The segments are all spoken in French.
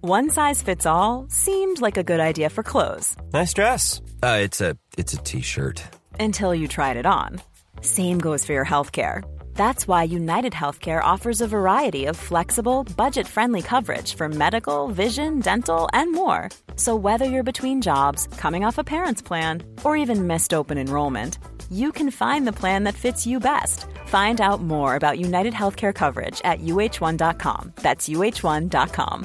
One size fits all seemed like a good idea for clothes. Nice dress. It's a t-shirt. Until you tried it on. Same goes for your healthcare. That's why United Healthcare offers a variety of flexible, budget-friendly coverage for medical, vision, dental, and more. So whether you're between jobs, coming off a parent's plan, or even missed open enrollment, you can find the plan that fits you best. Find out more about United Healthcare coverage at uh1.com. That's uh1.com.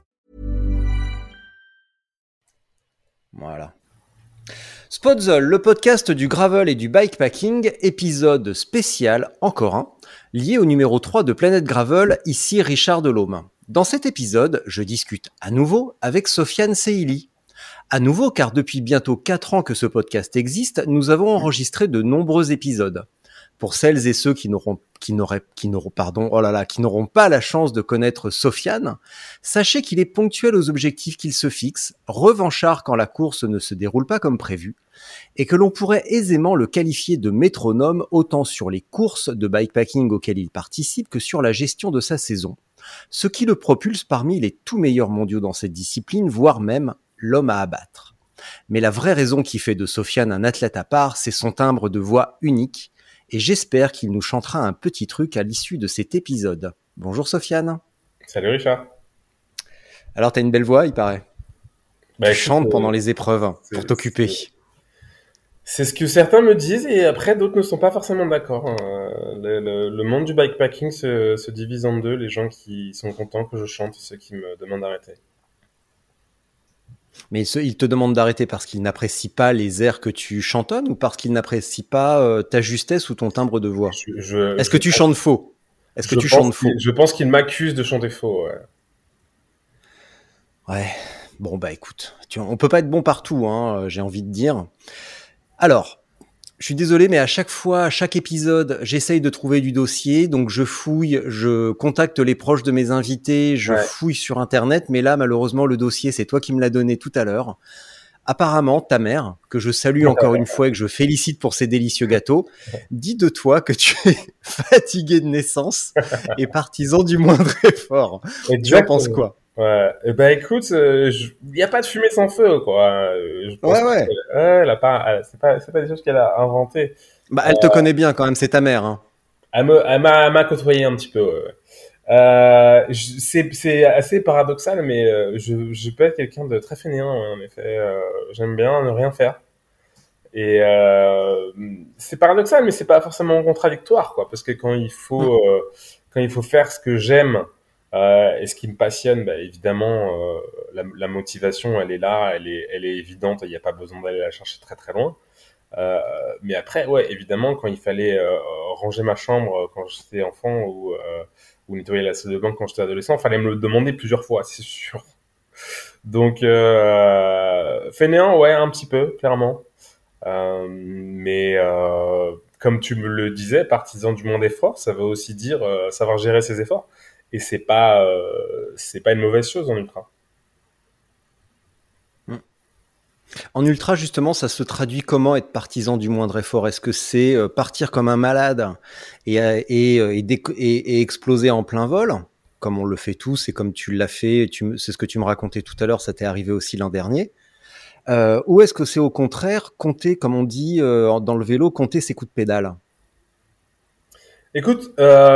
Voilà. Spotzol, le podcast du gravel et du bikepacking, épisode spécial, encore un, lié au numéro 3 de Planète Gravel, ici Richard Delhomme. Dans cet épisode, je discute à nouveau avec Sofiane Seili. À nouveau, car depuis bientôt 4 ans que ce podcast existe, nous avons enregistré de nombreux épisodes. Pour celles et ceux qui n'auront pas la chance de connaître Sofiane, sachez qu'il est ponctuel aux objectifs qu'il se fixe, revanchard quand la course ne se déroule pas comme prévu, et que l'on pourrait aisément le qualifier de métronome autant sur les courses de bikepacking auxquelles il participe que sur la gestion de sa saison, ce qui le propulse parmi les tout meilleurs mondiaux dans cette discipline, voire même l'homme à abattre. Mais la vraie raison qui fait de Sofiane un athlète à part, c'est son timbre de voix unique, et j'espère qu'il nous chantera un petit truc à l'issue de cet épisode. Bonjour Sofiane. Salut Richard. Alors t'as une belle voix, il paraît. Tu chantes pendant les épreuves pour t'occuper. C'est ce que certains me disent et après d'autres ne sont pas forcément d'accord. Le monde du bikepacking se divise en deux, les gens qui sont contents que je chante et ceux qui me demandent d'arrêter. Mais ils te demandent d'arrêter parce qu'ils n'apprécient pas les airs que tu chantonnes ou parce qu'ils n'apprécient pas ta justesse ou ton timbre de voix? Est-ce que tu chantes faux? Je pense qu'ils m'accusent de chanter faux, ouais. Ouais, bon bah écoute, on peut pas être bon partout, hein, j'ai envie de dire. Alors, je suis désolé, mais à chaque épisode, j'essaye de trouver du dossier, donc je fouille, je contacte les proches de mes invités, fouille sur Internet, mais là, malheureusement, le dossier, c'est toi qui me l'as donné tout à l'heure. Apparemment, ta mère, que je salue encore une fois et que je félicite pour ses délicieux gâteaux, dit de toi que tu es fatigué de naissance et partisan du moindre effort. Tu en penses quoi? Ouais, bah écoute, il y a pas de fumée sans feu, quoi. Je pense c'est pas des choses qu'elle a inventées. Bah, elle te connaît bien quand même, c'est ta mère, hein. Elle m'a côtoyé un petit peu, ouais. C'est assez paradoxal, mais je peux être quelqu'un de très fainéant, en effet. J'aime bien ne rien faire. Et c'est paradoxal, mais c'est pas forcément contradictoire, quoi, parce que quand il faut faire ce que j'aime, et ce qui me passionne, bah, évidemment, la motivation, elle est là, elle est évidente, il n'y a pas besoin d'aller la chercher très très loin. Mais après, ouais, évidemment, quand il fallait ranger ma chambre quand j'étais enfant ou nettoyer la salle de bain quand j'étais adolescent, il fallait me le demander plusieurs fois, c'est sûr. Donc, fainéant, ouais, un petit peu, clairement. Mais comme tu me le disais, partisan du moins d'effort, ça veut aussi dire savoir gérer ses efforts. Et c'est pas une mauvaise chose en ultra. En ultra, justement, ça se traduit comment être partisan du moindre effort? Est-ce que c'est partir comme un malade et exploser en plein vol, comme on le fait tous et comme tu l'as fait, c'est ce que tu me racontais tout à l'heure, ça t'est arrivé aussi l'an dernier, ou est-ce que c'est au contraire compter, comme on dit dans le vélo, compter ses coups de pédale? Écoute,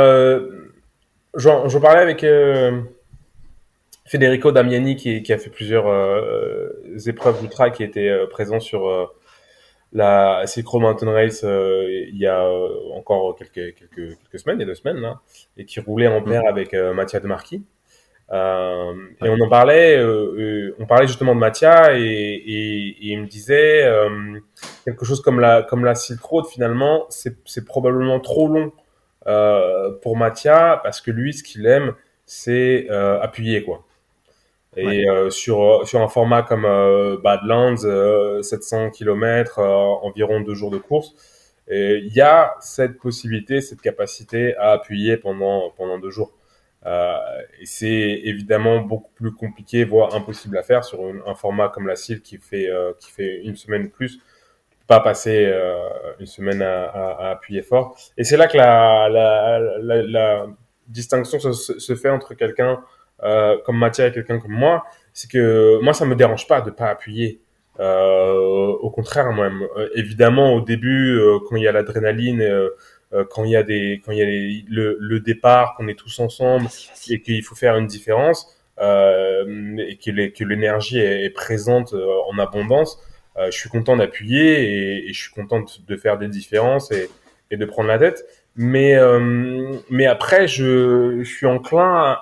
j'en parlais avec Federico Damiani qui a fait plusieurs épreuves d'ultra, qui était présent sur la Silk Road Mountain Race il y a encore quelques semaines, il y a 2 semaines là, et qui roulait en paire avec Mattia De Marchi. Et on parlait justement de Mattia et il me disait quelque chose comme la Silk Road, finalement c'est probablement trop long pour Mattia, parce que lui, ce qu'il aime, c'est appuyer, quoi. Et sur un format comme Badlands, 700 km, environ 2 jours de course, il y a cette possibilité, cette capacité à appuyer pendant 2 jours. Et c'est évidemment beaucoup plus compliqué, voire impossible à faire sur un format comme la Silk qui fait 1 semaine plus. Pas passer 1 semaine à appuyer fort. Et c'est là que la distinction se fait entre quelqu'un comme matière et quelqu'un comme moi, c'est que moi, ça me dérange pas de pas appuyer. Au contraire, moi-même. Évidemment, au début, quand il y a l'adrénaline, quand il y a le départ, qu'on est tous ensemble et qu'il faut faire une différence, et que l'énergie est présente en abondance, je suis content d'appuyer et je suis content de faire des différences et de prendre la tête. Mais après, je suis enclin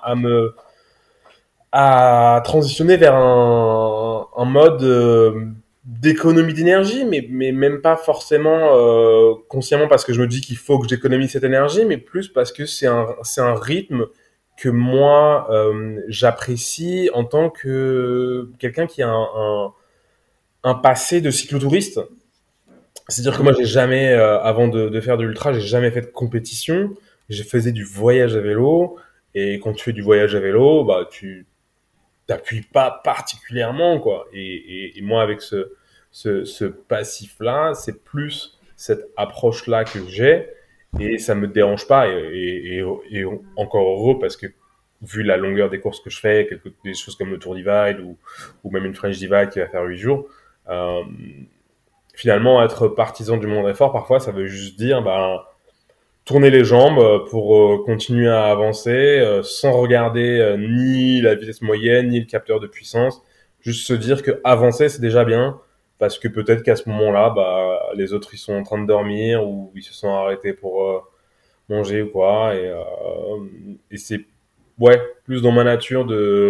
à transitionner vers un mode d'économie d'énergie, mais même pas forcément consciemment parce que je me dis qu'il faut que j'économise cette énergie, mais plus parce que c'est un rythme que moi j'apprécie en tant que quelqu'un qui a un passé de cyclotouriste. C'est-à-dire que moi j'ai jamais avant de faire de l'ultra, j'ai jamais fait de compétition. Je faisais du voyage à vélo et quand tu fais du voyage à vélo, bah tu t'appuies pas particulièrement quoi. Et moi avec ce passif là, c'est plus cette approche là que j'ai et ça me dérange pas et encore heureux parce que vu la longueur des courses que je fais, des choses comme le Tour Divide ou même une French Divide qui va faire 8 jours, finalement être partisan du moindre effort parfois ça veut juste dire tourner les jambes pour continuer à avancer sans regarder ni la vitesse moyenne ni le capteur de puissance, juste se dire que avancer c'est déjà bien parce que peut-être qu'à ce moment-là les autres ils sont en train de dormir ou ils se sont arrêtés pour manger ou quoi et c'est ouais plus dans ma nature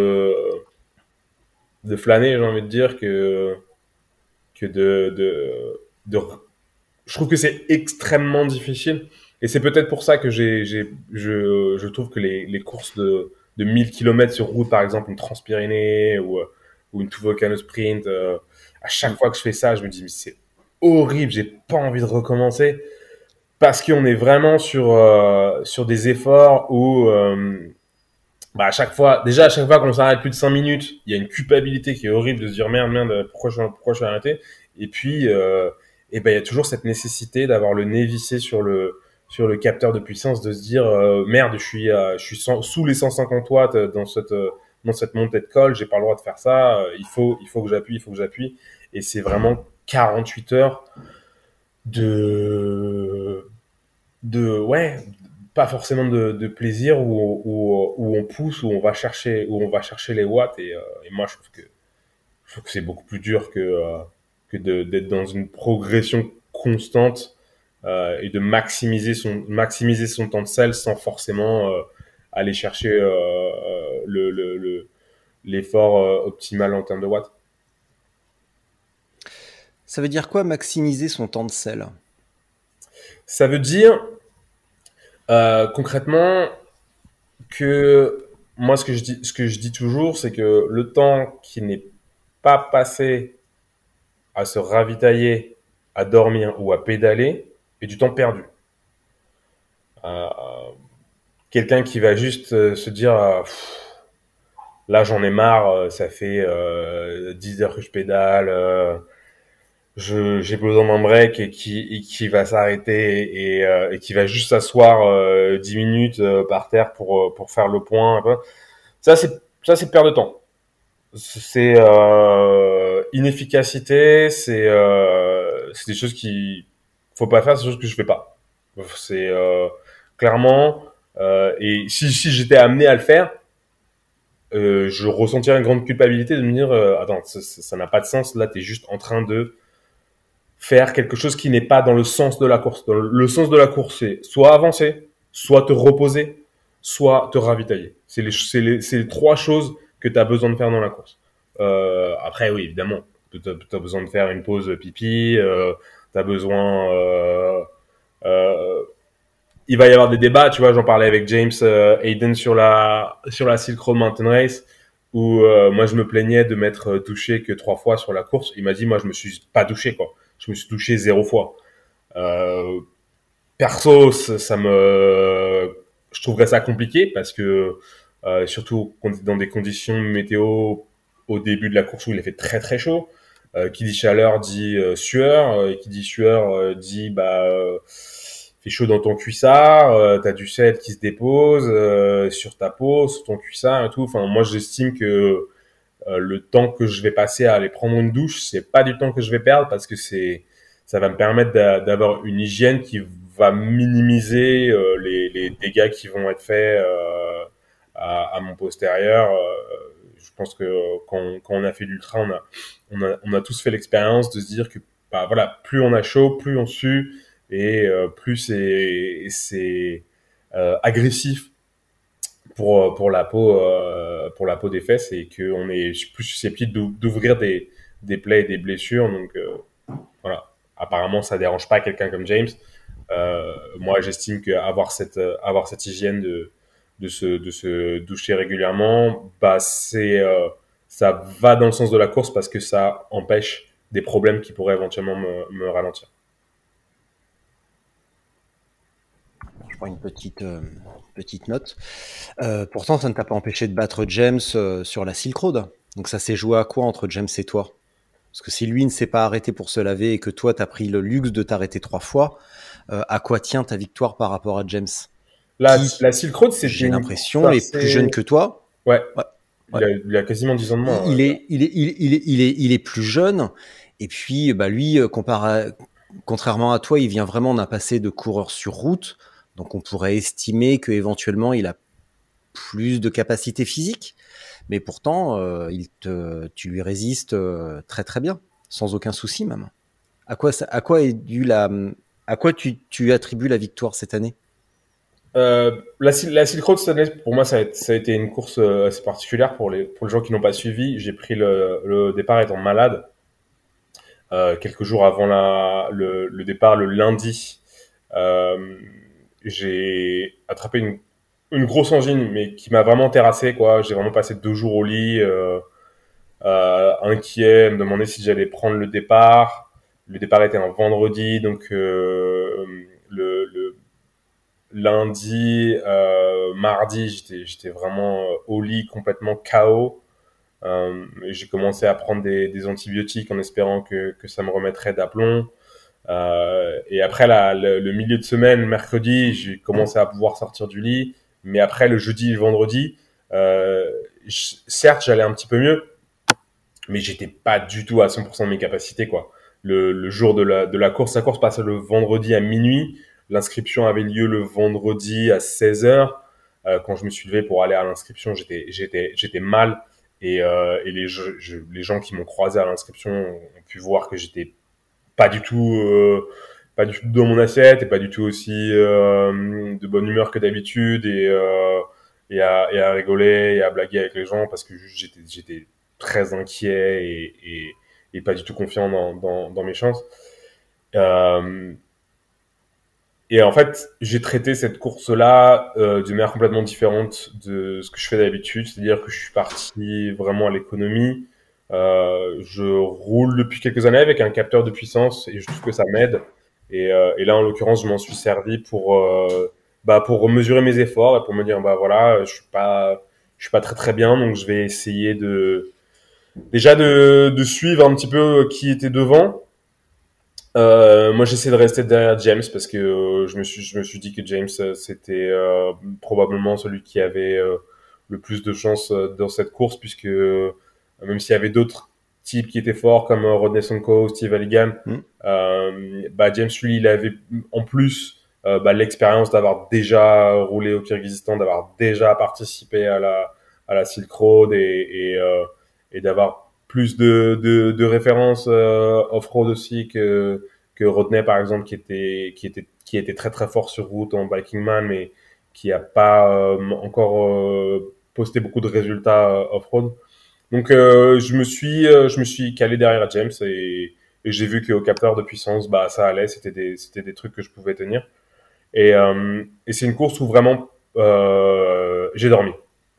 de flâner, j'ai envie de dire que de je trouve que c'est extrêmement difficile. Et c'est peut-être pour ça que je trouve que les courses de 1000 km sur route, par exemple, une Transpyrénée ou une Two Volcano Sprint, à chaque fois que je fais ça, je me dis, mais c'est horrible, j'ai pas envie de recommencer. Parce qu'on est vraiment sur des efforts où, à chaque fois qu'on s'arrête plus de 5 minutes, il y a une culpabilité qui est horrible de se dire, merde, pourquoi je suis arrêté? Et puis, il y a toujours cette nécessité d'avoir le nez vissé sur le capteur de puissance, de se dire merde, je suis sous les 150 watts dans cette montée de col, j'ai pas le droit de faire ça, il faut que j'appuie, et c'est vraiment 48 heures ouais, pas forcément de plaisir où on pousse, où on va chercher les watts, et moi je trouve que c'est beaucoup plus dur que d'être dans une progression constante et de maximiser son temps de selle sans forcément aller chercher l'effort optimal en termes de watts. Ça veut dire quoi maximiser son temps de selle? Ça veut dire concrètement que moi ce que je dis toujours, c'est que le temps qui n'est pas passé à se ravitailler, à dormir ou à pédaler est du temps perdu. Quelqu'un qui va juste se dire là j'en ai marre, ça fait 10 heures que je pédale, j'ai besoin d'un break et qui va s'arrêter et qui va juste s'asseoir 10 minutes par terre pour faire le point. Ça c'est perte de temps. C'est inefficacité, c'est des choses qui faut pas faire, c'est des choses que je fais pas. C'est clairement et si j'étais amené à le faire, je ressentirais une grande culpabilité de me dire attends, ça n'a pas de sens, là t'es juste en train de faire quelque chose qui n'est pas dans le sens de la course. Le sens de la course, c'est soit avancer, soit te reposer, soit te ravitailler. C'est les trois choses que tu as besoin de faire dans la course. Après, oui, évidemment, tu as besoin de faire une pause pipi, tu as besoin... il va y avoir des débats, tu vois, j'en parlais avec James Hayden sur la Silk Road Mountain Race, où moi je me plaignais de m'être douché que 3 fois sur la course. Il m'a dit, moi je me suis pas douché, quoi. Je me suis douché 0 fois. Perso, je trouverais ça compliqué parce que surtout dans des conditions météo au début de la course où il a fait très très chaud. Qui dit chaleur dit sueur, et qui dit sueur dit fait chaud dans ton cuissard, t'as du sel qui se dépose sur ta peau, sur ton cuissard et tout. Enfin, moi, j'estime que le temps que je vais passer à aller prendre une douche, c'est pas du temps que je vais perdre parce que ça va me permettre d'avoir une hygiène qui va minimiser les dégâts qui vont être faits à mon postérieur. Je pense que quand on a fait l'ultra, on a tous fait l'expérience de se dire que bah voilà, plus on a chaud, plus on sue et plus c'est agressif pour la peau des fesses et qu'on est plus susceptible d'ouvrir des plaies et des blessures. Donc voilà, apparemment ça dérange pas quelqu'un comme James. Moi j'estime qu'avoir cette hygiène de se doucher régulièrement, bah ça va dans le sens de la course parce que ça empêche des problèmes qui pourraient éventuellement me ralentir. Je prends une petite note. Pourtant, ça ne t'a pas empêché de battre James sur la Silk Road. Donc ça s'est joué à quoi entre James et toi? Parce que si lui ne s'est pas arrêté pour se laver et que toi, tu as pris le luxe de t'arrêter 3 fois, à quoi tient ta victoire par rapport à James? La Silk Road, c'est j'ai l'impression, est plus jeune que toi. Ouais. Il a quasiment 10 ans de moins. Il est plus jeune. Et puis, bah, lui, contrairement à toi, il vient vraiment d'un passé de coureur sur route. Donc, on pourrait estimer qu'éventuellement, il a plus de capacité physique. Mais pourtant, tu lui résistes très très bien, sans aucun souci même. À quoi tu attribues la victoire cette année? La Silk Road cette année, pour moi, ça a été une course assez particulière pour les gens qui n'ont pas suivi. J'ai pris le départ étant malade. Quelques jours avant le départ, le lundi, j'ai attrapé une grosse angine, mais qui m'a vraiment terrassé, quoi. J'ai vraiment passé 2 jours au lit, inquiet, me demander si j'allais prendre le départ. Le départ était un vendredi, donc le lundi, mardi, j'étais vraiment au lit, complètement KO. J'ai commencé à prendre des antibiotiques en espérant que ça me remettrait d'aplomb. Et après le milieu de semaine, mercredi, j'ai commencé à pouvoir sortir du lit. Mais après le jeudi et le vendredi, certes, j'allais un petit peu mieux, mais j'étais pas du tout à 100% de mes capacités, quoi. Le jour de la course passait le vendredi à minuit. L'inscription avait lieu le vendredi à 16h. Quand je me suis levé pour aller à l'inscription, j'étais mal. Et les gens qui m'ont croisé à l'inscription ont pu voir que j'étais pas du tout dans mon assiette et pas du tout aussi de bonne humeur que d'habitude et à rigoler et à blaguer avec les gens parce que j'étais très inquiet et pas du tout confiant dans mes chances. Et en fait, j'ai traité cette course-là d'une manière complètement différente de ce que je fais d'habitude. C'est-à-dire que je suis parti vraiment à l'économie. Je roule depuis quelques années avec un capteur de puissance et je trouve que ça m'aide. Et là, en l'occurrence, je m'en suis servi pour mesurer mes efforts et pour me dire, bah voilà, je suis pas très très bien, donc je vais essayer de suivre un petit peu qui était devant. Moi, j'essaie de rester derrière James parce que je me suis dit que James c'était probablement celui qui avait le plus de chance dans cette course puisque même s'il y avait d'autres types qui étaient forts comme Rodney Sonko, Steve Halligan, James lui il avait en plus l'expérience d'avoir déjà roulé au Kyrgyzstan, d'avoir déjà participé à la Silk Road et d'avoir plus de références off-road aussi que Rodney par exemple qui était très très fort sur route en Bikingman mais qui a pas encore posté beaucoup de résultats off-road. Donc je me suis calé derrière James et j'ai vu qu'au capteur de puissance ça allait, c'était des trucs que je pouvais tenir et c'est une course où vraiment j'ai dormi.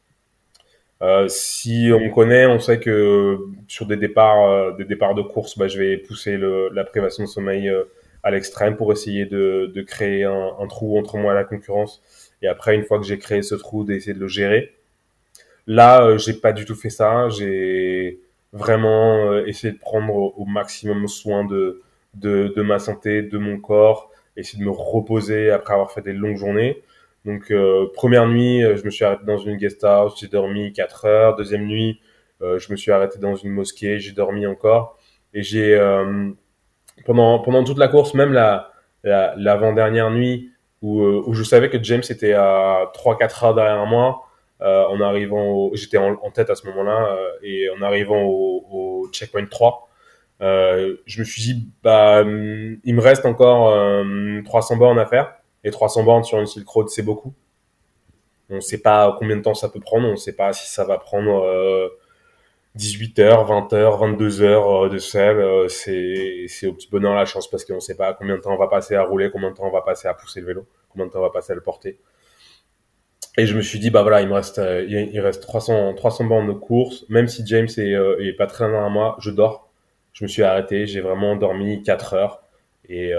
Si on me connaît, on sait que sur des départs de course, je vais pousser la privation de sommeil à l'extrême pour essayer de créer un trou entre moi et la concurrence. Et après, une fois que j'ai créé ce trou, d'essayer de le gérer. Là, j'ai pas du tout fait ça. J'ai vraiment essayé de prendre au maximum soin de ma santé, de mon corps, essayer de me reposer après avoir fait des longues journées. Donc première nuit, je me suis arrêté dans une guest house, j'ai dormi 4 heures. Deuxième nuit, je me suis arrêté dans une mosquée, j'ai dormi encore. Et j'ai pendant toute la course, même l'avant-dernière nuit où je savais que James était à 3-4 heures derrière moi, j'étais en tête à ce moment-là, et en arrivant au checkpoint 3, je me suis dit, il me reste encore 300 bornes à faire. Et 300 bornes sur une Silk Road, c'est beaucoup. On ne sait pas combien de temps ça peut prendre. On ne sait pas si ça va prendre 18 heures, 20 heures, 22 heures de sel. C'est au petit bonheur la chance, parce qu'on ne sait pas combien de temps on va passer à rouler, combien de temps on va passer à pousser le vélo, combien de temps on va passer à le porter. Et je me suis dit, voilà, il reste 300 bornes de course. Même si James est pas très loin à moi, je dors. Je me suis arrêté. J'ai vraiment dormi 4 heures. Et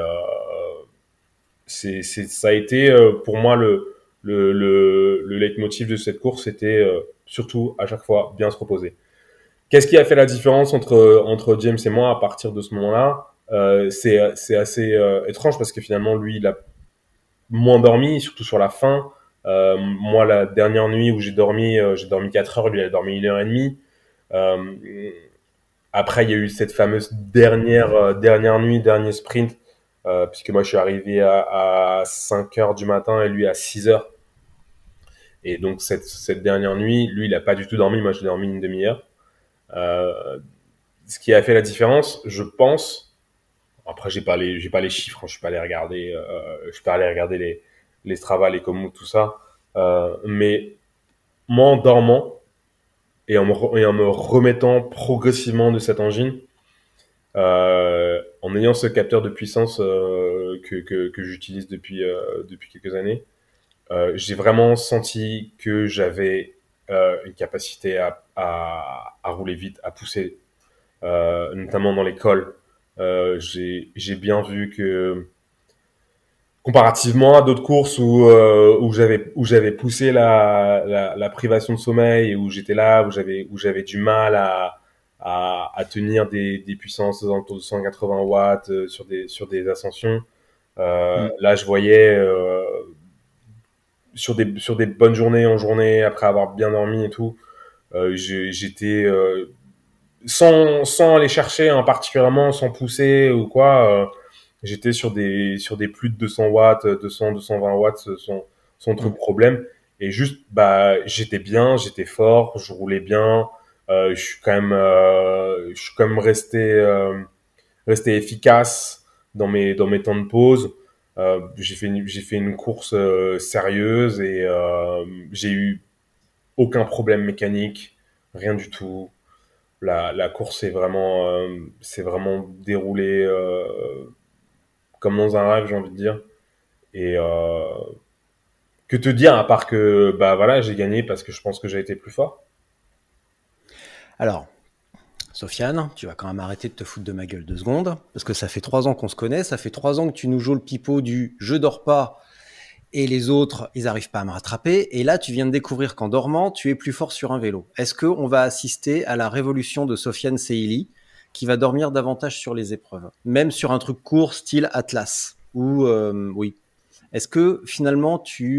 ça a été pour moi le leitmotiv de cette course, c'était surtout à chaque fois bien se reposer. Qu'est-ce qui a fait la différence entre James et moi à partir de ce moment-là? C'est assez étrange, parce que finalement lui il a moins dormi, surtout sur la fin. Moi, la dernière nuit où j'ai dormi 4 heures, lui il a dormi 1h30. Après il y a eu cette fameuse dernière nuit, dernier sprint, puisque moi je suis arrivé à 5 heures du matin et lui à 6 heures. Et donc cette dernière nuit, lui il a pas du tout dormi, moi j'ai dormi une demi-heure. Ce qui a fait la différence, je pense. Après j'ai pas les chiffres, hein, je suis pas allé regarder les Strava, les Komoot, tout ça. Mais moi en dormant et en me remettant progressivement de cette engine, en ayant ce capteur de puissance que j'utilise depuis quelques années, j'ai vraiment senti que j'avais une capacité à rouler vite, à pousser, notamment dans les cols. J'ai bien vu que comparativement à d'autres courses où j'avais poussé la privation de sommeil, et où j'étais là, où j'avais du mal à tenir des puissances autour de 180 watts sur des ascensions. Là, je voyais sur des bonnes journées, après avoir bien dormi et tout, j'étais sans aller chercher, hein, particulièrement, sans pousser ou quoi, j'étais sur des plus de 200 watts, 220 watts sans trop de problème. Et juste, j'étais bien, j'étais fort, je roulais bien, je suis quand même resté efficace dans mes temps de pause. J'ai fait une course sérieuse, et j'ai eu aucun problème mécanique, rien du tout. La course s'est vraiment déroulée comme dans un rêve, j'ai envie de dire. Et que te dire, à part que voilà, j'ai gagné parce que je pense que j'ai été plus fort. Alors, Sofiane, tu vas quand même arrêter de te foutre de ma gueule 2 secondes, parce que ça fait 3 ans qu'on se connaît, ça fait 3 ans que tu nous joues le pipeau du « je dors pas » et les autres, ils arrivent pas à me rattraper. Et là, tu viens de découvrir qu'en dormant, tu es plus fort sur un vélo. Est-ce qu'on va assister à la révolution de Sofiane Seili, qui va dormir davantage sur les épreuves, même sur un truc court style Atlas, ou oui. Est-ce que finalement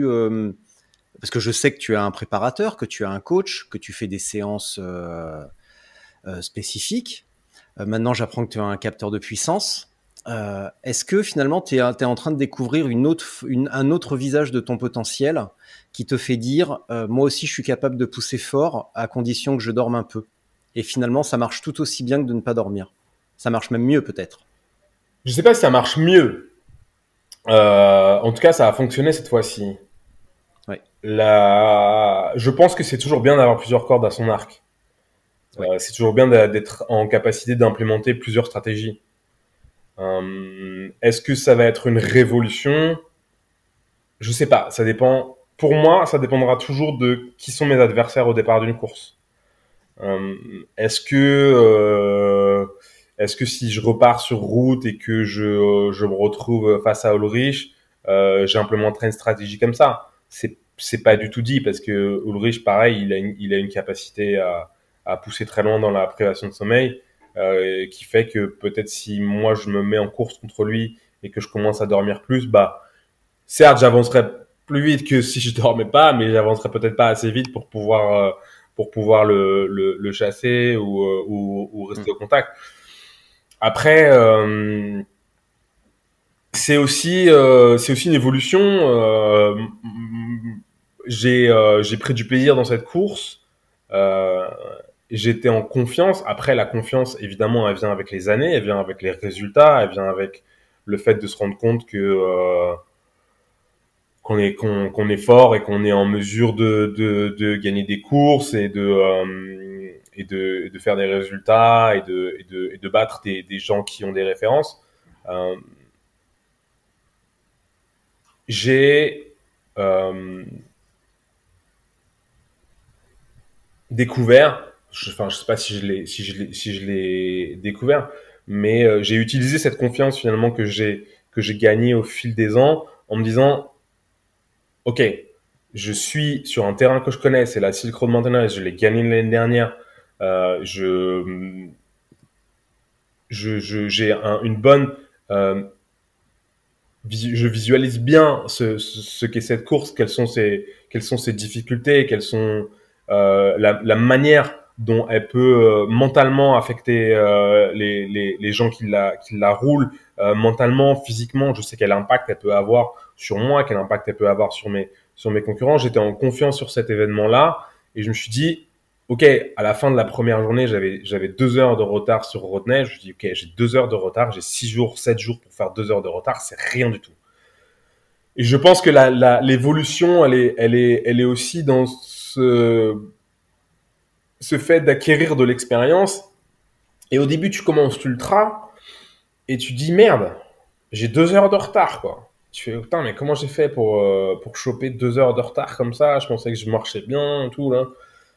parce que je sais que tu as un préparateur, que tu as un coach, que tu fais des séances spécifiques. Maintenant, j'apprends que tu as un capteur de puissance. Est-ce que finalement, tu es en train de découvrir un autre visage de ton potentiel qui te fait dire moi aussi, je suis capable de pousser fort à condition que je dorme un peu. Et finalement, ça marche tout aussi bien que de ne pas dormir. Ça marche même mieux, peut-être. Je sais pas si ça marche mieux. En tout cas, ça a fonctionné cette fois-ci. Ouais. Je pense que c'est toujours bien d'avoir plusieurs cordes à son arc. Ouais. C'est toujours bien d'être en capacité d'implémenter plusieurs stratégies. Est-ce que ça va être une révolution? Je sais pas, ça dépend. Pour moi, ça dépendra toujours de qui sont mes adversaires au départ d'une course. Est-ce que si je repars sur route et que je me retrouve face à Ulrich, j'implémenterai une stratégie comme ça? C'est pas du tout dit, parce que Ulrich, pareil, il a une capacité à pousser très loin dans la privation de sommeil, qui fait que peut-être si moi je me mets en course contre lui et que je commence à dormir plus, certes, j'avancerai plus vite que si je dormais pas, mais j'avancerai peut-être pas assez vite pour pouvoir le chasser ou rester au contact. Après, c'est aussi une évolution. J'ai pris du plaisir dans cette course. J'étais en confiance. Après, la confiance, évidemment, elle vient avec les années, elle vient avec les résultats, elle vient avec le fait de se rendre compte que qu'on est fort et qu'on est en mesure de gagner des courses et de faire des résultats et de battre des gens qui ont des références. J'ai découvert, je sais pas si je l'ai découvert, mais j'ai utilisé cette confiance finalement que j'ai gagnée au fil des ans en me disant, ok, je suis sur un terrain que je connais, c'est la Silk Road Mountain Race, je l'ai gagné l'année dernière, j'ai une bonne je visualise bien ce qu'est cette course, quelles sont ses difficultés, quelles sont la manière dont elle peut mentalement affecter les gens qui la roulent, mentalement, physiquement. Je sais quel impact elle peut avoir sur moi, quel impact elle peut avoir sur mes concurrents. J'étais en confiance sur cet événement-là et je me suis dit, ok, à la fin de la première journée, j'avais 2 heures de retard sur Rodney. Je me dis, ok, j'ai 2 heures de retard, j'ai 6 jours, 7 jours pour faire 2 heures de retard, c'est rien du tout. Et je pense que l'évolution, elle est aussi dans ce fait d'acquérir de l'expérience. Et au début, tu commences l'ultra et tu dis, merde, j'ai 2 heures de retard, quoi. Tu fais, putain, mais comment j'ai fait pour choper 2 heures de retard comme ça? Je pensais que je marchais bien et tout, là.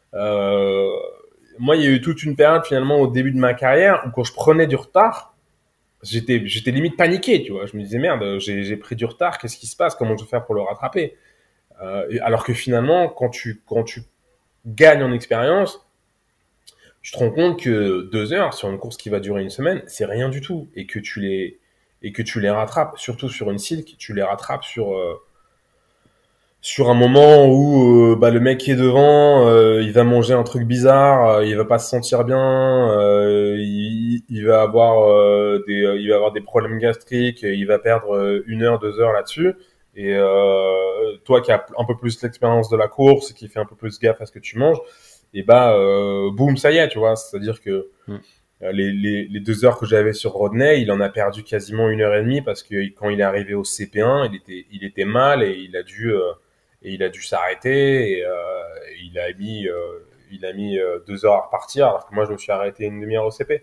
Moi, il y a eu toute une période finalement au début de ma carrière où quand je prenais du retard, j'étais limite paniqué, tu vois. Je me disais merde, j'ai pris du retard, qu'est-ce qui se passe? Comment je vais faire pour le rattraper? Alors que finalement, quand tu gagnes en expérience, tu te rends compte que 2 heures sur une course qui va durer une semaine, c'est rien du tout, et que tu les rattrapes, surtout sur une silk, tu les rattrapes sur un moment où le mec qui est devant, il va manger un truc bizarre, il va pas se sentir bien, il va avoir des problèmes gastriques, il va perdre 1 heure, 2 heures là-dessus. Et toi qui as un peu plus l'expérience de la course, qui fait un peu plus gaffe à ce que tu manges, et boum, ça y est, tu vois. C'est-à-dire que les 2 heures que j'avais sur Rodney, il en a perdu quasiment 1h30 parce que quand il est arrivé au CP1, il était mal et il a dû s'arrêter et il a mis 2 heures à repartir alors que moi je me suis arrêté une demi-heure au CP.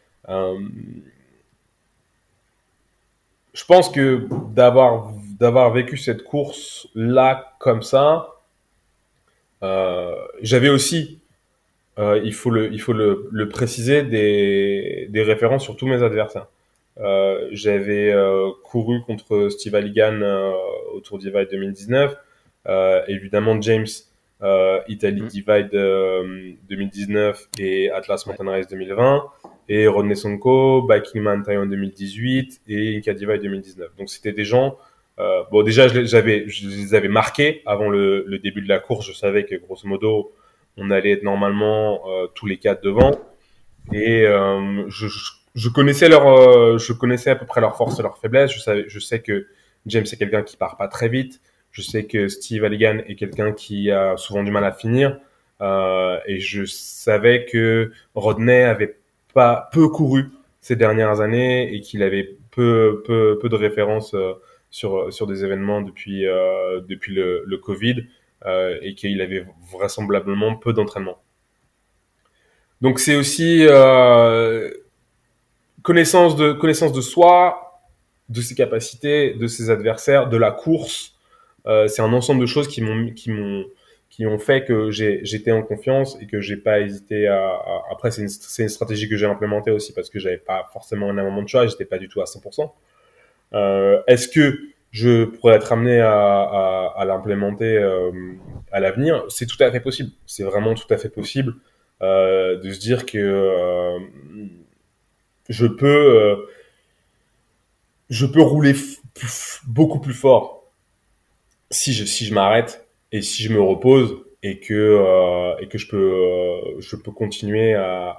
Je pense que d'avoir vécu cette course là comme ça, j'avais aussi il faut le préciser des références sur tous mes adversaires. J'avais couru contre Steve Halligan au Tour Divide 2019, évidemment James Italy Divide 2019 et Atlas Mountain Race 2020, et Rodney Sonko, Biking Mantai en 2018 et Inca Divide 2019. Donc c'était des gens, déjà je les avais marqués avant le début de la course. Je savais que grosso modo on allait être normalement tous les 4 devant, et je connaissais je connaissais à peu près leurs forces et leurs faiblesses. Je sais que James est quelqu'un qui part pas très vite. Je sais que Steve Halligan est quelqu'un qui a souvent du mal à finir, et je savais que Rodney avait peu couru ces dernières années et qu'il avait peu de références sur des événements depuis le Covid, et qu'il avait vraisemblablement peu d'entraînement. Donc c'est aussi connaissance de soi, de ses capacités, de ses adversaires, de la course. C'est un ensemble de choses qui ont fait que j'étais en confiance et que j'ai pas hésité après c'est une stratégie que j'ai implémentée aussi parce que j'avais pas forcément énormément de choix, j'étais pas du tout à 100%. Est-ce que je pourrais être amené à l'implémenter à l'avenir? C'est tout à fait possible. C'est vraiment tout à fait possible de se dire que je peux je peux rouler beaucoup plus fort si je m'arrête et si je me repose et que je peux continuer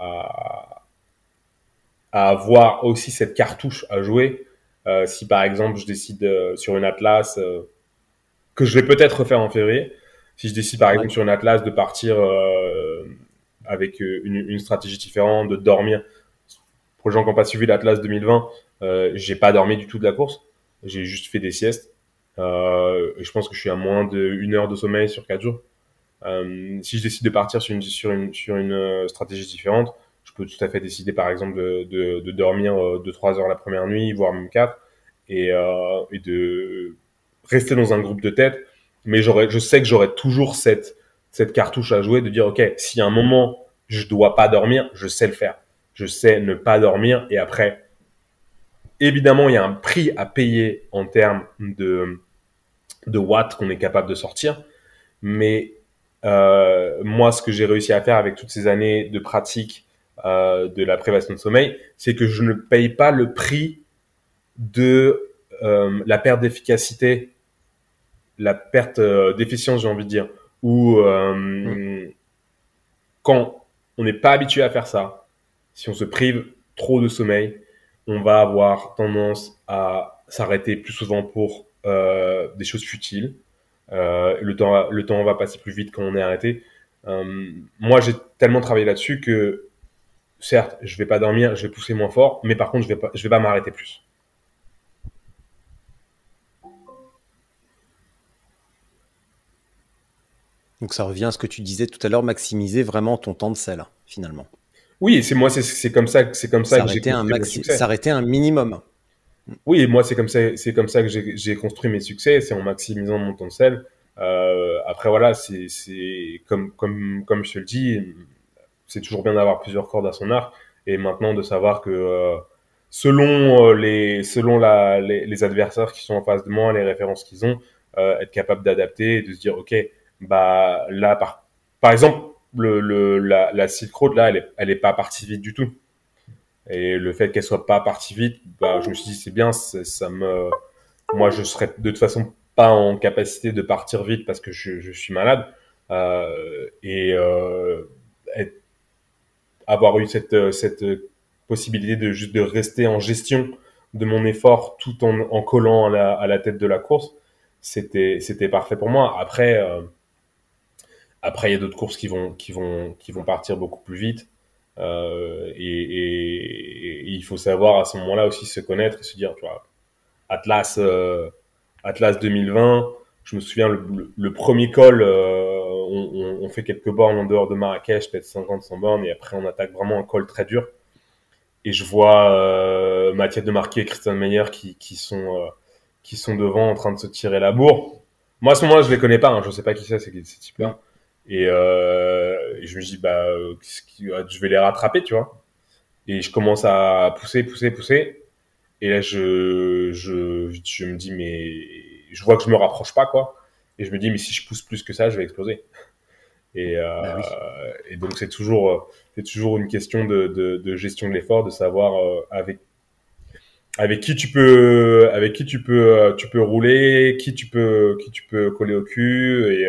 à avoir aussi cette cartouche à jouer. Si par exemple je décide sur une Atlas que je vais peut-être refaire en février, si je décide par exemple sur une Atlas de partir avec une stratégie différente, de dormir. Pour les gens qui n'ont pas suivi l'Atlas 2020, j'ai pas dormi du tout de la course, j'ai juste fait des siestes. Et je pense que je suis à moins d'1 heure de sommeil sur 4 jours. Si je décide de partir sur une stratégie différente, je peux tout à fait décider par exemple de dormir 2-3 heures la première nuit, voire même 4, et de rester dans un groupe de tête. Mais je sais que j'aurai toujours cette cartouche à jouer, de dire ok, si à un moment je dois pas dormir, je sais le faire. Je sais ne pas dormir, et après, évidemment, il y a un prix à payer en termes de watts qu'on est capable de sortir. Mais moi, ce que j'ai réussi à faire avec toutes ces années de pratique de la privation de sommeil, c'est que je ne paye pas le prix de la perte d'efficacité, la perte d'efficience, j'ai envie de dire, ou quand on n'est pas habitué à faire ça, si on se prive trop de sommeil, on va avoir tendance à s'arrêter plus souvent pour des choses futiles. Le temps va passer plus vite quand on est arrêté. Moi, j'ai tellement travaillé là-dessus que, certes, je vais pas dormir, je vais pousser moins fort, mais par contre, je vais pas m'arrêter plus. Donc ça revient à ce que tu disais tout à l'heure, maximiser vraiment ton temps de selle, finalement. Oui, c'est comme ça que j'ai construit mon succès. S'arrêter un minimum. Oui, et moi c'est comme ça que j'ai construit mes succès, c'est en maximisant mon temps de selle. Après voilà, c'est comme je te le dis, c'est toujours bien d'avoir plusieurs cordes à son arc, et maintenant de savoir que selon les adversaires qui sont en face de moi, les références qu'ils ont, être capable d'adapter et de se dire ok, bah là par exemple la Silk Road là, elle est pas partie vite du tout. Et le fait qu'elle soit pas partie vite, bah, je me suis dit c'est bien, moi je serais de toute façon pas en capacité de partir vite parce que je suis malade, avoir eu cette possibilité de juste de rester en gestion de mon effort tout en collant à la tête de la course, c'était parfait pour moi. Après il y a d'autres courses qui vont partir beaucoup plus vite. Et il faut savoir à ce moment-là aussi se connaître et se dire, tu vois, Atlas 2020, je me souviens le premier col, on fait quelques bornes en dehors de Marrakech, peut-être 50-100 bornes, et après on attaque vraiment un col très dur. Et je vois Mathieu Demarquet et Christian Meyer qui sont devant en train de se tirer la bourre. Moi à ce moment-là je les connais pas, hein, je sais pas qui c'est ces types-là. Et je me dis bah je vais les rattraper, tu vois. Et je commence à pousser, et là je me dis mais je vois que je me rapproche pas, quoi, et je me dis mais si je pousse plus que ça, je vais exploser. Et bah oui. Et donc c'est toujours une question de gestion de l'effort, de savoir avec qui tu peux rouler, qui tu peux coller au cul,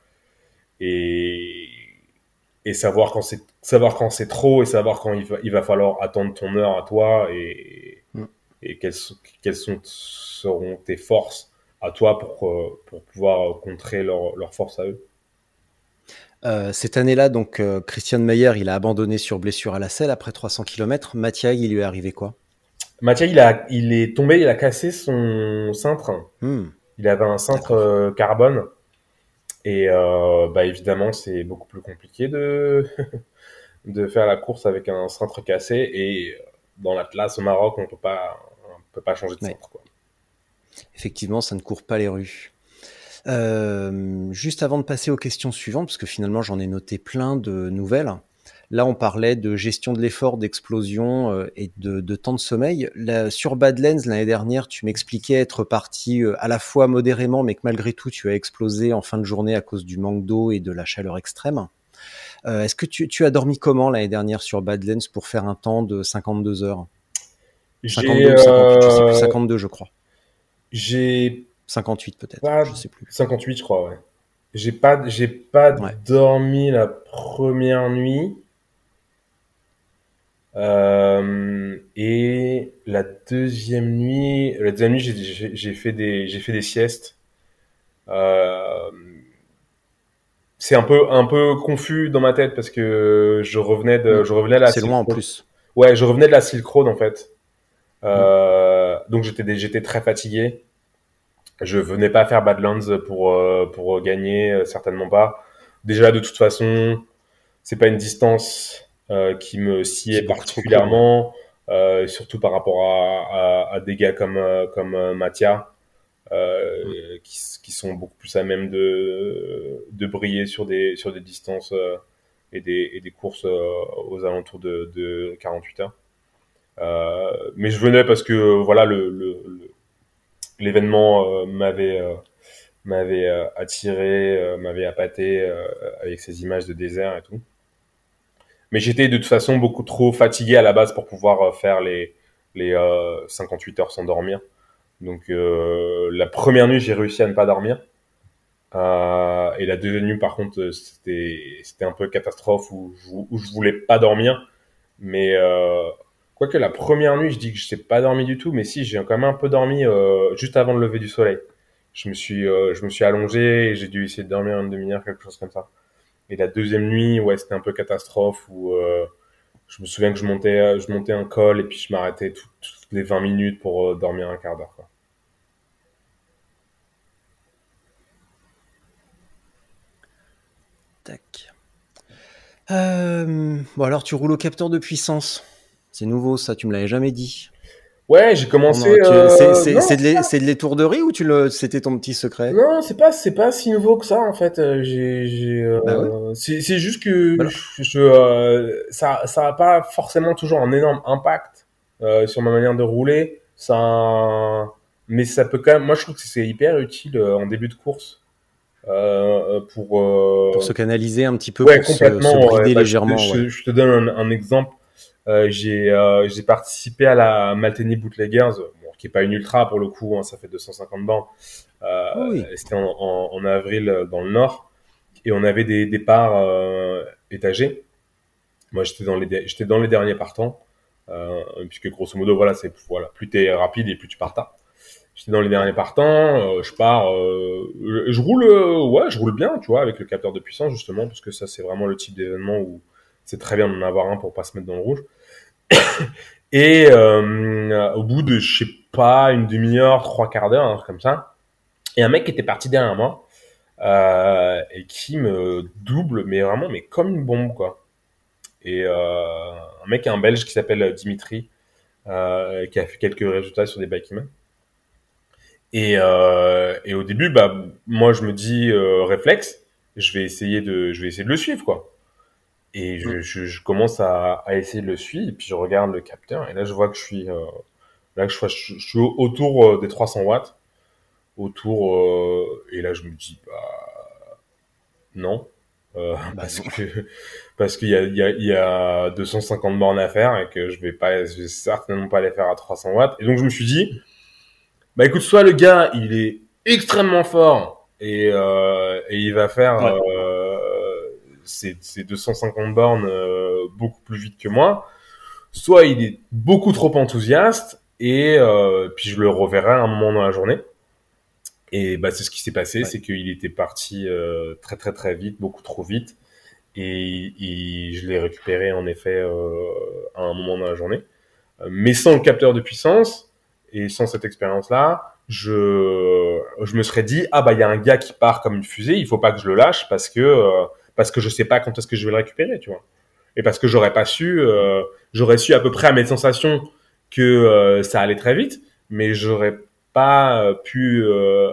et savoir quand c'est trop, et savoir quand il va falloir attendre ton heure à toi, et quelles seront tes forces à toi pour pouvoir contrer leurs forces à eux. Cette année-là, donc Christian Meyer, il a abandonné sur blessure à la selle après 300 km. Mathieu, il lui est arrivé quoi? Mathieu, il est tombé, il a cassé son cintre. Il avait un cintre carbone. Et bah évidemment, c'est beaucoup plus compliqué de faire la course avec un cintre cassé. Et dans l'Atlas au Maroc, on peut pas changer de cintre, quoi. Effectivement, ça ne court pas les rues. Juste avant de passer aux questions suivantes, parce que finalement j'en ai noté plein de nouvelles. Là, on parlait de gestion de l'effort, d'explosion et de temps de sommeil. Sur Badlands, l'année dernière, tu m'expliquais être parti à la fois modérément, mais que malgré tout, tu as explosé en fin de journée à cause du manque d'eau et de la chaleur extrême. Est-ce que tu as dormi comment l'année dernière sur Badlands pour faire un temps de 52 heures? J'ai 52 ou 58, je sais plus, 52 je crois. j'ai 58 peut-être, pas je sais plus. 58 je crois, ouais. J'ai pas Ouais. dormi la première nuit. Et la deuxième nuit, j'ai fait des siestes. Euh, c'est un peu confus dans ma tête parce que je revenais de la C'est loin Silk en Road. plus. Ouais, je revenais de la Silk Road en fait. Mm. Donc j'étais très fatigué. Je venais pas faire Badlands pour gagner, certainement pas. Déjà de toute façon, c'est pas une distance qui me sied C'est beaucoup trop court. Ouais. particulièrement, surtout par rapport à des gars comme Mathia, Mm. qui sont beaucoup plus à même de briller sur des distances et des courses aux alentours de 48 heures. Mais je venais parce que voilà l'événement m'avait attiré, m'avait appâté avec ces images de désert et tout. Mais j'étais de toute façon beaucoup trop fatigué à la base pour pouvoir faire les 58 heures sans dormir. Donc la première nuit, j'ai réussi à ne pas dormir. Et la deuxième nuit, par contre, c'était un peu catastrophe où je voulais pas dormir. Mais quoique la première nuit, je dis que je n'ai pas dormi du tout, mais si, j'ai quand même un peu dormi juste avant le lever du soleil. Je me suis allongé et j'ai dû essayer de dormir une demi-heure, quelque chose comme ça. Et la deuxième nuit, ouais, c'était un peu catastrophe où je me souviens que je montais un col et puis je m'arrêtais toutes les 20 minutes pour dormir un quart d'heure, quoi. Tac. Bon alors tu roules au capteur de puissance. C'est nouveau ça, tu me l'avais jamais dit. Ouais, j'ai commencé. Non, C'est de l'étourderie ou c'était ton petit secret? non, c'est pas si nouveau que ça en fait. Bah ouais. C'est juste que Bah alors, ça a pas forcément toujours un énorme impact sur ma manière de rouler. Mais ça peut quand même. Moi, je trouve que c'est hyper utile en début de course pour. pour se canaliser un petit peu, Ouais, pour se complètement. Ouais. brider Bah, légèrement, ouais. je te donne un exemple. J'ai participé à la Malteni Bootleggers, bon, qui est pas une ultra pour le coup, hein, ça fait 250 bornes. Oh oui. C'était en avril dans le nord et on avait des départs étagés. Moi, j'étais dans les derniers partants, puisque grosso modo, voilà, plus t'es rapide et plus tu pars tard. J'étais dans les derniers partants, je pars, je roule bien, tu vois, avec le capteur de puissance justement, parce que ça, c'est vraiment le type d'événement où c'est très bien d'en avoir un pour pas se mettre dans le rouge. Et au bout de, je sais pas, une demi-heure, trois quarts d'heure, un truc comme ça, et un mec qui était parti derrière moi et qui me double, mais vraiment, mais comme une bombe, quoi. Et un Belge qui s'appelle Dimitri, qui a fait quelques résultats sur des bikemen. Et au début, bah, moi, je me dis réflexe, je vais essayer de le suivre, quoi. Et Mm. je commence à essayer de le suivre, et puis je regarde le capteur, et là, je vois que je suis autour des 300 watts, et là, je me dis, bah, non, Bah non. parce qu'il y a 250 bornes à faire, et que je vais certainement pas les faire à 300 watts. Et donc, je me suis dit, bah écoute, soit le gars, il est extrêmement fort et il va faire Ouais. ses 250 bornes beaucoup plus vite que moi, soit il est beaucoup trop enthousiaste et puis je le reverrai à un moment dans la journée. Et bah c'est ce qui s'est passé, Ouais. c'est qu'il était parti très très très vite, beaucoup trop vite, et je l'ai récupéré en effet à un moment dans la journée. Mais sans le capteur de puissance et sans cette expérience-là, je me serais dit, ah bah il y a un gars qui part comme une fusée, il faut pas que je le lâche parce que je sais pas quand est-ce que je vais le récupérer, tu vois. Et parce que j'aurais su à peu près à mes sensations que ça allait très vite, mais j'aurais pas pu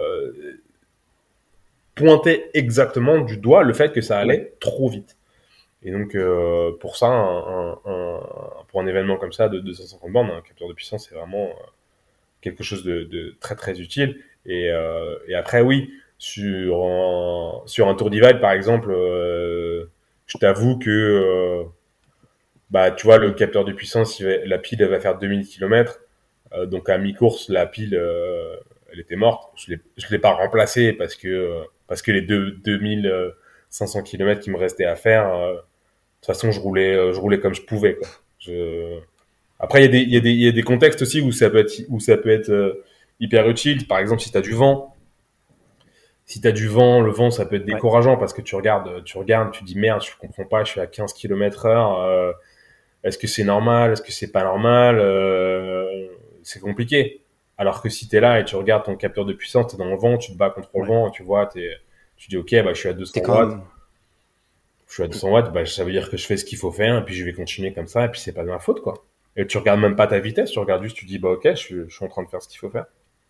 pointer exactement du doigt le fait que ça Ouais. allait trop vite. Et donc, pour ça, pour un événement comme ça de 250 bornes, un capteur de puissance, c'est vraiment quelque chose de très très utile. Et après, oui, sur un Tour Divide, par exemple, je t'avoue que, bah, tu vois, le Mm. capteur de puissance, la pile, elle va faire 2000 km. Donc à mi-course, la pile, elle était morte. Je l'ai pas remplacée parce que les 2500 km qui me restaient à faire, de toute façon, je roulais comme je pouvais, quoi. Après, il y a des contextes aussi où ça peut être hyper utile. Par exemple, si t'as du vent. Si t'as du vent, le vent, ça peut être décourageant parce que tu regardes, tu dis merde, je comprends pas, je suis à 15 km/h. Est-ce que c'est normal? Est-ce que c'est pas normal? C'est compliqué. Alors que si t'es là et tu regardes ton capteur de puissance, t'es dans le vent, tu te bats contre le vent, tu vois, tu dis ok, bah je suis à 200 watts. Je suis à 200 watts, bah ça veut dire que je fais ce qu'il faut faire et puis je vais continuer comme ça et puis c'est pas de ma faute, quoi. Et tu regardes même pas ta vitesse, tu regardes juste, tu dis bah ok, je suis en train de faire ce qu'il faut faire.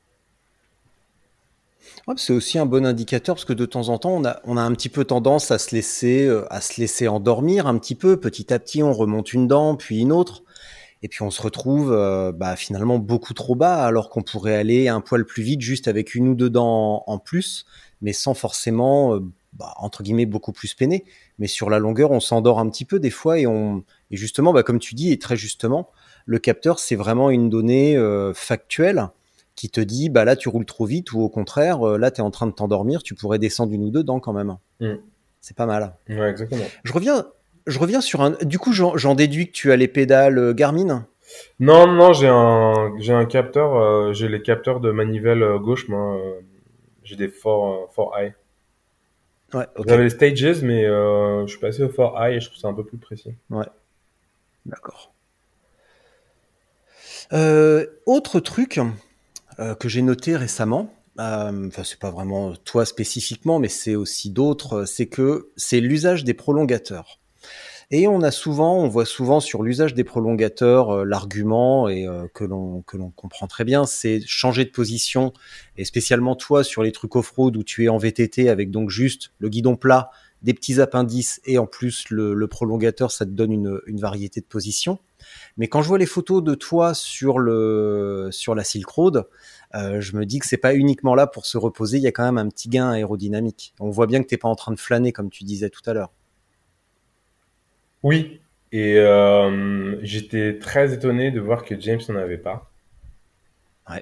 Ouais, c'est aussi un bon indicateur parce que de temps en temps, on a un petit peu tendance à se laisser endormir un petit peu. Petit à petit, on remonte une dent, puis une autre. Et puis on se retrouve finalement beaucoup trop bas alors qu'on pourrait aller un poil plus vite juste avec une ou deux dents en plus, mais sans forcément, entre guillemets, beaucoup plus peiner. Mais sur la longueur, on s'endort un petit peu des fois et justement, comme tu dis, et très justement, le capteur, c'est vraiment une donnée factuelle qui te dit, là, tu roules trop vite ou au contraire, là, tu es en train de t'endormir, tu pourrais descendre une ou deux dents quand même. C'est pas mal. Ouais, exactement. Je reviens sur un... Du coup, j'en déduis que tu as les pédales Garmin? Non, j'ai un capteur, j'ai les capteurs de manivelle gauche, moi. J'ai des 4i. Ouais, ok. J'avais les Stages, mais je suis passé au 4i et je trouve ça un peu plus précis. Ouais, d'accord. Autre truc que j'ai noté récemment, c'est pas vraiment toi spécifiquement, mais c'est aussi d'autres, c'est l'usage des prolongateurs. Et on voit souvent sur l'usage des prolongateurs l'argument que l'on comprend très bien, c'est changer de position. Et spécialement toi sur les trucs off-road où tu es en VTT avec donc juste le guidon plat, des petits appendices et en plus le prolongateur, ça te donne une variété de positions. Mais quand je vois les photos de toi sur la Silk Road, je me dis que c'est pas uniquement là pour se reposer, il y a quand même un petit gain aérodynamique. On voit bien que t'es pas en train de flâner comme tu disais tout à l'heure. Oui, et j'étais très étonné de voir que James n'en avait pas. Ouais.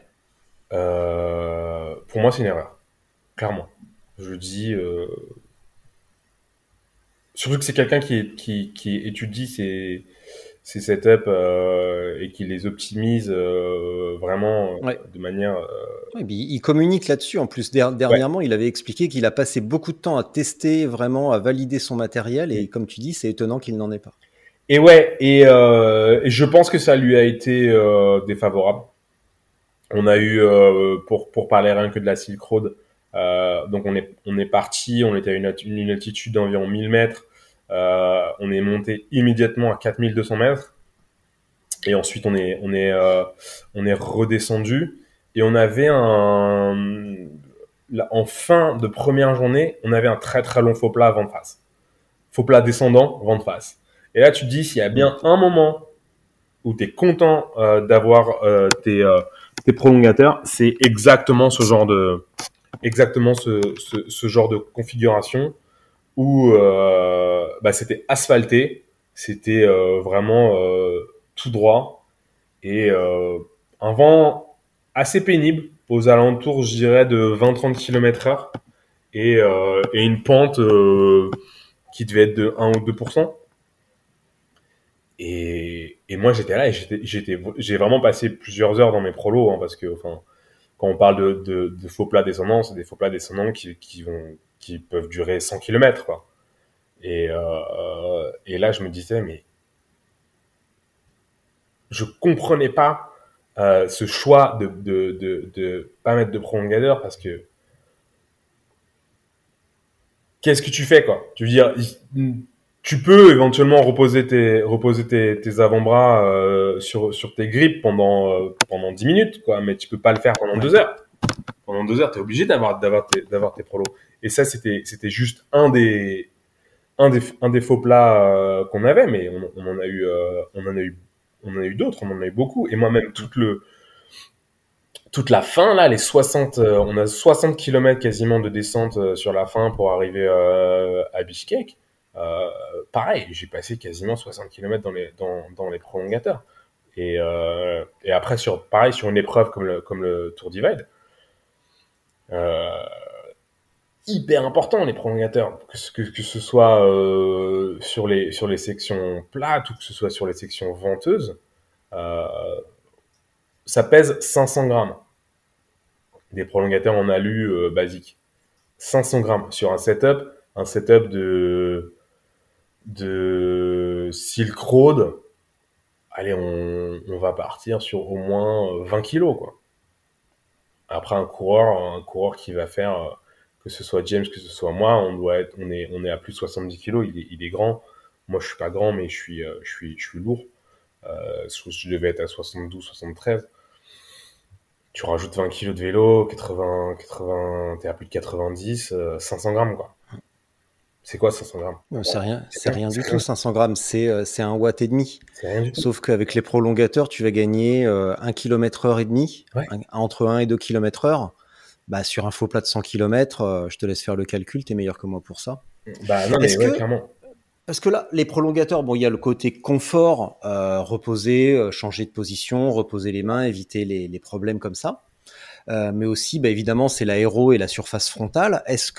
Pour moi, c'est une erreur, clairement. Je dis, surtout que c'est quelqu'un qui étudie ses setups et qui les optimise vraiment de manière. Ouais, il communique là-dessus. En plus, dernièrement, il avait expliqué qu'il a passé beaucoup de temps à tester, vraiment à valider son matériel. Et comme tu dis, c'est étonnant qu'il n'en ait pas. Et et je pense que ça lui a été défavorable. On a eu, pour parler rien que de la Silk Road, donc on est parti, on était à une altitude d'environ 1000 mètres. On est monté immédiatement à 4200 mètres. Et ensuite, on est redescendu. Et on avait en fin de première journée, on avait un très très long faux plat vent de face. Faux plat descendant, vent de face. Et là, tu te dis, s'il y a bien un moment où tu es content d'avoir tes prolongateurs, c'est exactement ce genre de configuration où c'était asphalté, c'était vraiment tout droit et un vent assez pénible aux alentours, je dirais, de 20-30 km/h et une pente qui devait être de 1 ou 2%. Et moi, j'étais là et j'ai vraiment passé plusieurs heures dans mes prolos, parce que, quand on parle de faux plats descendants, c'est des faux plats descendants qui peuvent durer 100 km, quoi. Et là, je me disais, mais je comprenais pas ce choix de pas mettre de prolongateur, parce que qu'est-ce que tu fais, quoi? Tu veux dire, tu peux éventuellement reposer tes avant-bras sur tes grippes pendant 10 minutes, quoi, mais tu peux pas le faire pendant 2 heures. Pendant 2 heures, t'es obligé d'avoir tes prolos. Et ça, c'était juste un des faux plats qu'on avait, mais on en a eu d'autres, on en a eu beaucoup. Et moi-même, toute la fin, là, les 60, on a 60 km quasiment de descente sur la fin pour arriver à Bishkek. Pareil, j'ai passé quasiment 60 km dans les prolongateurs. Et après, pareil, sur une épreuve comme le Tour Divide, hyper important les prolongateurs, que ce soit sur les sections plates ou que ce soit sur les sections venteuses, ça pèse 500 grammes. Des prolongateurs en alu basique. 500 grammes sur un setup de Silk Road. Allez, on va partir sur au moins 20 kilos, quoi. Après, un coureur qui va faire, que ce soit James, que ce soit moi, on est à plus de 70 kilos, il est grand. Moi, je suis pas grand, mais je suis lourd. Je devais être à 72, 73. Tu rajoutes 20 kilos de vélo, 80, t'es à plus de 90, 500 grammes, quoi. C'est quoi 500 grammes? Non, c'est rien du tout, 500 grammes, c'est 1 watt et demi. C'est rien du tout. Sauf qu'avec les prolongateurs, tu vas gagner 1 km/h et demi, Ouais. entre 1 et 2 km/h. Bah, sur un faux plat de 100 km, je te laisse faire le calcul, t'es meilleur que moi pour ça. Bah non, mais Est-ce ouais, que- clairement. Parce que là, les prolongateurs, bon, il y a le côté confort, reposer, changer de position, reposer les mains, éviter les problèmes comme ça. Mais aussi, bah, évidemment, c'est l'aéro et la surface frontale. Est-ce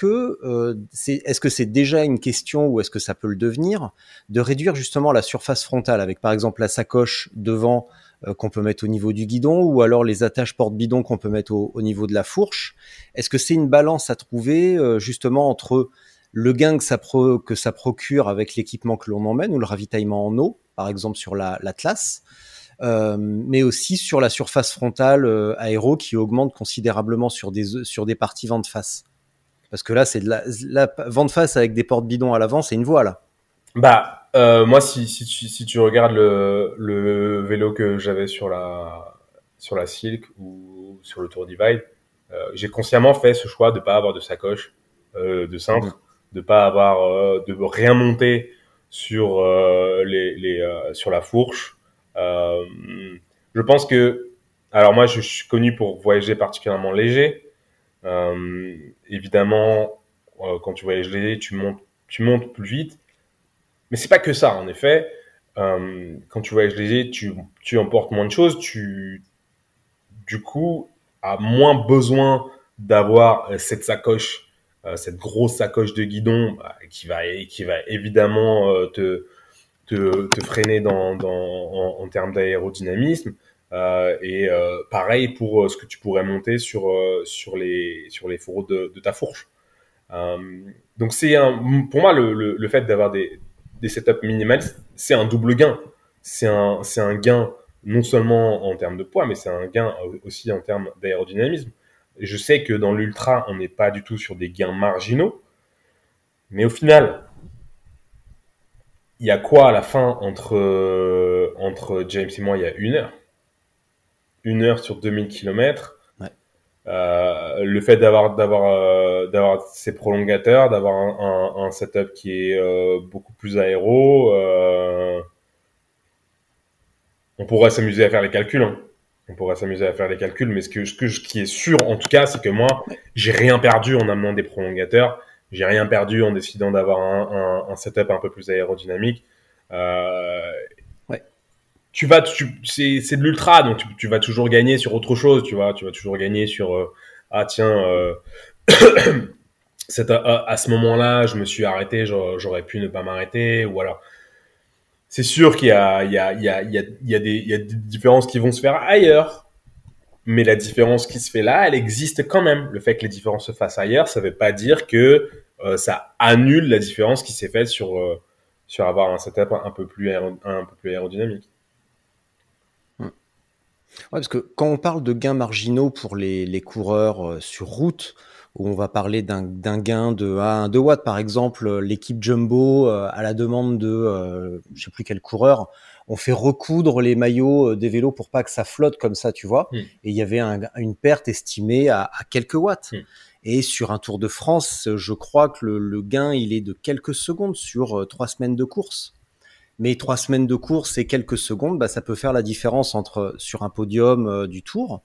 que c'est déjà une question, ou est-ce que ça peut le devenir, de réduire justement la surface frontale avec, par exemple, la sacoche devant qu'on peut mettre au niveau du guidon, ou alors les attaches porte-bidon qu'on peut mettre au niveau de la fourche? Est-ce que c'est une balance à trouver justement entre le gain que ça procure avec l'équipement que l'on emmène, ou le ravitaillement en eau, par exemple sur l'Atlas, mais aussi sur la surface frontale aéro qui augmente considérablement sur des parties vent de face. Parce que là, c'est de la vent de face avec des porte-bidons à l'avant, c'est une voie là. Bah, moi, si tu regardes le vélo que j'avais sur la Silk ou sur le Tour Divide, j'ai consciemment fait ce choix de pas avoir de sacoche, de cintre, de pas avoir, de rien monter sur sur la fourche. Je pense que, alors moi, je suis connu pour voyager particulièrement léger. Évidemment, quand tu voyages léger, tu montes plus vite. Mais c'est pas que ça, en effet. Quand tu voyages léger, tu emportes moins de choses. Du coup, as moins besoin d'avoir cette sacoche, cette grosse sacoche de guidon, qui va évidemment te freiner en termes d'aérodynamisme. Et pareil pour ce que tu pourrais monter sur les fourreaux de ta fourche. Donc pour moi, le fait d'avoir des setups minimalistes, c'est un double gain. C'est un gain non seulement en termes de poids, mais c'est un gain aussi en termes d'aérodynamisme. Je sais que dans l'ultra, on n'est pas du tout sur des gains marginaux, mais au final, il y a quoi à la fin entre James et moi? Il y a 1 heure. 1 heure sur 2000 km. Ouais. Le fait d'avoir ces prolongateurs, d'avoir un setup qui est beaucoup plus aéro, on pourrait s'amuser à faire les calculs. Hein. On pourrait s'amuser à faire les calculs, mais ce qui est sûr, en tout cas, c'est que moi, j'ai rien perdu en amenant des prolongateurs. J'ai rien perdu en décidant d'avoir un setup un peu plus aérodynamique. Ouais. C'est de l'ultra, donc tu vas toujours gagner sur autre chose, tu vois. Tu vas toujours gagner sur à ce moment-là, je me suis arrêté, j'aurais pu ne pas m'arrêter, ou alors. C'est sûr qu'il y a des différences qui vont se faire ailleurs, mais la différence qui se fait là, elle existe quand même. Le fait que les différences se fassent ailleurs, ça veut pas dire que ça annule la différence qui s'est faite sur avoir un setup un peu plus aérodynamique. Ouais, parce que quand on parle de gains marginaux pour les coureurs sur route, où on va parler d'un gain de 1 à 2 watts, par exemple, l'équipe Jumbo, à la demande de je sais plus quel coureur, on fait recoudre les maillots des vélos pour pas que ça flotte comme ça, tu vois. Et il y avait une perte estimée à quelques watts. Et sur un Tour de France, je crois que le gain, il est de quelques secondes sur 3 semaines de course. Mais 3 semaines de course et quelques secondes, ça peut faire la différence sur un podium du Tour.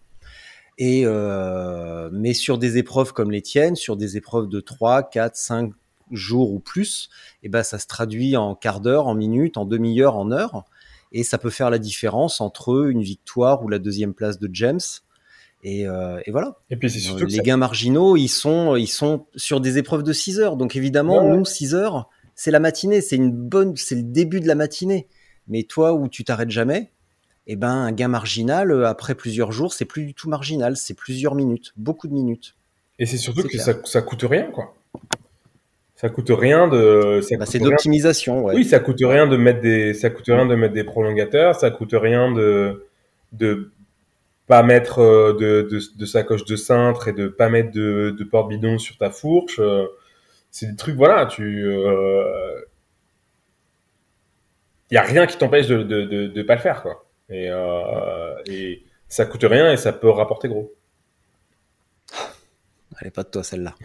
Mais sur des épreuves comme les tiennes, sur des épreuves de 3, 4, 5 jours ou plus, ça se traduit en quart d'heure, en minutes, en demi-heure, en heure. et ça peut faire la différence entre une victoire ou la deuxième place de James. Et voilà. Et puis c'est surtout les gains marginaux, ils sont sur des épreuves de 6 heures. Donc évidemment, nous, 6 heures, c'est la matinée, c'est le début de la matinée. Mais toi, où tu t'arrêtes jamais, eh ben, un gain marginal, après plusieurs jours, c'est plus du tout marginal, c'est plusieurs minutes, beaucoup de minutes. Et c'est surtout que ça coûte rien, quoi. Ça coûte rien de. C'est de l'optimisation, ouais. Oui, ça coûte rien de mettre des prolongateurs, ça coûte rien de pas mettre de sacoche de cintre et de pas mettre de porte-bidon sur ta fourche. C'est des trucs, voilà, y a rien qui t'empêche de pas le faire, quoi. Et ça coûte rien et ça peut rapporter gros. Elle est pas de toi, celle-là.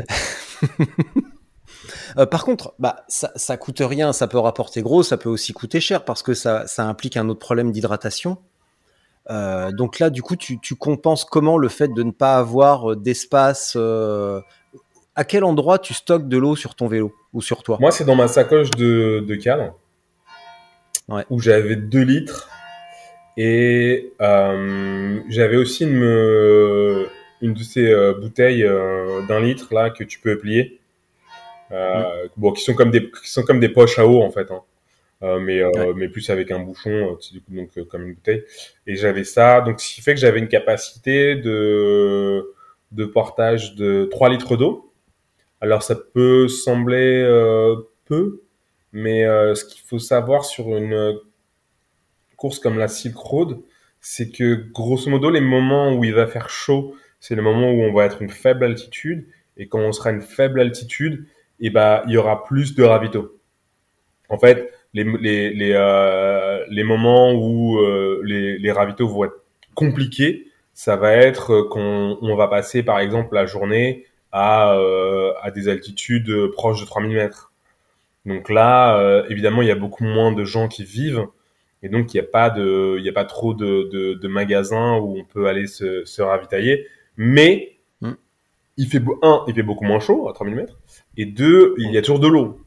Par contre, ça coûte rien, ça peut rapporter gros, ça peut aussi coûter cher parce que ça implique un autre problème d'hydratation. Donc là, du coup, tu compenses comment le fait de ne pas avoir d'espace à quel endroit tu stockes de l'eau sur ton vélo ou sur toi? Moi, c'est dans ma sacoche de cadre où j'avais 2 litres et j'avais aussi une de ces bouteilles d'1 litre là que tu peux plier. Qui sont comme des poches à eau en fait, hein. Mais plus avec un bouchon, donc comme une bouteille. Et j'avais ça, donc ce qui fait que j'avais une capacité de portage de 3 litres d'eau. Alors ça peut sembler peu, mais ce qu'il faut savoir sur une course comme la Silk Road, c'est que grosso modo les moments où il va faire chaud, c'est le moment où on va être une faible altitude, et quand on sera une faible altitude, il y aura plus de ravito. En fait, les moments où les ravitaux vont être compliqués, ça va être qu'on va passer par exemple la journée à des altitudes proches de 3000 mètres. Donc là, évidemment, il y a beaucoup moins de gens qui vivent, et donc il n'y a pas trop de magasins où on peut aller se ravitailler. Mais il fait beaucoup moins chaud à 3000 mètres, et 2, il y a toujours de l'eau.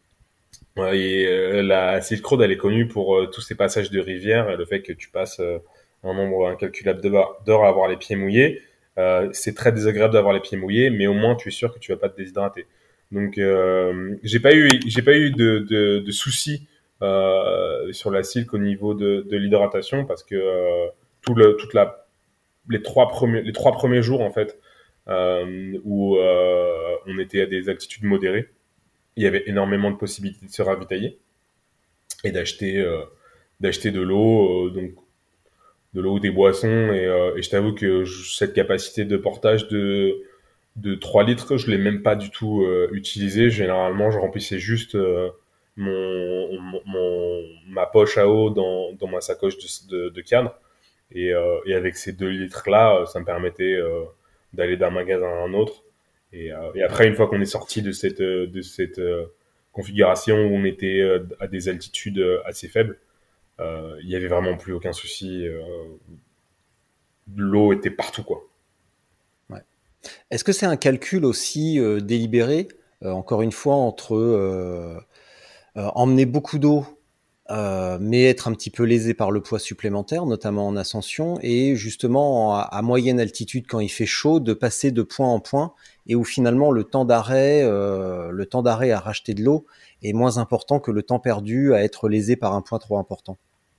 Et la Silk Road, elle est connue pour tous ces passages de rivière et le fait que tu passes un nombre incalculable d'heures à avoir les pieds mouillés. C'est très désagréable d'avoir les pieds mouillés, mais au moins tu es sûr que tu vas pas te déshydrater. Donc j'ai pas eu de soucis sur la Silk au niveau de l'hydratation, parce que les trois premiers jours en fait où on était à des altitudes modérées, il y avait énormément de possibilités de se ravitailler et d'acheter de l'eau, donc de l'eau, des boissons, et je t'avoue que cette capacité de portage de 3 litres, je l'ai même pas du tout utilisée. Généralement, je remplissais juste ma poche à eau dans ma sacoche de cadre, et avec ces 2 litres là, ça me permettait d'aller d'un magasin à un autre. Et après, une fois qu'on est sorti de cette configuration où on était à des altitudes assez faibles, il y avait vraiment plus aucun souci. L'eau était partout, quoi. Ouais. Est-ce que c'est un calcul aussi délibéré, encore une fois, entre emmener beaucoup d'eau, mais être un petit peu lésé par le poids supplémentaire, notamment en ascension, et justement à moyenne altitude, quand il fait chaud, de passer de point en point, et où finalement le temps d'arrêt à racheter de l'eau est moins important que le temps perdu à être lésé par un point trop important?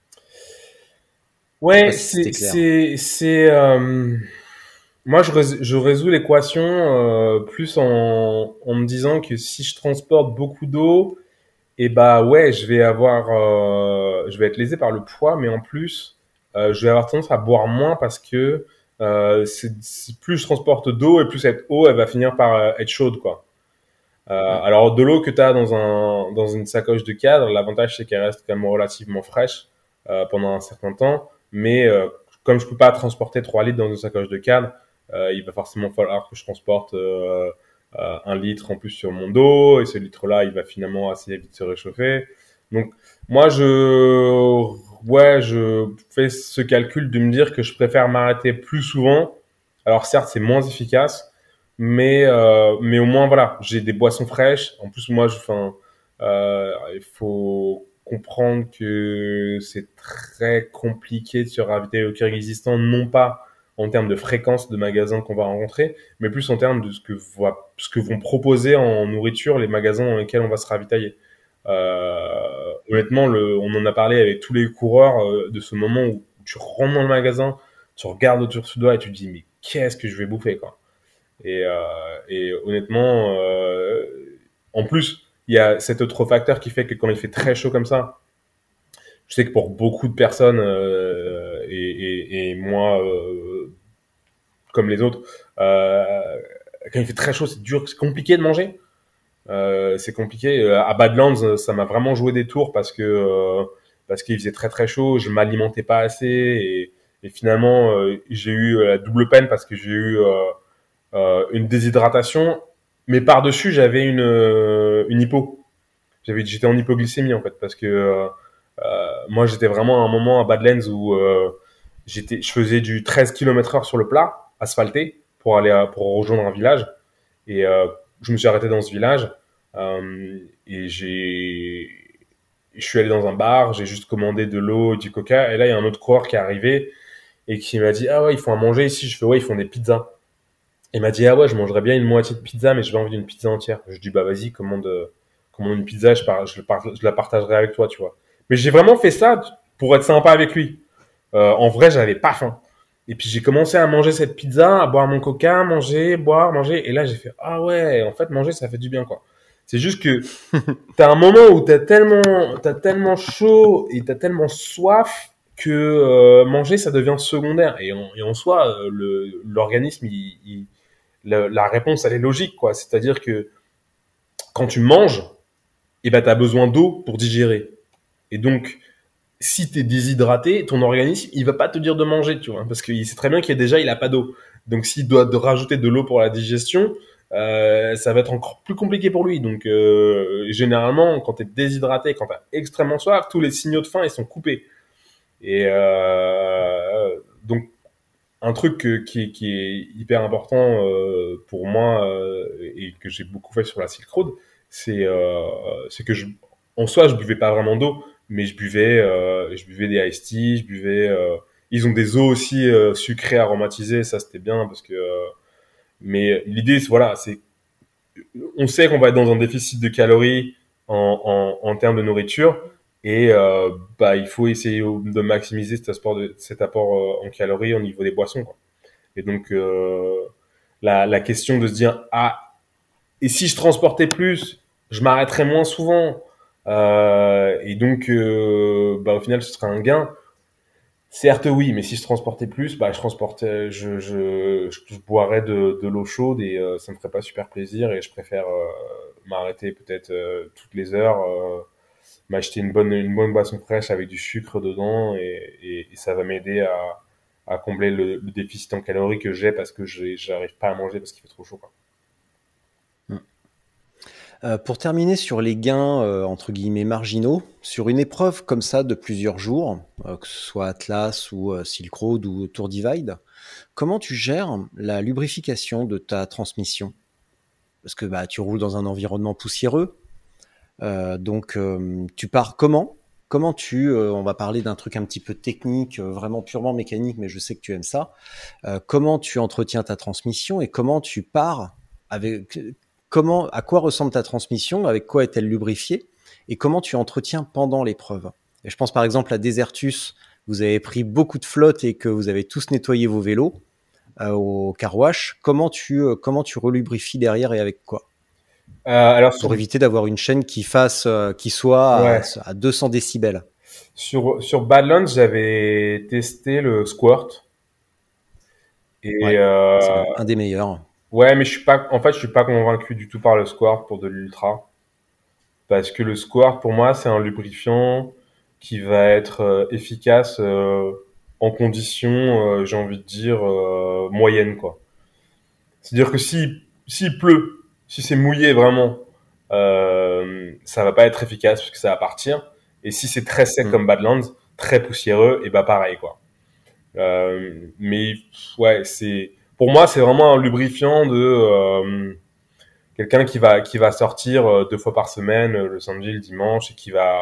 Ouais, c'est moi je résous l'équation plus en me disant que si je transporte beaucoup d'eau, et ouais, je vais être lésé par le poids, mais en plus je vais avoir tendance à boire moins, parce que plus je transporte d'eau, et plus cette eau elle va finir par être chaude, quoi. Alors de l'eau que tu as dans une sacoche de cadre, l'avantage c'est qu'elle reste quand même relativement fraîche pendant un certain temps, mais comme je peux pas transporter 3 litres dans une sacoche de cadre, il va forcément falloir que je transporte 1 litre en plus sur mon dos, et ce litre-là, il va finalement assez vite se réchauffer. Donc moi je fais ce calcul de me dire que je préfère m'arrêter plus souvent. Alors certes, c'est moins efficace, mais au moins voilà, j'ai des boissons fraîches. En plus, moi il faut comprendre que c'est très compliqué de se ravitailler au Kyrgyzstan, non pas en termes de fréquence de magasins qu'on va rencontrer, mais plus en termes de ce que vont proposer en nourriture les magasins dans lesquels on va se ravitailler. Honnêtement, on en a parlé avec tous les coureurs de ce moment où tu rentres dans le magasin, tu regardes autour de toi et tu te dis mais qu'est-ce que je vais bouffer quoi. Et honnêtement, en plus il y a cet autre facteur qui fait que quand il fait très chaud comme ça, je sais que pour beaucoup de personnes et moi comme les autres, quand il fait très chaud, c'est dur, c'est compliqué de manger. C'est compliqué. À Badlands, ça m'a vraiment joué des tours parce qu'il faisait très très chaud, je m'alimentais pas assez et finalement j'ai eu la double peine parce que j'ai eu une déshydratation, mais par-dessus j'avais une hypo. J'étais en hypoglycémie en fait parce que moi j'étais vraiment à un moment à Badlands où je faisais du 13 km/h sur le plat asphalté pour pour rejoindre un village et je me suis arrêté dans ce village et je suis allé dans un bar, j'ai juste commandé de l'eau et du coca et là il y a un autre coureur qui est arrivé et qui m'a dit ah ouais ils font à manger ici. Je fais ouais ils font des pizzas. Il m'a dit ah ouais je mangerais bien une moitié de pizza mais j'ai envie d'une pizza entière. Je dis bah vas-y commande une pizza, je la partagerai avec toi tu vois. Mais j'ai vraiment fait ça pour être sympa avec lui. En vrai j'avais pas faim. Et puis j'ai commencé à manger cette pizza, à boire mon coca, manger, et là j'ai fait ah ouais, en fait manger ça fait du bien quoi. C'est juste que t'as un moment où t'as tellement chaud et t'as tellement soif que manger ça devient secondaire et en soi l'organisme la réponse elle est logique quoi. C'est-à-dire que quand tu manges, et ben t'as besoin d'eau pour digérer. Et donc si t'es déshydraté, ton organisme, il va pas te dire de manger, tu vois, parce qu'il sait très bien il a pas d'eau. Donc s'il doit rajouter de l'eau pour la digestion, ça va être encore plus compliqué pour lui. Donc généralement, quand t'es déshydraté, quand t'as extrêmement soif, tous les signaux de faim ils sont coupés. Et donc un truc qui est hyper important pour moi et que j'ai beaucoup fait sur la Silk Road, c'est que en soi je buvais pas vraiment d'eau. Mais je buvais des iced tea, ils ont des eaux aussi sucrées aromatisées, ça c'était bien parce que mais l'idée voilà, c'est on sait qu'on va être dans un déficit de calories en termes de nourriture et il faut essayer de maximiser cet apport en calories au niveau des boissons quoi. Et donc la question de se dire ah et si je transportais plus, je m'arrêterais moins souvent. Et donc, au final, ce serait un gain. Certes, oui, mais si je transportais plus, je boirais de l'eau chaude et ça me ferait pas super plaisir. Et je préfère m'arrêter peut-être toutes les heures, m'acheter une bonne boisson fraîche avec du sucre dedans et ça va m'aider à combler le déficit en calories que j'ai parce que j'arrive pas à manger parce qu'il fait trop chaud, quoi. Pour terminer sur les gains entre guillemets marginaux, sur une épreuve comme ça de plusieurs jours, que ce soit Atlas ou Silk Road ou Tour Divide, comment tu gères la lubrification de ta transmission? Parce que tu roules dans un environnement poussiéreux, donc tu pars comment? On va parler d'un truc un petit peu technique, vraiment purement mécanique, mais je sais que tu aimes ça. Comment tu entretiens ta transmission et comment tu pars à quoi ressemble ta transmission, avec quoi est-elle lubrifiée et comment tu entretiens pendant l'épreuve. Et je pense par exemple à Desertus, vous avez pris beaucoup de flotte et que vous avez tous nettoyé vos vélos au car wash. Comment tu relubrifies derrière et avec quoi? Pour éviter d'avoir une chaîne qui soit à 200 décibels. Sur Badlands, j'avais testé le squirt. Et c'est un des meilleurs. Ouais, mais je suis pas convaincu du tout par le squirt pour de l'ultra. Parce que le squirt, pour moi, c'est un lubrifiant qui va être efficace en conditions, j'ai envie de dire, moyennes, quoi. C'est-à-dire que s'il pleut, si c'est mouillé vraiment, ça va pas être efficace parce que ça va partir. Et si c'est très sec comme Badlands, très poussiéreux, et pareil, quoi. Mais ouais, pour moi, c'est vraiment un lubrifiant de quelqu'un qui va sortir 2 fois par semaine, le samedi, le dimanche, et qui va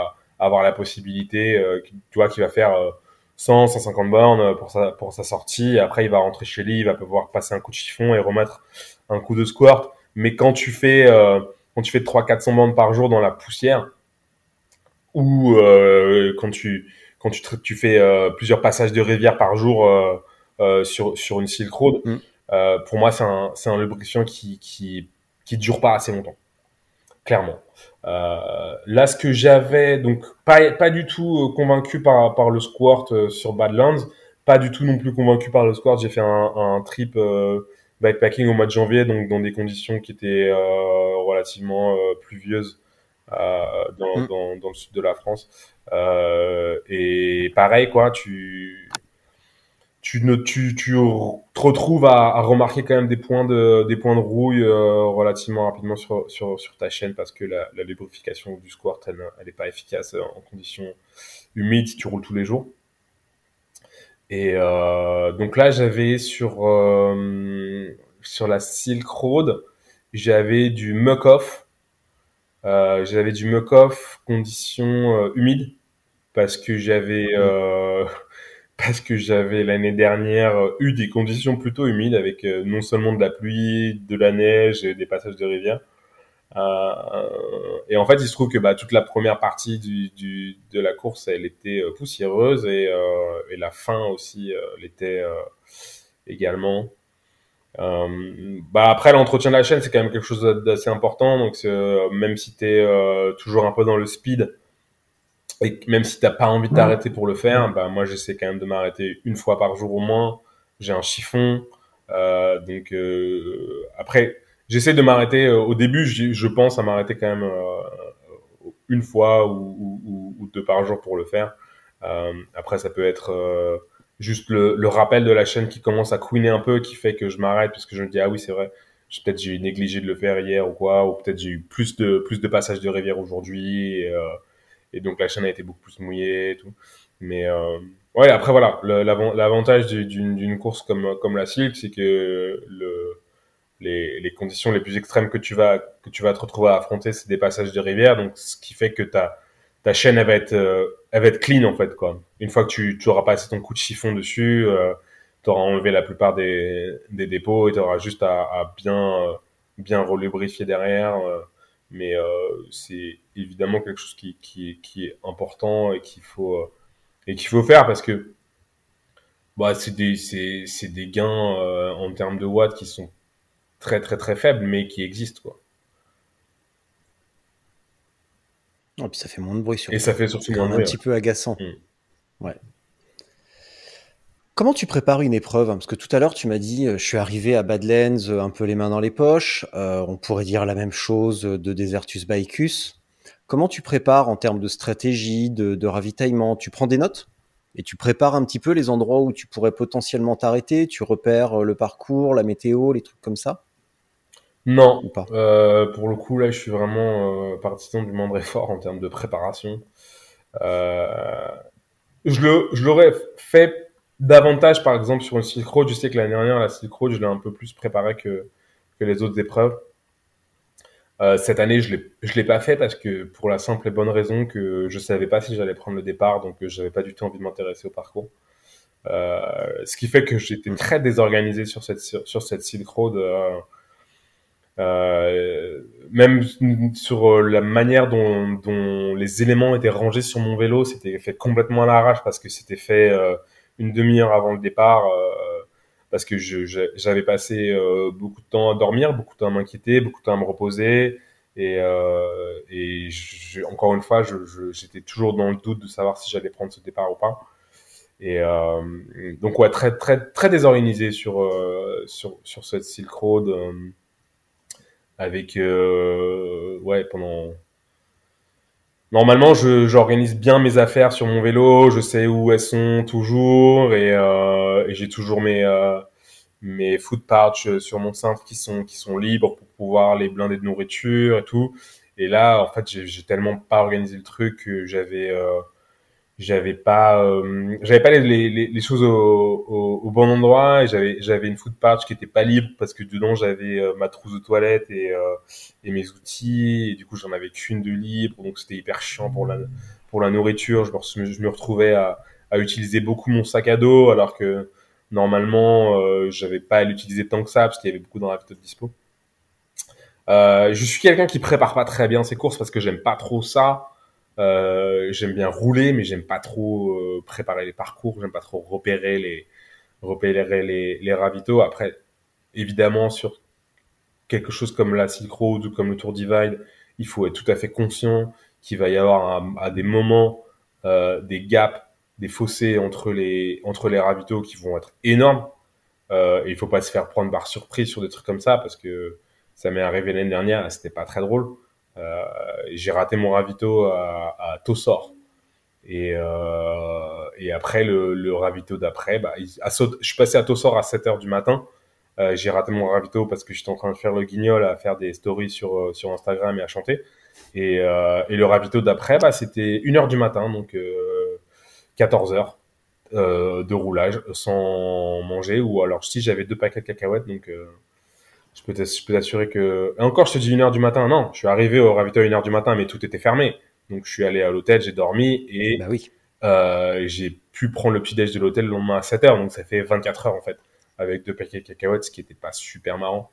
avoir la possibilité, tu vois, qui va faire 100, 150 bornes pour sa sortie. Après, il va rentrer chez lui, il va pouvoir passer un coup de chiffon et remettre un coup de squat. Mais quand tu fais 300-400 bornes par jour dans la poussière, ou quand tu fais plusieurs passages de rivière par jour sur une Silk Road, pour moi, c'est un lubrifiant qui dure pas assez longtemps, clairement. Là, ce que j'avais, donc pas du tout convaincu par le squat sur Badlands, pas du tout non plus convaincu par le squat. J'ai fait un trip bikepacking au mois de janvier, donc dans des conditions qui étaient relativement pluvieuses dans le sud de la France. Et pareil, quoi, tu te retrouves à remarquer quand même des points de rouille relativement rapidement sur ta chaîne, parce que la lubrification du squat, elle est pas efficace en conditions humides si tu roules tous les jours. Et donc là, j'avais sur la Silk Road, j'avais du muck-off. J'avais du muck-off conditions humides, parce que j'avais l'année dernière eu des conditions plutôt humides, avec non seulement de la pluie, de la neige et des passages de rivière. Et en fait, il se trouve que toute la première partie de la course, elle était poussiéreuse, et la fin aussi l'était également. Après, l'entretien de la chaîne, c'est quand même quelque chose d'assez important. Donc même si t'es toujours un peu dans le speed, et même si t'as pas envie de t'arrêter pour le faire, moi j'essaie quand même de m'arrêter une fois par jour au moins. J'ai un chiffon, donc après j'essaie de m'arrêter au début. Je pense à m'arrêter quand même une fois ou deux par jour pour le faire. Après, ça peut être juste le rappel de la chaîne qui commence à couiner un peu, qui fait que je m'arrête, parce que je me dis, ah oui, c'est vrai, peut-être j'ai négligé de le faire hier ou quoi, ou peut-être j'ai eu plus de passages de rivière aujourd'hui, et donc la chaîne a été beaucoup plus mouillée et tout. Mais ouais, après voilà, l'avantage d'une course comme la Silk, c'est que les conditions les plus extrêmes que tu vas te retrouver à affronter, c'est des passages de rivière, donc ce qui fait que ta chaîne, elle va être clean, en fait, quoi. Une fois que tu auras passé ton coup de chiffon dessus, tu auras enlevé la plupart des dépôts, et tu auras juste à bien relubrifier derrière. Mais c'est évidemment quelque chose qui est important et qu'il faut faire, parce que c'est des gains en termes de watts qui sont très très très faibles, mais qui existent, quoi. Et puis ça fait moins de bruit, surtout. Et ça fait surtout moins de bruit. Un petit peu agaçant. Ouais. Comment tu prépares une épreuve? Parce que tout à l'heure, tu m'as dit, je suis arrivé à Badlands un peu les mains dans les poches. On pourrait dire la même chose de Desertus Baicus. Comment tu prépares en termes de stratégie, de ravitaillement? Tu prends des notes et tu prépares un petit peu les endroits où tu pourrais potentiellement t'arrêter? Tu repères le parcours, la météo, les trucs comme ça? Non, Ou pas? pour le coup, là, je suis vraiment partisan du moindre effort en termes de préparation. Je l'aurais fait davantage, par exemple, sur une Silk Road. Je sais que l'année dernière, la Silk Road, je l'ai un peu plus préparée que les autres épreuves. Cette année, je l'ai pas fait, parce que pour la simple et bonne raison que je savais pas si j'allais prendre le départ, donc j'avais pas du tout envie de m'intéresser au parcours. Ce qui fait que j'étais très désorganisé sur cette Silk Road. Même sur la manière dont les éléments étaient rangés sur mon vélo, c'était fait complètement à l'arrache, parce que c'était fait une demi-heure avant le départ, parce que j'avais passé beaucoup de temps à dormir, beaucoup de temps à m'inquiéter, beaucoup de temps à me reposer, et encore une fois, j'étais toujours dans le doute de savoir si j'allais prendre ce départ ou pas. Et donc ouais, très très très désorganisé sur cette Silk Road. Avec pendant. Normalement, j'organise bien mes affaires sur mon vélo, je sais où elles sont toujours, et j'ai toujours mes food pouch sur mon cintre qui sont libres pour pouvoir les blinder de nourriture et tout. Et là, en fait, j'ai tellement pas organisé le truc que j'avais pas les choses au bon endroit, et j'avais une food pouch qui était pas libre, parce que dedans j'avais ma trousse de toilette et mes outils, et du coup j'en avais qu'une de libre, donc c'était hyper chiant pour pour la nourriture. Je me retrouvais à utiliser beaucoup mon sac à dos, alors que normalement, j'avais pas à l'utiliser tant que ça, parce qu'il y avait beaucoup de ravitaux de dispo. Je suis quelqu'un qui prépare pas très bien ses courses parce que j'aime pas trop ça. J'aime bien rouler, mais j'aime pas trop préparer les parcours. J'aime pas trop repérer les ravitaux. Après, évidemment, sur quelque chose comme la Silk Road ou comme le Tour Divide, il faut être tout à fait conscient qu'il va y avoir à des moments des gaps, des fossés entre les ravitaux qui vont être énormes. Et il faut pas se faire prendre par surprise sur des trucs comme ça, parce que ça m'est arrivé l'année dernière et c'était pas très drôle. J'ai raté mon ravito à Tossor. Et après, le ravito d'après, je suis passé à Tossor à 7h du matin. J'ai raté mon ravito parce que j'étais en train de faire le guignol, à faire des stories sur Instagram et à chanter. Et le ravito d'après, c'était 1h du matin, donc 14h de roulage sans manger. Ou alors, si j'avais 2 paquets de cacahuètes, donc je peux t'assurer que... Et encore, je te dis 1h du matin, non. Je suis arrivé au ravito à 1h du matin, mais tout était fermé. Donc, je suis allé à l'hôtel, j'ai dormi et Bah oui. j'ai pu prendre le petit-déj de l'hôtel le lendemain à 7h. Donc, ça fait 24 heures, en fait, avec 2 paquets de cacahuètes, ce qui était pas super marrant.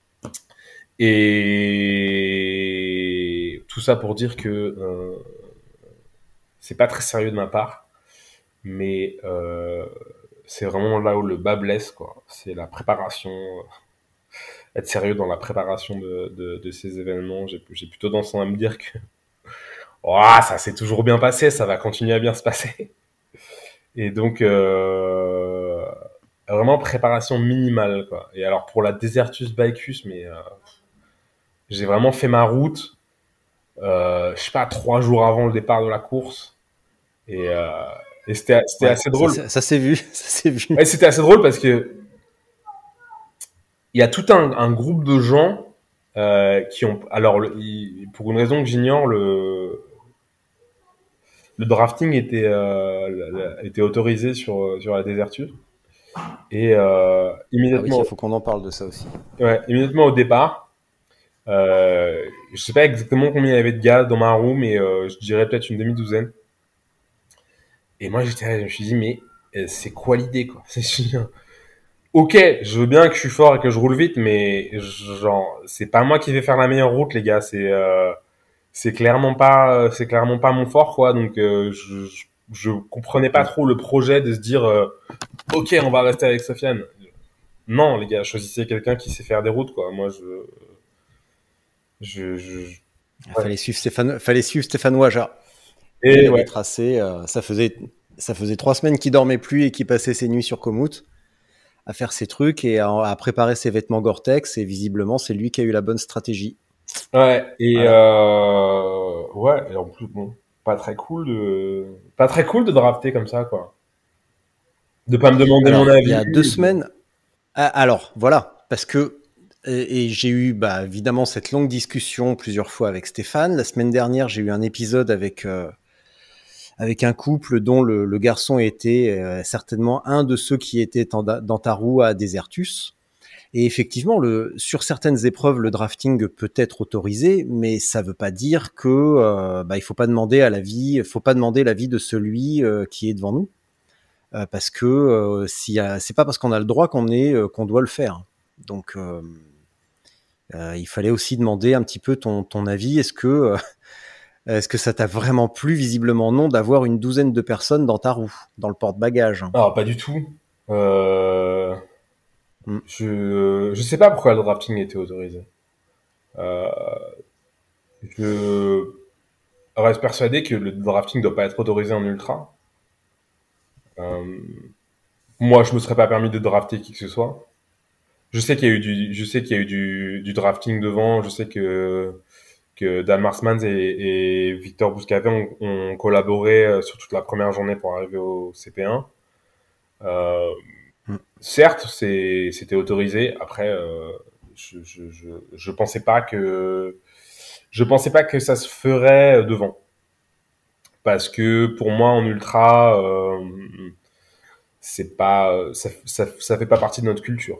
Et tout ça pour dire que c'est pas très sérieux de ma part, mais c'est vraiment là où le bas blesse, quoi. C'est la préparation... être sérieux dans la préparation de ces événements. J'ai plutôt tendance à me dire que oh, ça s'est toujours bien passé, ça va continuer à bien se passer. Et donc, vraiment préparation minimale, quoi. Et alors, pour la Desertus Bicus, mais j'ai vraiment fait ma route, je sais pas, 3 jours avant le départ de la course. Et c'était assez drôle. Ça s'est vu, ça s'est vu. Ouais, c'était assez drôle parce que il y a tout un groupe de gens qui ont... Alors, pour une raison que j'ignore, le drafting était autorisé sur la Desertus. Et immédiatement... Ah oui, il faut qu'on en parle de ça aussi. Ouais, immédiatement au départ, je sais pas exactement combien il y avait de gars dans ma roue, mais je dirais peut-être une demi-douzaine. Et moi, je me suis dit, mais c'est quoi l'idée, quoi? Ok, je veux bien que je suis fort et que je roule vite, mais genre, c'est pas moi qui vais faire la meilleure route, les gars. C'est clairement pas mon fort, quoi. Donc, je comprenais pas trop le projet de se dire, ok, on va rester avec Sofiane. Non, les gars, choisissez quelqu'un qui sait faire des routes, quoi. Moi, Ouais. Fallait suivre Stéphane Ouaja. Et il avait ouais. tracé. Ça faisait 3 semaines qu'il dormait plus et qu'il passait ses nuits sur Komoot à faire ses trucs et à préparer ses vêtements Gore-Tex. Et visiblement, c'est lui qui a eu la bonne stratégie. Ouais. Et voilà. ouais. Et en plus, bon, pas très cool de drafter comme ça, quoi. De pas me demander mon avis. Il y a 2 semaines. Alors, voilà, parce que et j'ai eu évidemment cette longue discussion plusieurs fois avec Stéphane. La semaine dernière, j'ai eu un épisode avec un couple dont le garçon était certainement un de ceux qui étaient dans ta roue à Desertus. Et effectivement, sur certaines épreuves, le drafting peut être autorisé, mais ça veut pas dire que il faut pas demander l'avis de celui qui est devant nous. Parce que c'est pas parce qu'on a le droit qu'on doit le faire. Donc il fallait aussi demander un petit peu ton avis. Est-ce que ça t'a vraiment plu? Visiblement non, d'avoir une douzaine de personnes dans ta roue, dans le porte-bagages. Alors, pas du tout. Je sais pas pourquoi le drafting était autorisé. Je reste persuadé que le drafting doit pas être autorisé en ultra. Moi, je me serais pas permis de drafter qui que ce soit. Je sais qu'il y a eu du drafting devant. Je sais que Dan Marsmans et Victor Bouscavet ont collaboré sur toute la première journée pour arriver au CP1. Certes, c'était autorisé. Après, je pensais pas que ça se ferait devant. Parce que pour moi, en ultra, c'est pas, ça fait pas partie de notre culture.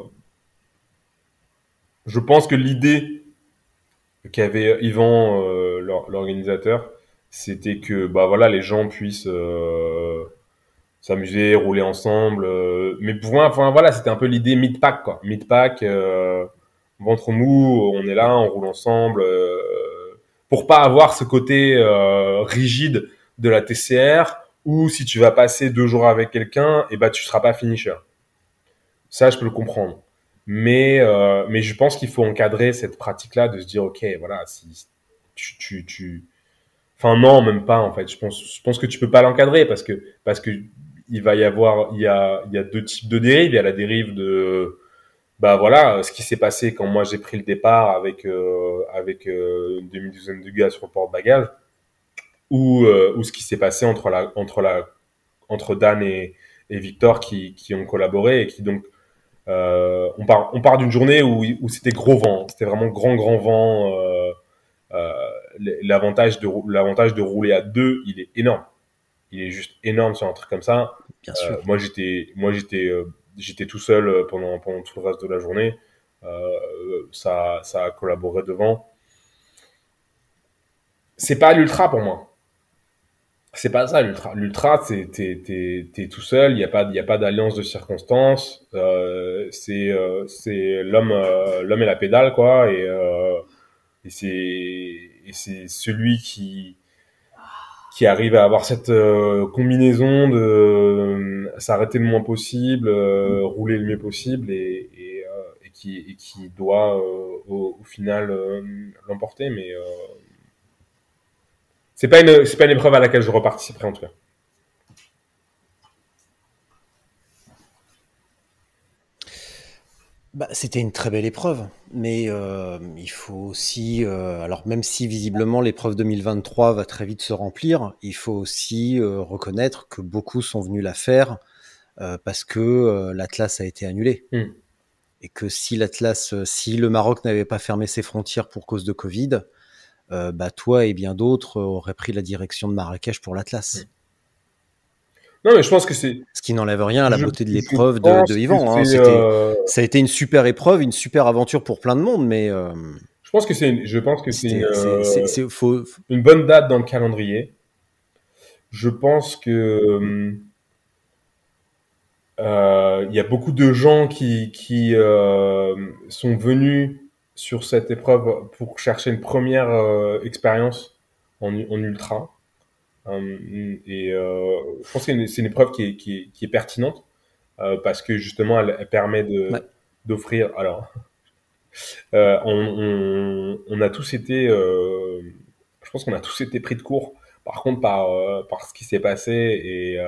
Je pense que l'idée qu'avait Yvan l'organisateur, c'était que bah voilà, les gens puissent s'amuser, rouler ensemble. Mais pour moi, enfin voilà, c'était un peu l'idée mid-pack quoi. Mid-pack, ventre mou, on est là, on roule ensemble, pour pas avoir ce côté rigide de la TCR où si tu vas passer 2 jours avec quelqu'un, et bah tu seras pas finisher. Ça, je peux le comprendre. Mais je pense qu'il faut encadrer cette pratique-là de se dire, ok, voilà, si enfin non, même pas en fait. Je pense que tu peux pas l'encadrer parce que il va y avoir, il y a 2 types de dérives. Il y a la dérive de, bah voilà, ce qui s'est passé quand moi j'ai pris le départ avec une demi-douzaine de gars sur le porte-bagages, ou ce qui s'est passé entre Dan et Victor qui ont collaboré et qui donc on part d'une journée où c'était gros vent, c'était vraiment grand vent. Euh, l'avantage de rouler à 2, il est énorme. Il est juste énorme sur un truc comme ça. Bien sûr. J'étais tout seul pendant tout le reste de la journée. Ça a collaboré devant. C'est pas l'ultra pour moi. C'est pas ça l'ultra. L'ultra, t'es tout seul. Il y a pas d'alliance de circonstances. C'est l'homme et la pédale quoi. Et c'est celui qui arrive à avoir cette combinaison de s'arrêter le moins possible, rouler le mieux possible et qui doit au final l'emporter. Mais c'est pas une épreuve à laquelle je reparticiperai en tout cas. Bah, c'était une très belle épreuve, mais il faut aussi, alors même si visiblement l'épreuve 2023 va très vite se remplir, il faut aussi reconnaître que beaucoup sont venus la faire parce que l'Atlas a été annulé. Et que si le Maroc n'avait pas fermé ses frontières pour cause de Covid, bah toi et bien d'autres auraient pris la direction de Marrakech pour l'Atlas. Non, mais je pense que c'est... Ce qui n'enlève rien à la beauté de l'épreuve de Yvan. Hein. Ça a été une super épreuve, une super aventure pour plein de monde, mais... Je pense que c'est une bonne date dans le calendrier. Je pense que il y a beaucoup de gens qui sont venus sur cette épreuve pour chercher une première expérience en ultra. Et je pense que c'est une épreuve qui est pertinente parce que justement elle permet d'offrir. Alors, on a tous été, je pense qu'on a tous été pris de court. Par contre, par ce qui s'est passé et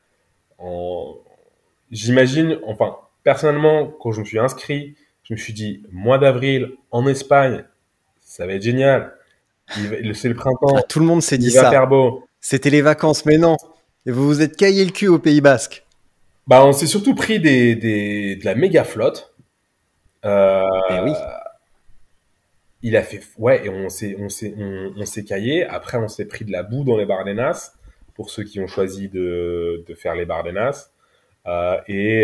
j'imagine, enfin personnellement, quand je me suis inscrit, je me suis dit mois d'avril en Espagne, ça va être génial. C'est le printemps. Tout le monde s'est dit il ça. va faire beau. C'était les vacances, mais non. Et vous vous êtes caillé le cul au Pays Basque. Bah, on s'est surtout pris de la méga flotte. Oui. Il a fait, ouais, et on s'est caillé. Après, on s'est pris de la boue dans les Bardenas pour ceux qui ont choisi de faire les Bardenas. Et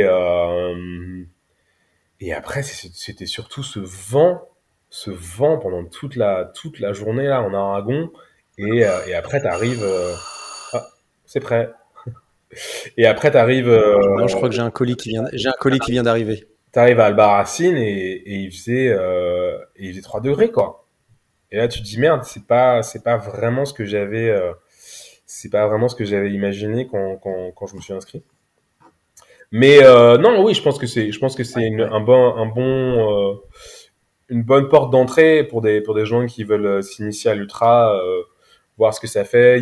après, c'était surtout ce vent pendant toute la journée là en Aragon. Et après, t'arrives. Ah, c'est prêt. Et après, t'arrives. Non, je crois que j'ai un colis qui vient d'arriver. T'arrives à Albarracine et il faisait 3 degrés quoi. Et là, tu te dis merde, c'est pas vraiment ce que j'avais. C'est pas vraiment ce que j'avais imaginé quand je me suis inscrit. Mais non, oui, je pense que c'est une bonne porte d'entrée pour des gens qui veulent s'initier à l'ultra, voir ce que ça fait.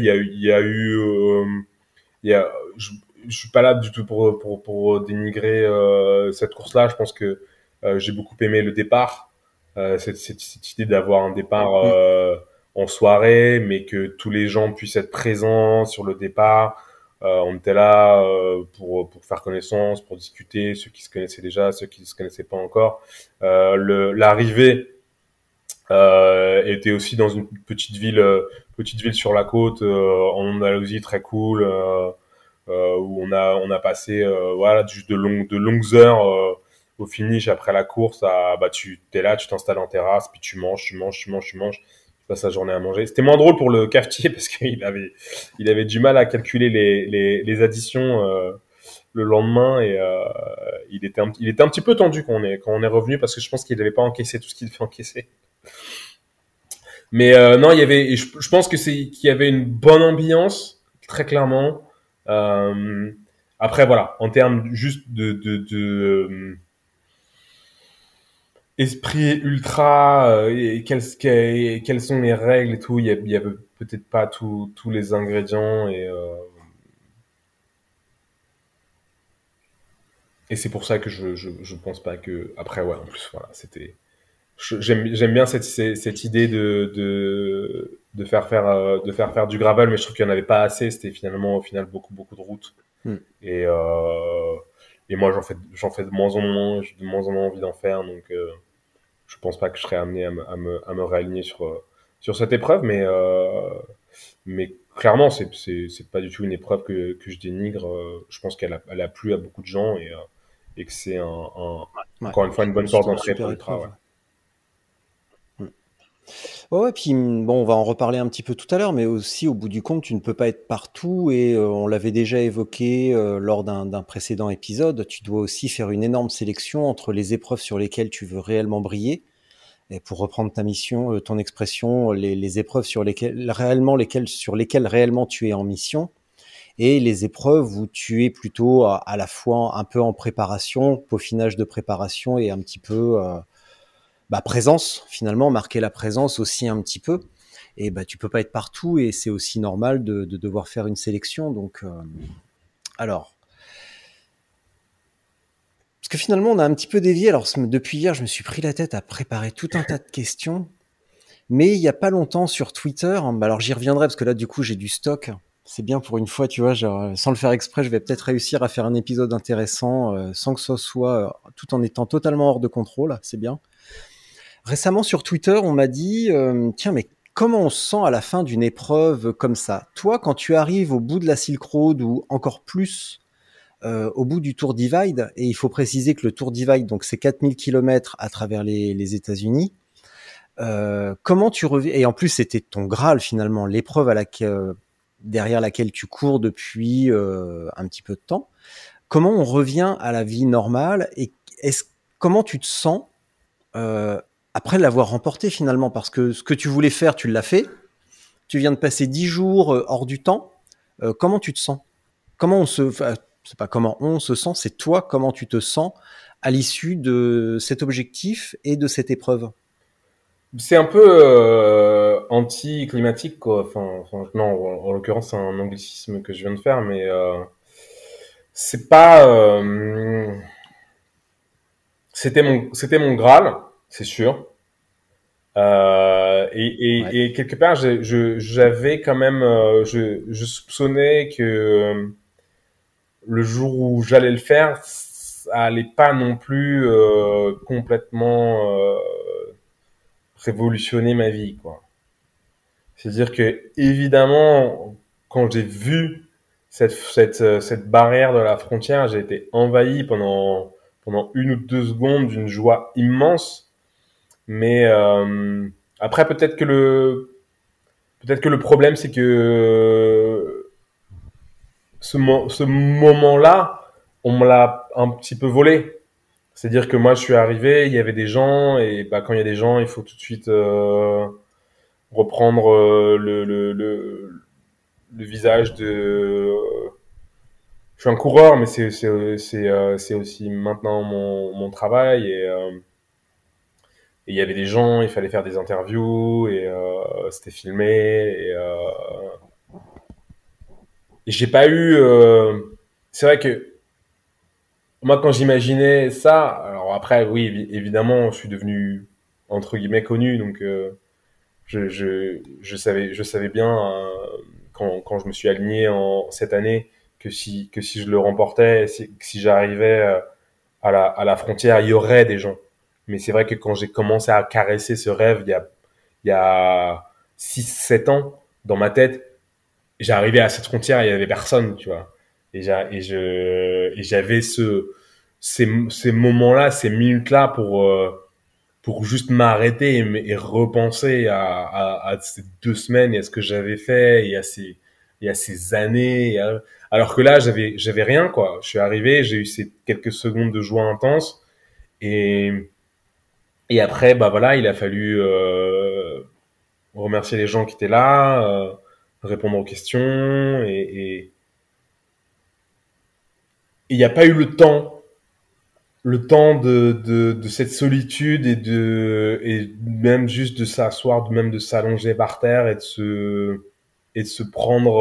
Je suis pas là du tout pour dénigrer cette course-là. Je pense que j'ai beaucoup aimé le départ, cette idée d'avoir un départ en soirée, mais que tous les gens puissent être présents sur le départ. On était là pour faire connaissance, pour discuter, ceux qui se connaissaient déjà, ceux qui se connaissaient pas encore. L'arrivée était aussi dans une petite ville sur la côte en Andalousie, très cool, où on a passé voilà juste de longues heures au finish après la course. Tu t'es là, tu t'installes en terrasse, puis tu manges, sa journée à manger. C'était moins drôle pour le cafetier parce qu'il avait du mal à calculer les additions le lendemain et il était un petit peu tendu quand on est revenu parce que je pense qu'il n'avait pas encaissé tout ce qu'il devait encaisser. Mais non, je pense qu'il y avait une bonne ambiance, très clairement. Après voilà, en termes juste de esprit ultra et quelles sont les règles et tout, il y avait peut-être pas tous les ingrédients et c'est pour ça que je pense pas que après ouais en plus voilà c'était j'aime bien cette idée de faire faire du gravel, mais je trouve qu'il y en avait pas assez. C'était finalement au final beaucoup de routes. Et moi j'en fais de moins en moins. J'ai de moins en moins envie d'en faire, donc je pense pas que je serais amené à me réaligner sur cette épreuve, mais clairement c'est pas du tout une épreuve que je dénigre. Je pense qu'elle a plu à beaucoup de gens et que c'est encore une fois une bonne porte d'entrée pour l'ultra. Ouais. Ouais, puis bon, on va en reparler un petit peu tout à l'heure, mais aussi au bout du compte, tu ne peux pas être partout et on l'avait déjà évoqué lors d'un précédent épisode, tu dois aussi faire une énorme sélection entre les épreuves sur lesquelles tu veux réellement briller, et pour reprendre ta mission, ton expression, les épreuves sur lesquelles réellement tu es en mission, et les épreuves où tu es plutôt à la fois un peu en préparation, peaufinage de préparation et un petit peu présence, finalement, marquer la présence aussi un petit peu. Et tu peux pas être partout et c'est aussi normal de devoir faire une sélection. Donc, alors, parce que finalement, on a un petit peu dévié. Alors, depuis hier, je me suis pris la tête à préparer tout un tas de questions. Mais il y a pas longtemps sur Twitter, alors j'y reviendrai parce que là, du coup, j'ai du stock. C'est bien pour une fois, tu vois, genre, sans le faire exprès, je vais peut-être réussir à faire un épisode intéressant sans que ce soit tout en étant totalement hors de contrôle. C'est bien. Récemment sur Twitter, on m'a dit tiens, mais comment on se sent à la fin d'une épreuve comme ça? Toi, quand tu arrives au bout de la Silk Road ou encore plus au bout du Tour Divide, et il faut préciser que le Tour Divide, donc c'est 4000 km à travers les États-Unis, comment tu reviens? Et en plus, c'était ton Graal finalement, l'épreuve derrière laquelle tu cours depuis un petit peu de temps. Comment on revient à la vie normale et comment tu te sens après l'avoir remporté finalement, parce que ce que tu voulais faire, tu l'as fait. Tu viens de passer 10 jours hors du temps. Comment tu te sens? C'est pas comment on se sent, c'est toi, comment tu te sens à l'issue de cet objectif et de cette épreuve? C'est un peu anti-climatique, quoi. Enfin, non, en l'occurrence, c'est un anglicisme que je viens de faire, mais c'est pas... c'était mon Graal, c'est sûr. Et quelque part, j'avais quand même, je soupçonnais que le jour où j'allais le faire, ça allait pas non plus complètement révolutionner ma vie, quoi. C'est-à-dire que évidemment, quand j'ai vu cette barrière de la frontière, j'ai été envahi pendant 1 ou 2 secondes d'une joie immense. Mais après, peut-être que le problème, c'est que ce moment-là, on me l'a un petit peu volé. C'est-à-dire que moi, je suis arrivé, il y avait des gens, et quand il y a des gens, il faut tout de suite reprendre le visage de. Je suis un coureur, mais c'est aussi maintenant mon travail et il y avait des gens, il fallait faire des interviews et c'était filmé et j'ai pas eu. C'est vrai que moi quand j'imaginais ça, alors après oui évidemment je suis devenu entre guillemets connu donc je savais bien quand je me suis aligné en cette année que si je le remportais, que si j'arrivais à la frontière, il y aurait des gens. Mais c'est vrai que quand j'ai commencé à caresser ce rêve il y a 6-7 ans, dans ma tête, j'arrivais à cette frontière et il y avait personne, tu vois. Et j'avais ces moments-là, ces minutes-là pour juste m'arrêter et repenser à ces 2 semaines et à ce que j'avais fait et à ces années. Alors que là, j'avais rien, quoi. Je suis arrivé, j'ai eu ces quelques secondes de joie intense et après, bah voilà, il a fallu remercier les gens qui étaient là, répondre aux questions et il n'y a pas eu le temps de cette solitude et même juste de s'asseoir, même de s'allonger par terre et de se prendre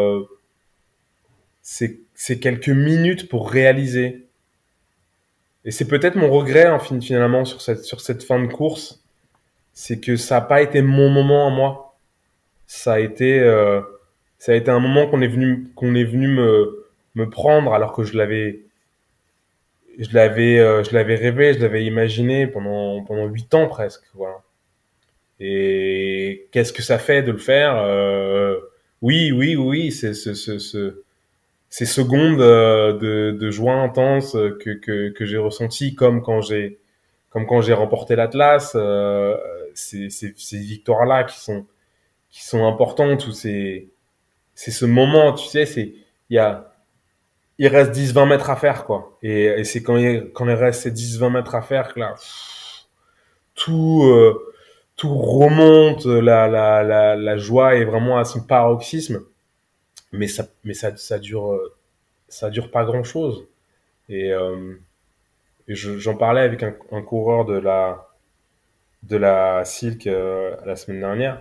ces quelques minutes pour réaliser. Et c'est peut-être mon regret finalement sur cette fin de course, c'est que ça n'a pas été mon moment à moi. Ça a été un moment qu'on est venu me prendre alors que je l'avais rêvé, je l'avais imaginé pendant 8 ans presque, voilà. Et qu'est-ce que ça fait de le faire? Oui, c'est ces secondes de joie intense que j'ai ressenti comme quand j'ai remporté l'Atlas, ces victoires-là qui sont importantes, ou c'est ce moment, tu sais, il reste 10-20 mètres à faire, quoi. Et c'est quand il reste ces 10-20 mètres à faire que là, tout, tout remonte, la joie est vraiment à son paroxysme. Mais ça dure pas grand chose. Et j'en parlais avec un coureur de la Silk la semaine dernière.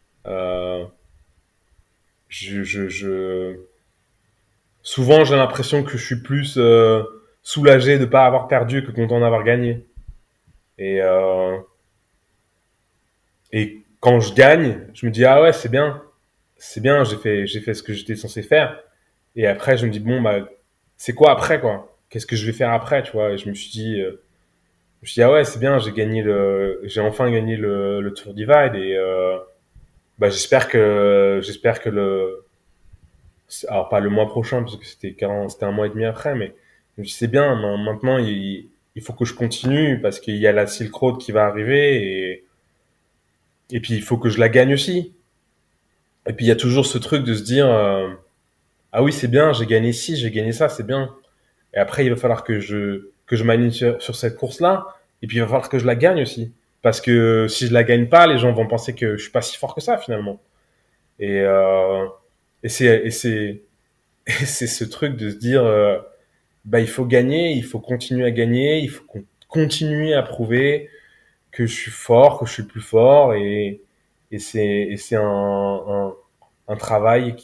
Souvent, j'ai l'impression que je suis plus soulagé de pas avoir perdu que content d'avoir gagné. Et quand je gagne, je me dis ah ouais, c'est bien, j'ai fait ce que j'étais censé faire. Et après, je me dis bon bah c'est quoi après, quoi? Qu'est-ce que je vais faire après, tu vois? Et je me suis dit ah ouais, c'est bien, j'ai enfin gagné le Tour Divide et bah j'espère que alors pas le mois prochain parce que c'était un mois et demi après, mais je me dis c'est bien, maintenant il faut que je continue parce qu'il y a la Silk Road qui va arriver et puis il faut que je la gagne aussi. Et puis il y a toujours ce truc de se dire ah oui, c'est bien, j'ai gagné ci, j'ai gagné ça, c'est bien. Et après il va falloir que je m'aligne sur cette course-là et puis il va falloir que je la gagne aussi parce que si je la gagne pas, les gens vont penser que je suis pas si fort que ça finalement. Et c'est c'est ce truc de se dire bah il faut gagner, il faut continuer à gagner, il faut continuer à prouver que je suis fort, que je suis plus fort et c'est un travail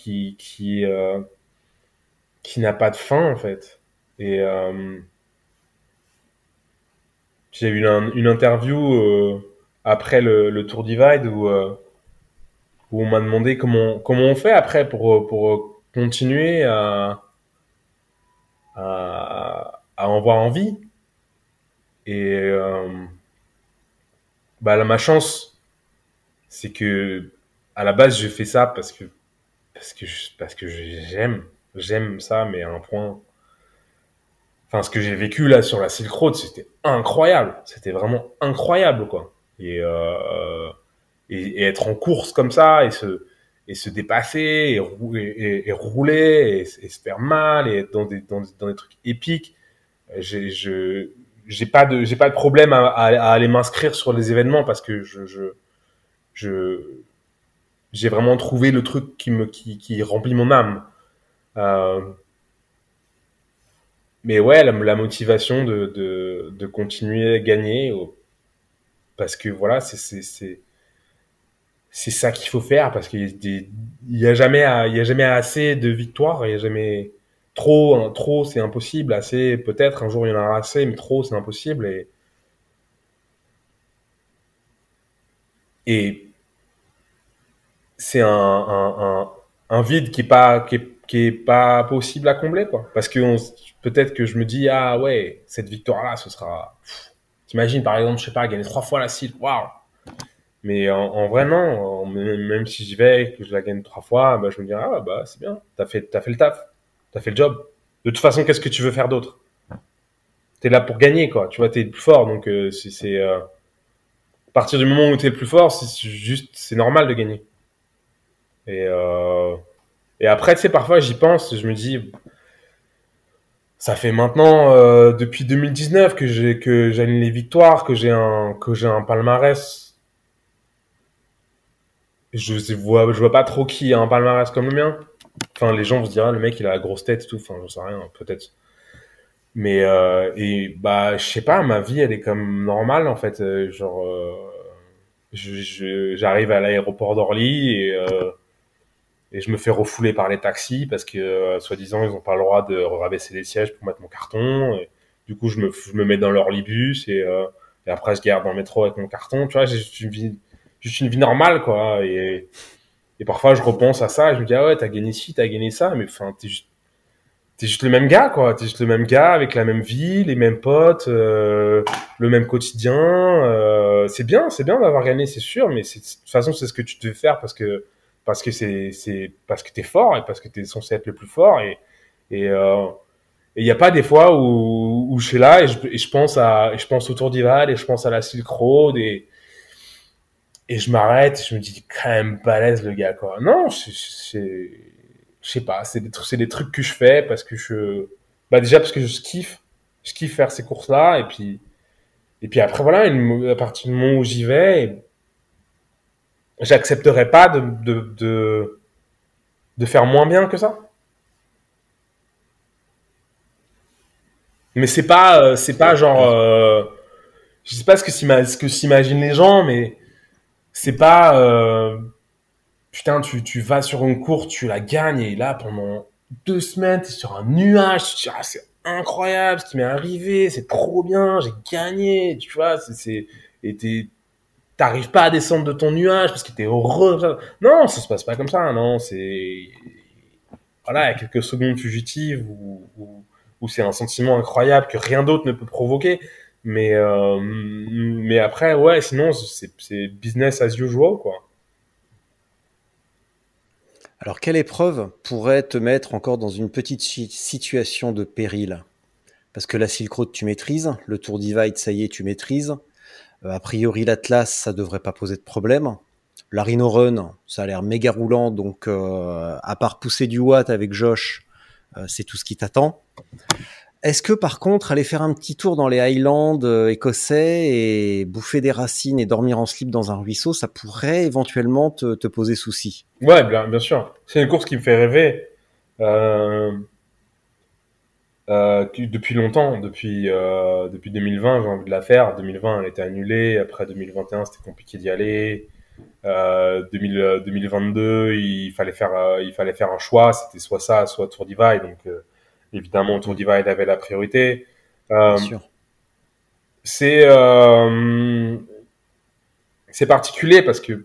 qui n'a pas de fin en fait. Et j'ai eu une interview après le Tour Divide où on m'a demandé comment on fait après pour continuer à en voir envie. Et bah là, ma chance, c'est que à la base, je fais ça parce que j'aime ça, mais à un point. Enfin, ce que j'ai vécu là sur la Silk Road, c'était incroyable. C'était vraiment incroyable, quoi. Et être en course comme ça et se dépasser et rouler et se faire mal et être dans des trucs épiques. J'ai pas de problème à aller m'inscrire sur les événements parce que j'ai vraiment trouvé le truc qui remplit mon âme. Mais ouais, la motivation de continuer à gagner parce que voilà, c'est ça qu'il faut faire parce qu'il y a jamais assez de victoires, il y a jamais trop, hein, trop c'est impossible, assez peut-être un jour il y en aura assez, mais trop c'est impossible et c'est un vide qui est pas possible à combler, quoi. Parce que peut-être que je me dis ah ouais, cette victoire là ce sera t'imagines par exemple, je sais pas, gagner 3 fois la Silk, waouh. Mais en vrai, non. Même si j'y vais et que je la gagne 3 fois, bah, je me dis, ah, bah, c'est bien. T'as fait le taf. T'as fait le job. De toute façon, qu'est-ce que tu veux faire d'autre? T'es là pour gagner, quoi. Tu vois, t'es le plus fort. Donc, À partir du moment où t'es le plus fort, c'est normal de gagner. Et après, tu sais, parfois, j'y pense, je me dis, ça fait maintenant, depuis 2019 que j'aligne les victoires, que j'ai un palmarès. Je vois pas trop qui a un palmarès comme le mien. Enfin, les gens vont se dire, ah, le mec, il a la grosse tête et tout. Enfin, j'en sais rien, peut-être. Mais, je sais pas, ma vie, elle est comme normale, en fait. J'arrive à l'aéroport d'Orly et je me fais refouler par les taxis parce que, soi-disant, ils ont pas le droit de rabaisser les sièges pour mettre mon carton. Et, du coup, je me mets dans l'Orlybus et après, je garde dans le métro avec mon carton. Tu vois, j'ai juste une vie normale, quoi. Et parfois, je repense à ça et je me dis, ah ouais, t'as gagné ci, t'as gagné ça, mais enfin, t'es juste le même gars, quoi. T'es juste le même gars avec la même vie, les mêmes potes, le même quotidien. C'est bien d'avoir gagné, c'est sûr, mais de toute façon, c'est ce que tu devais faire parce que parce que t'es fort et parce que t'es censé être le plus fort et il y a pas des fois où je suis là et je pense au Tour d'Ival et je pense à la Silk Road et je m'arrête et je me dis quand même balèze le gars, quoi. Non, je sais pas, c'est des trucs que je fais parce que déjà parce que je kiffe faire ces courses là et puis après voilà, à partir du moment où j'y vais, j'accepterai pas de faire moins bien que ça. Mais c'est pas genre je sais pas ce que s'imaginent les gens, mais c'est pas putain, tu vas sur une course, tu la gagnes et là pendant 2 semaines t'es sur un nuage, tu te dis ah c'est incroyable ce qui m'est arrivé, c'est trop bien, j'ai gagné, tu vois, et t'arrives pas à descendre de ton nuage parce que t'es heureux. Non, ça se passe pas comme ça, non, c'est voilà, il y a quelques secondes fugitives où c'est un sentiment incroyable que rien d'autre ne peut provoquer. Mais après, ouais, sinon, c'est business as usual, quoi. Alors, quelle épreuve pourrait te mettre encore dans une petite situation de péril? Parce que la Silk Road, tu maîtrises. Le Tour Divide, ça y est, tu maîtrises. A priori, l'Atlas, ça devrait pas poser de problème. La Rhino Run, ça a l'air méga roulant. Donc, à part pousser du watt avec Josh, c'est tout ce qui t'attend. Est-ce que, par contre, aller faire un petit tour dans les Highlands écossais et bouffer des racines et dormir en slip dans un ruisseau, ça pourrait éventuellement te poser souci? Ouais, bien sûr. C'est une course qui me fait rêver. Depuis longtemps, depuis 2020, j'ai envie de la faire. 2020, elle était annulée. Après 2021, c'était compliqué d'y aller. 2022, il fallait faire un choix. C'était soit ça, soit Tour Divide. Donc, évidemment, Tour Divide avait la priorité. Bien sûr. C'est particulier parce que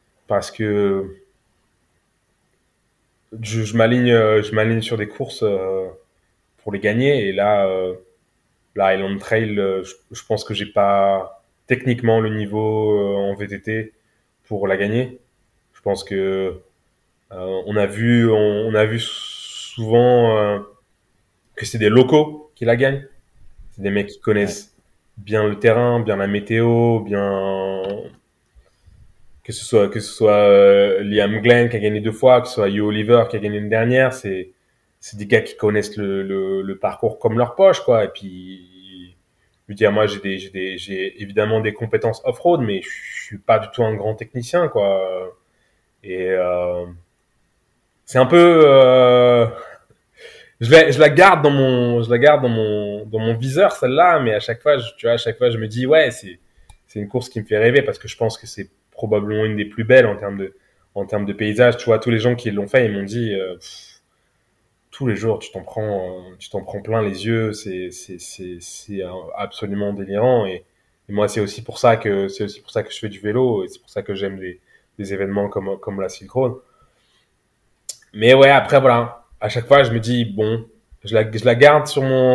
je m'aligne sur des courses pour les gagner et là la Highland Trail je pense que j'ai pas techniquement le niveau en VTT pour la gagner. Je pense que on a vu souvent que c'est des locaux qui la gagnent. C'est des mecs qui connaissent bien le terrain, bien la météo, bien que ce soit Liam Glenn qui a gagné 2 fois, que ce soit Hugh Oliver qui a gagné une dernière, c'est des gars qui connaissent le parcours comme leur poche, quoi. Et puis je veux dire, moi j'ai évidemment des compétences off-road, mais je suis pas du tout un grand technicien, quoi. Et c'est un peu je la garde dans mon viseur, celle-là, mais à chaque fois je me dis ouais, c'est une course qui me fait rêver parce que je pense que c'est probablement une des plus belles en termes de paysage. Tu vois, tous les gens qui l'ont fait, ils m'ont dit tous les jours tu t'en prends plein les yeux, c'est absolument délirant et moi c'est aussi pour ça que je fais du vélo et c'est pour ça que j'aime des événements comme la Silk Road. Mais ouais, après voilà, à chaque fois je me dis bon, je la garde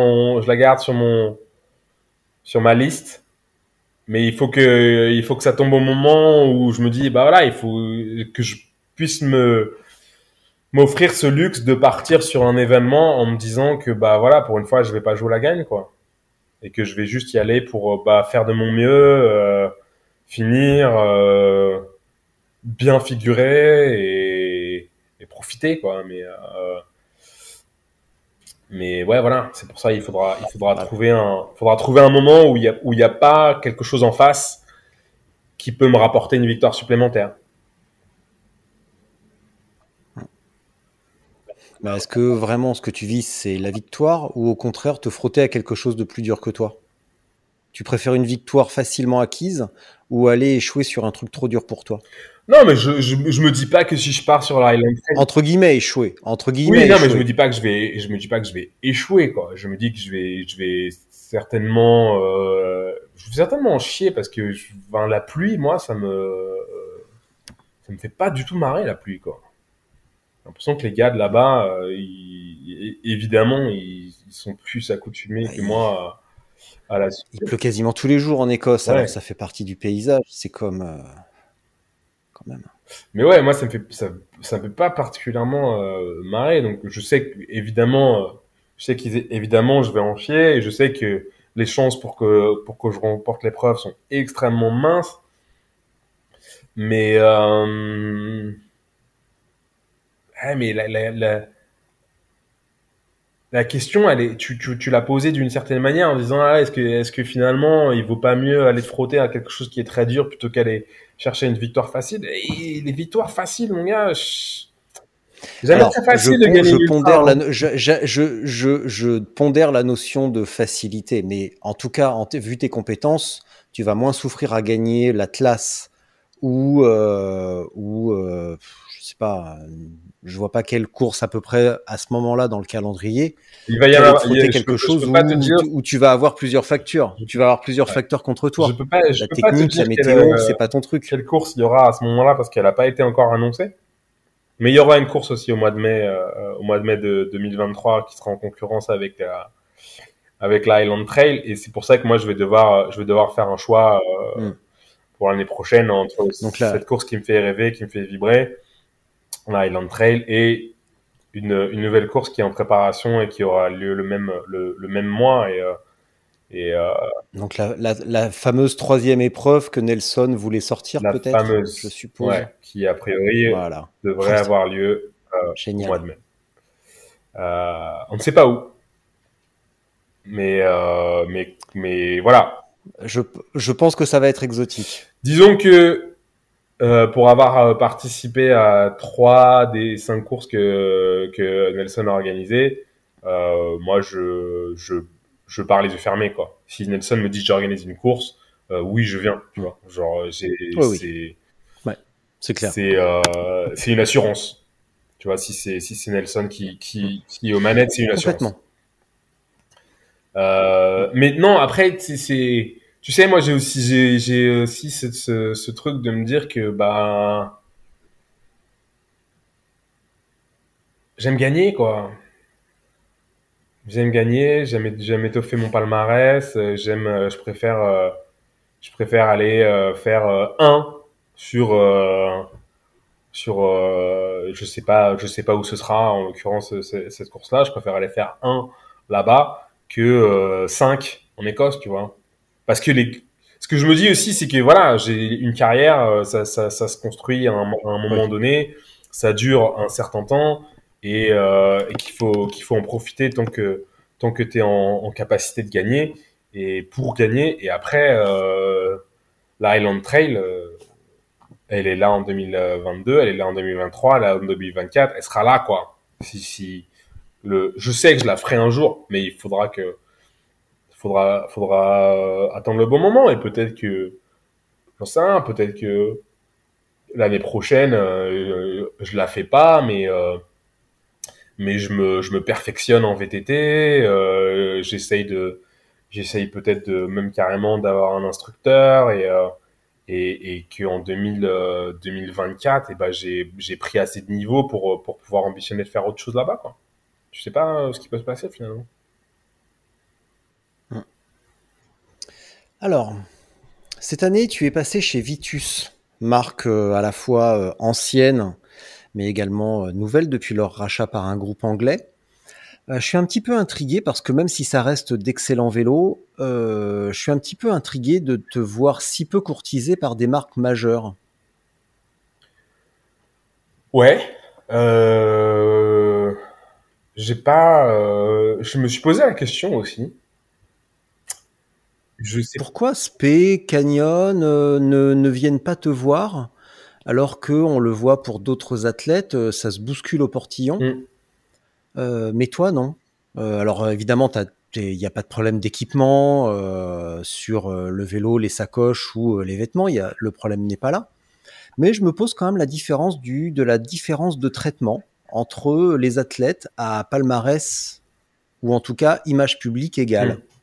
sur ma liste, mais il faut que ça tombe au moment où je me dis bah voilà, il faut que je puisse m'offrir ce luxe de partir sur un événement en me disant que bah voilà, pour une fois je vais pas jouer la gagne, quoi, et que je vais juste y aller pour faire de mon mieux, finir, bien figurer et profiter, quoi. Mais ouais, voilà, c'est pour ça il faudra trouver un moment où il y a pas quelque chose en face qui peut me rapporter une victoire supplémentaire. Mais est-ce que vraiment ce que tu vises, c'est la victoire ou au contraire te frotter à quelque chose de plus dur que toi? Tu préfères une victoire facilement acquise ou aller échouer sur un truc trop dur pour toi? Non, mais je me dis pas que si je pars sur l'Highland Trail, Entre guillemets échouer. oui, non, mais je me dis pas que je me dis pas que je vais échouer, quoi. Je me dis que je vais certainement, en chier parce que, la pluie, moi, ça me fait pas du tout marrer, la pluie, quoi. J'ai l'impression que les gars de là-bas, évidemment, ils sont plus accoutumés que moi à la. Il pleut quasiment tous les jours en Écosse, Ouais. alors ça fait partie du paysage. C'est comme quand même. Mais ouais, moi, ça me fait pas particulièrement marrer. Donc, je sais qu'évidemment, évidemment, je vais en chier et je sais que les chances pour que je remporte l'épreuve sont extrêmement minces. Mais mais la question, tu l'as posée d'une certaine manière en disant, est-ce que finalement, il vaut pas mieux aller te frotter à quelque chose qui est très dur plutôt qu'aller chercher une victoire facile? Et les victoires faciles, mon gars, jamais très facile de gagner je pondère la notion de facilité, mais en tout cas, vu tes compétences, tu vas moins souffrir à gagner l'Atlas ou je sais pas, je vois pas quelle course à peu près à ce moment-là dans le calendrier. Il va y avoir quelque chose où tu vas avoir plusieurs facteurs. Tu vas avoir plusieurs facteurs contre toi. La technique, la météo, c'est pas ton truc. Quelle course il y aura à ce moment-là parce qu'elle n'a pas été encore annoncée. Mais il y aura une course aussi au mois de mai de 2023 qui sera en concurrence avec la Highland Trail et c'est pour ça que moi je vais devoir faire un choix pour l'année prochaine entre cette course qui me fait rêver, qui me fait vibrer, la Highland Trail et une nouvelle course qui est en préparation et qui aura lieu le même mois donc la fameuse troisième épreuve que Nelson voulait sortir peut-être, je suppose, qui a priori devrait avoir lieu au mois de mai. On ne sait pas où, mais voilà. Je pense que ça va être exotique. Disons que pour avoir participé à 3 des 5 courses que Nelson a organisées, moi je pars les yeux fermés, quoi. Si Nelson me dit que j'organise une course, oui, je viens, tu vois. Genre, c'est clair. C'est une assurance. Tu vois, si c'est Nelson qui est aux manettes, c'est une assurance. Complètement. Mais non, après, tu sais, moi, j'ai aussi ce truc de me dire que, j'aime gagner, quoi. J'aime gagner, j'aime étoffer mon palmarès, je préfère aller faire 1 sur je sais pas où ce sera en l'occurrence cette course-là, je préfère aller faire 1 là-bas que 5 en Écosse, tu vois. Parce que ce que je me dis aussi, c'est que voilà, j'ai une carrière, ça se construit à un moment donné, ça dure un certain temps et qu'il faut en profiter tant que tu es en capacité de gagner et pour gagner. Et après, la Highland Trail, elle est là en 2022, elle est là en 2023, elle est là en 2024, elle sera là, quoi. Je sais que je la ferai un jour, mais il faudra attendre le bon moment et peut-être que, j'en sais rien, peut-être que l'année prochaine, je la fais pas, mais je me perfectionne en VTT, j'essaye peut-être même carrément d'avoir un instructeur et qu'en 2024, j'ai pris assez de niveau pour pouvoir ambitionner de faire autre chose là-bas, quoi. Tu sais pas ce qui peut se passer finalement. Alors, cette année, tu es passé chez Vitus, marque à la fois ancienne, mais également nouvelle depuis leur rachat par un groupe anglais. Je suis un petit peu intrigué parce que même si ça reste d'excellents vélos, je suis un petit peu intrigué de te voir si peu courtisé par des marques majeures. Ouais. Euh, j'ai pas. Je me suis posé la question aussi. Je sais. Pourquoi Spé, Canyon ne viennent pas te voir alors que on le voit pour d'autres athlètes, ça se bouscule au portillon, Hmm. mais toi non. Alors évidemment, il n'y a pas de problème d'équipement sur le vélo, les sacoches ou les vêtements. Le problème n'est pas là. Mais je me pose quand même de la différence de traitement entre les athlètes à palmarès ou en tout cas image publique égale. Hmm.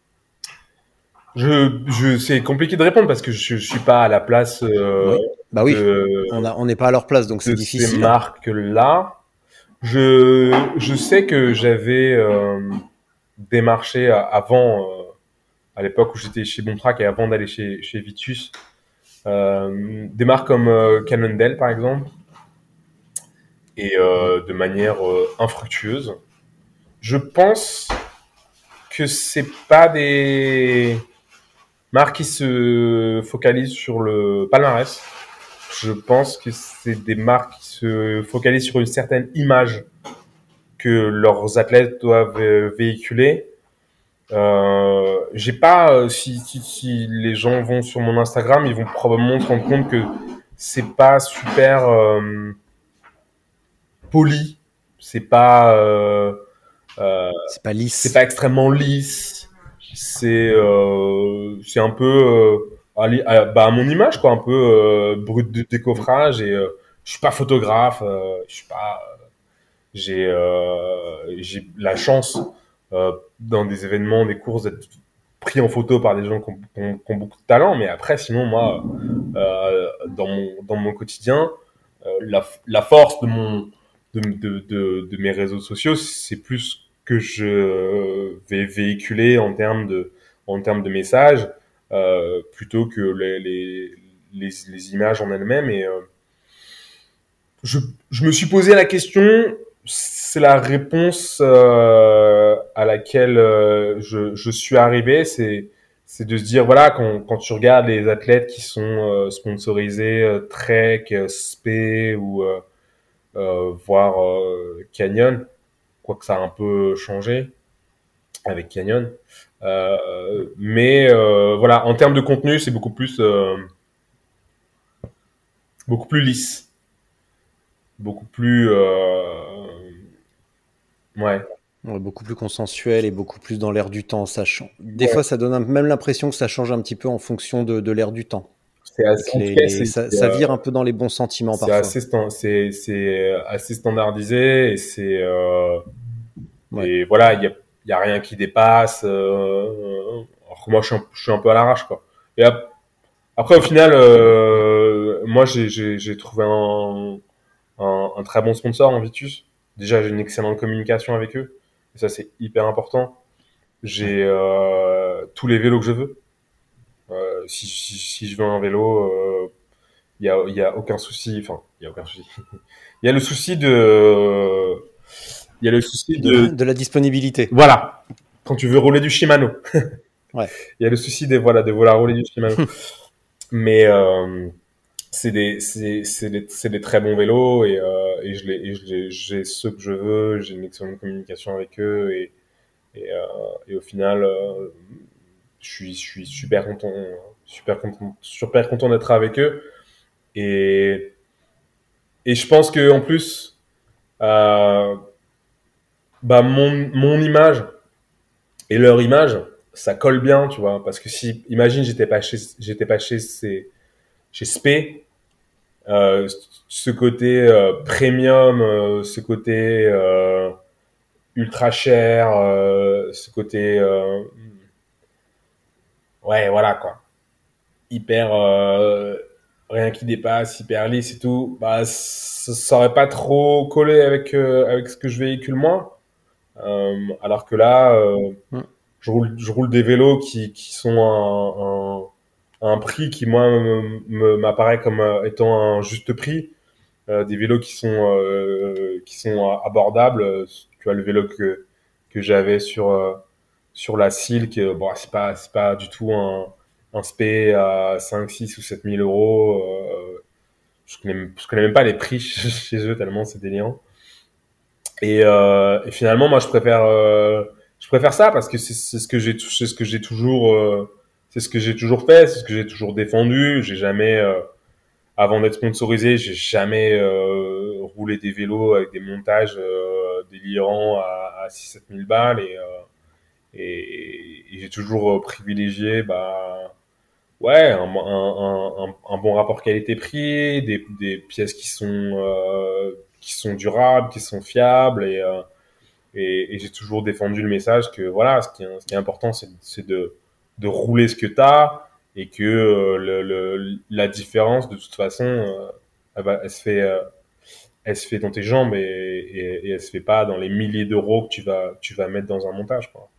C'est compliqué de répondre parce que je suis pas à la place Oui, bah oui, de on n'est pas à leur place, donc c'est de ces difficile. marques-là. Je sais que j'avais démarché avant, à l'époque où j'étais chez Bontrac et avant d'aller chez Vitus, des marques comme Cannondale par exemple, et de manière infructueuse. Je pense que c'est pas des marques qui se focalisent sur le palmarès. Je pense que c'est des marques qui se focalisent sur une certaine image que leurs athlètes doivent véhiculer. J'ai pas, si les gens vont sur mon Instagram, ils vont probablement se rendre compte que c'est pas super poli, c'est pas, C'est pas c'est lisse. pas extrêmement lisse, c'est un peu, bah à mon image quoi, un peu brut de décoffrage et je suis pas photographe, je suis pas j'ai la chance dans des événements, des courses, d'être pris en photo par des gens qui ont beaucoup de talent. Mais après, sinon, moi, dans mon quotidien, la force de mes réseaux sociaux, c'est plus que je vais véhiculer en termes de messages, plutôt que les images en elles-mêmes. Et je, je me suis posé la question, c'est la réponse à laquelle je suis arrivé, c'est de se dire voilà quand tu regardes les athlètes qui sont sponsorisés Trek, Spé ou voire Canyon, quoique ça a un peu changé avec Canyon, mais voilà en termes de contenu c'est beaucoup plus lisse, beaucoup plus ouais. Ouais, beaucoup plus consensuel et beaucoup plus dans l'air du temps. Des Ouais, fois, ça donne même l'impression que ça change un petit peu en fonction de l'air du temps. Et que en tout cas, ça vire un peu dans les bons sentiments parfois. c'est assez standardisé Ouais. et voilà, il y a rien qui dépasse. Alors que moi, je suis un peu à l'arrache, quoi. Et après, au final, moi, j'ai trouvé un très bon sponsor en Vitus. Déjà, j'ai une excellente communication avec eux. Et ça, c'est hyper important. Ouais. J'ai tous les vélos que je veux. Si je veux un vélo, il y a aucun souci. Enfin, il y a aucun souci. Il y a le souci de, il y a le souci de, De la disponibilité. voilà, quand tu veux rouler du Shimano, Ouais. il y a le souci de vouloir rouler du Shimano. Mais c'est des très bons vélos j'ai ceux que je veux, j'ai une excellente communication avec eux et au final, je suis super content d'être avec eux et et je pense que en plus, euh, bah mon image et leur image, ça colle bien, tu vois, parce que si, imagine, j'étais pas chez Spé, ce côté premium, ce côté ultra cher, ce côté ouais voilà quoi, hyper rien qui dépasse, hyper lisse et tout, bah ça aurait pas trop collé avec ce que je véhicule moi. Alors que là, Mm. je roule des vélos qui sont à un prix qui moi m'apparaît comme étant un juste prix. Des vélos qui sont abordables. Tu as le vélo que j'avais sur la Silk. Bon, c'est pas du tout un spé à 5, 6 ou 7 000 euros. Je connais même pas les prix chez eux tellement c'est délirant. Et finalement, moi, je préfère ça parce que c'est ce que j'ai toujours, c'est ce que j'ai toujours fait, c'est ce que j'ai toujours défendu. J'ai jamais, avant d'être sponsorisé, j'ai jamais roulé des vélos avec des montages délirants à 6-7 000 balles et j'ai toujours privilégié, bah, ouais, un bon rapport qualité-prix, des pièces qui sont durables, qui sont fiables et j'ai toujours défendu le message que voilà, ce qui est important, c'est de rouler ce que t'as et que la différence de toute façon, elle se fait dans tes jambes et elle se fait pas dans les milliers d'euros que tu vas mettre dans un montage, quoi.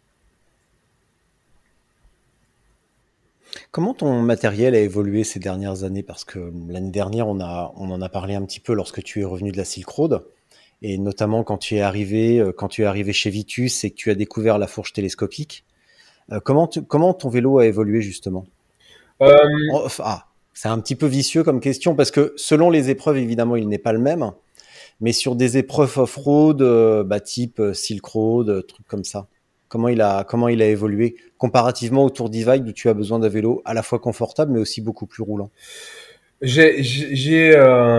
Comment ton matériel a évolué ces dernières années? Parce que l'année dernière, on en a parlé un petit peu lorsque tu es revenu de la Silk Road, et notamment quand tu es arrivé chez Vitus et que tu as découvert la fourche télescopique. Comment ton vélo a évolué justement? Euh, C'est un petit peu vicieux comme question parce que selon les épreuves, évidemment, il n'est pas le même. Mais sur des épreuves off-road, type Silk Road, trucs comme ça, comment il a évolué comparativement au Tour Divide où tu as besoin d'un vélo à la fois confortable mais aussi beaucoup plus roulant? j'ai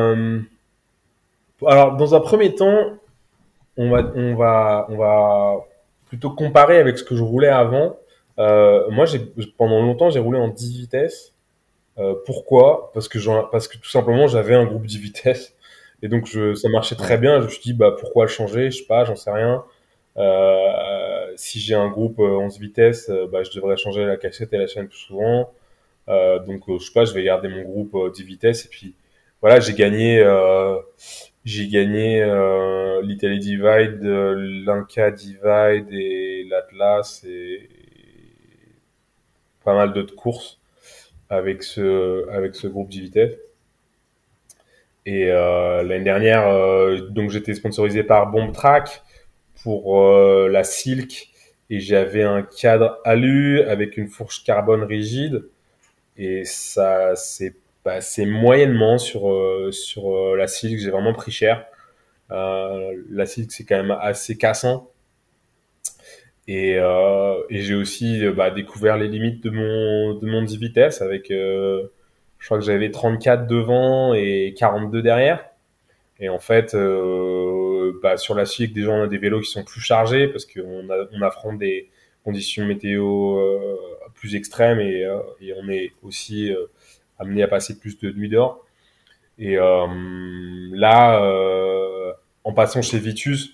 alors dans un premier temps, on va plutôt comparer avec ce que je roulais avant. Moi, pendant longtemps, j'ai roulé en 10 vitesses. Pourquoi? Parce que tout simplement, j'avais un groupe 10 vitesses. Et donc, ça marchait très Ouais. bien. Je me suis dit, bah, pourquoi le changer? Je sais pas, j'en sais rien. Si j'ai un groupe 11 vitesses, bah, je devrais changer la cassette et la chaîne plus souvent. Je sais pas, je vais garder mon groupe 10 vitesses. Et puis, voilà, j'ai gagné l'Italy Divide, l'Inca Divide et l'Atlas et pas mal d'autres courses avec ce groupe 10 vitesses. Et l'année dernière, donc j'étais sponsorisé par Bombtrack pour la Silk et j'avais un cadre alu avec une fourche carbone rigide et ça c'est passé moyennement sur la Silk. J'ai vraiment pris cher. La Silk c'est quand même assez cassant et j'ai aussi découvert les limites de mon 10 vitesses avec je crois que j'avais 34 devant et 42 derrière. Et en fait, sur la Silk, déjà, on a des vélos qui sont plus chargés parce on affronte des conditions météo plus extrêmes et on est aussi amené à passer plus de nuits dehors. Et là, en passant chez Vitus,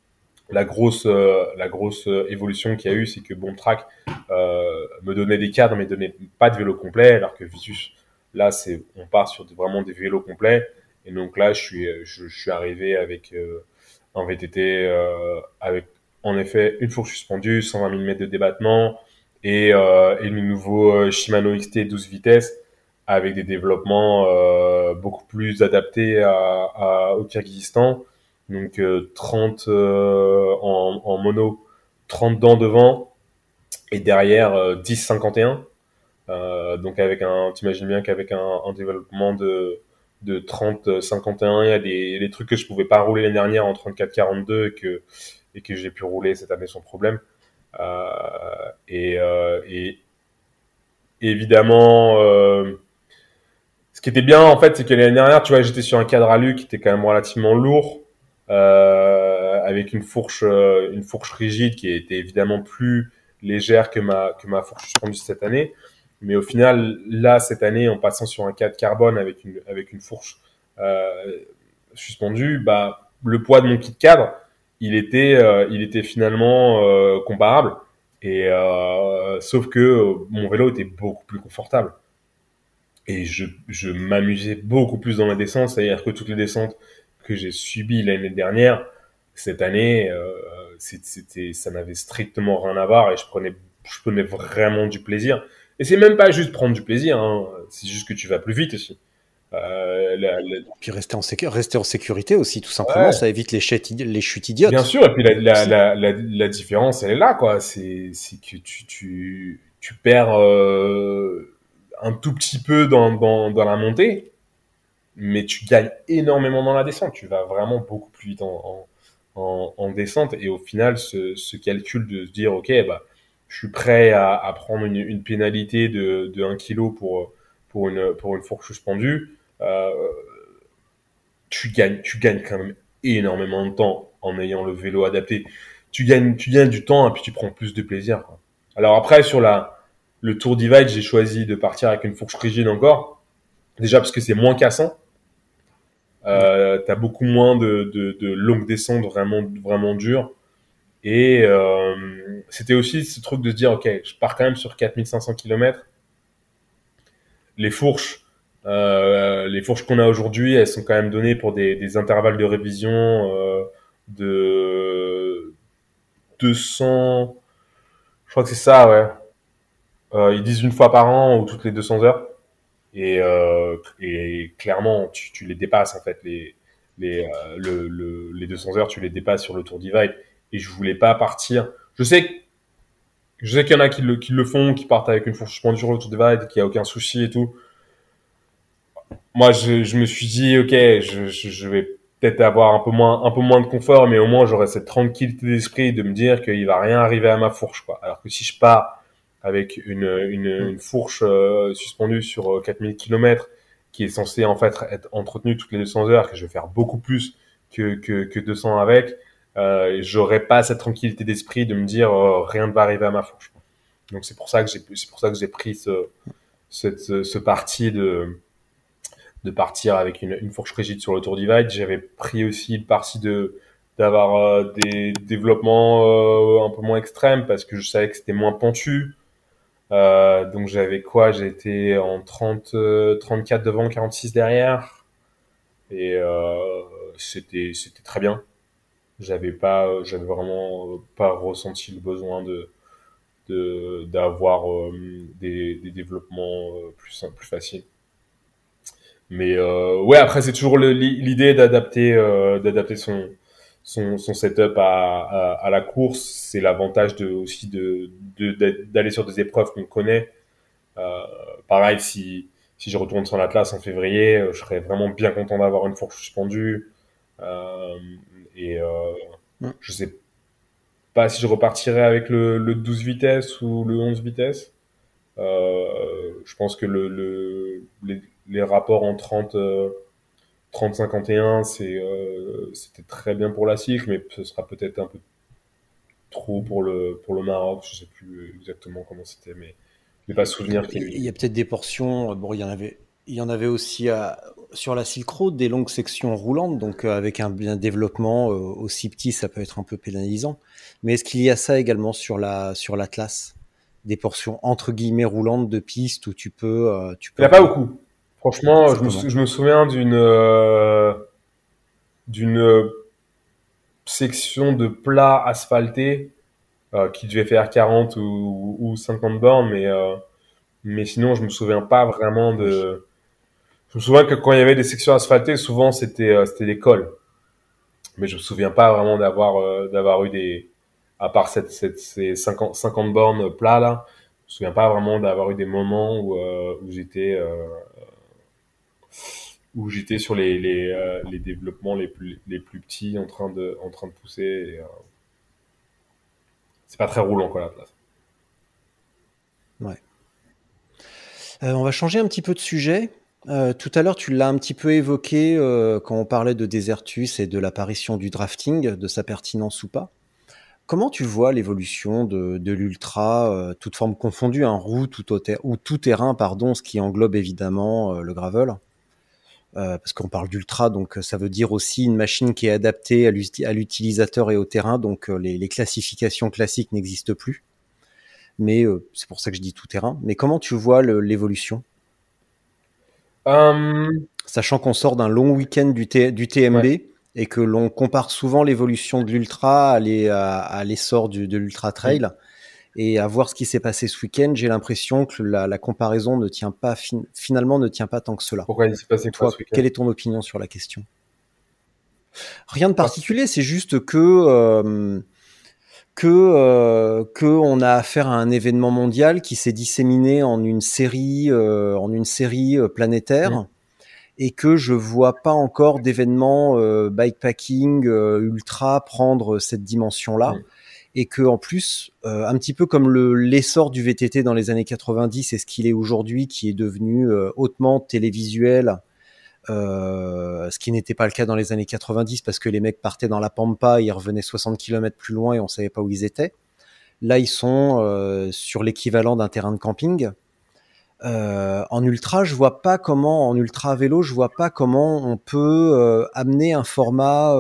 la grosse évolution qu'il y a eu, c'est que Bontrack me donnait des cadres, mais donnait pas de vélo complet, alors que Vitus, là, on part sur vraiment des vélos complets. Et donc là, je suis arrivé avec un VTT avec en effet une fourche suspendue, 120 mm de débattement et le nouveau Shimano XT 12 vitesses avec des développements beaucoup plus adaptés au Kyrgyzstan. Donc 30 en mono, 30 dents devant et derrière 10-51. Donc t'imagines bien qu'avec un développement de 30-51, il y a des trucs que je pouvais pas rouler l'année dernière en 34-42 et que j'ai pu rouler cette année sans problème. Euh, et évidemment, ce qui était bien en fait, c'est que l'année dernière, tu vois, j'étais sur un cadre alu qui était quand même relativement lourd, avec une fourche rigide qui était évidemment plus légère que ma fourche suspendue cette année. Mais au final, là, cette année, en passant sur un cadre carbone avec une fourche suspendue, bah, le poids de mon kit cadre, il était finalement comparable. Et sauf que mon vélo était beaucoup plus confortable. Et je m'amusais beaucoup plus dans la descente, c'est-à-dire que toutes les descentes que j'ai subies l'année dernière, cette année, ça n'avait strictement rien à voir et je prenais vraiment du plaisir. Et c'est même pas juste prendre du plaisir, hein, c'est juste que tu vas plus vite aussi. Puis rester en sécurité aussi, tout simplement, Ouais. ça évite les chutes Bien idiotes. sûr, et puis Aussi. la différence, elle est là, quoi. C'est que tu perds un tout petit peu dans la montée, mais tu gagnes énormément dans la descente. Tu vas vraiment beaucoup plus vite en descente. Et au final, ce calcul de se dire, OK, bah, je suis prêt à prendre une pénalité de 1 kilo pour une fourche suspendue, tu gagnes quand même énormément de temps en ayant le vélo adapté. Tu gagnes du temps et puis tu prends plus de plaisir, quoi. Alors après, sur le Tour Divide, j'ai choisi de partir avec une fourche rigide encore. Déjà parce que c'est moins cassant. T'as beaucoup moins de longues descentes vraiment dures. Et c'était aussi ce truc de se dire, OK, je pars quand même sur 4500 km. Les fourches, les fourches qu'on a aujourd'hui, elles sont quand même données pour des intervalles de révision de 200, je crois que c'est ça, ouais. Ils disent une fois par an ou toutes les 200 heures. Et clairement, tu les dépasses en fait. Les 200 heures, tu les dépasses sur le Tour Divide. Et je voulais pas partir. Je sais qu'il y en a qui le font, qui partent avec une fourche suspendue sur le Tour Divide, qu'il y a aucun souci et tout. Moi, je me suis dit, OK, je vais peut-être avoir un peu moins de confort, mais au moins j'aurai cette tranquillité d'esprit de me dire qu'il va rien arriver à ma fourche, quoi. Alors que si je pars avec une fourche suspendue sur 4000 km qui est censée en fait être entretenue toutes les 200 heures, que je vais faire beaucoup plus que 200 avec, j'aurai pas cette tranquillité d'esprit de me dire rien ne va arriver à ma fourche. Donc c'est pour ça que j'ai pris ce parti de partir avec une fourche rigide sur le Tour Divide. J'avais pris aussi le parti d'avoir des développements un peu moins extrêmes parce que je savais que c'était moins pentu. Donc j'avais quoi? J'étais en 34 devant, 46 derrière. Et c'était très bien. J'avais vraiment pas ressenti le besoin d'avoir des développements plus faciles. Mais ouais, après c'est toujours l'idée d'adapter son setup à la course. C'est l'avantage aussi d'aller sur des épreuves qu'on connaît. Pareil, si je retourne sur l'Atlas en février, je serais vraiment bien content d'avoir une fourche suspendue. Euh, et je sais pas si je repartirais avec le 12 vitesses ou le 11 vitesses. Je pense que les rapports en 30-51, c'était très bien pour la cycle, mais ce sera peut-être un peu trop pour le Maroc. Je sais plus exactement comment c'était, mais je n'ai pas souvenir qu'il y ait Il y a eu. peut-être des portions, bon, il y en avait aussi sur la Silk Road, des longues sections roulantes, donc avec un développement aussi petit, ça peut être un peu pénalisant. Mais est-ce qu'il y a ça également sur l'Atlas? Des portions entre guillemets roulantes de piste où tu Il n'y peux a pas rouler beaucoup. Franchement, simplement. je me souviens d'une section de plat asphalté qui devait faire 40 ou 50 bornes, mais sinon, je me souviens pas vraiment Oui. de. Je me souviens que quand il y avait des sections asphaltées, souvent c'était des cols. Mais je me souviens pas vraiment d'avoir eu à part ces 50 bornes plats là, je me souviens pas vraiment d'avoir eu des moments où j'étais sur les développements les plus petits en train de pousser. Et, c'est pas très roulant quoi la place. Ouais. On va changer un petit peu de sujet. Tout à l'heure, tu l'as un petit peu évoqué quand on parlait de Desertus et de l'apparition du drafting, de sa pertinence ou pas. Comment tu vois l'évolution de l'ultra, toute forme confondue, hein, route ou tout terrain, pardon, ce qui englobe évidemment le gravel, parce qu'on parle d'ultra, donc ça veut dire aussi une machine qui est adaptée à l'utilisateur et au terrain, donc les classifications classiques n'existent plus. Mais c'est pour ça que je dis tout terrain. Mais comment tu vois l'évolution, Euh, sachant qu'on sort d'un long week-end du TMB ouais. et que l'on compare souvent l'évolution de l'ultra à l'essor de l'ultra trail. Et à voir ce qui s'est passé ce week-end, j'ai l'impression que la comparaison ne tient pas finalement ne tient pas tant que cela. Pourquoi il s'est passé quoi Toi, ce week-end? quelle est ton opinion sur la question? Rien de Pas- particulier, c'est juste que on a affaire à un événement mondial qui s'est disséminé en une série planétaire, Mm. et que je vois pas encore d'événement bikepacking ultra prendre cette dimension-là, Mm. et que en plus, un petit peu comme l'essor du VTT dans les années 90 et ce qu'il est aujourd'hui, qui est devenu hautement télévisuel, ce qui n'était pas le cas dans les années 90 parce que les mecs partaient dans la pampa, ils revenaient 60 km plus loin et on savait pas où ils étaient. Là, ils sont sur l'équivalent d'un terrain de camping. En ultra, je vois pas comment, en ultra vélo, je vois pas comment on peut amener un format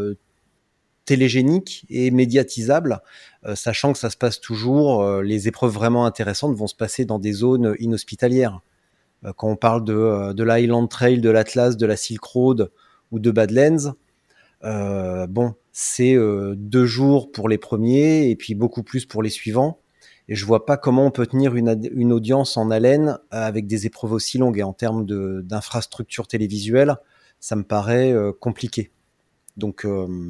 télégénique et médiatisable, sachant que ça se passe toujours, les épreuves vraiment intéressantes vont se passer dans des zones inhospitalières. Quand on parle de l'Highland Trail, de l'Atlas, de la Silk Road ou de Badlands, bon, c'est 2 jours pour les premiers et puis beaucoup plus pour les suivants. Et je vois pas comment on peut tenir une audience en haleine avec des épreuves aussi longues. Et en termes d'infrastructure télévisuelle, ça me paraît compliqué. Donc,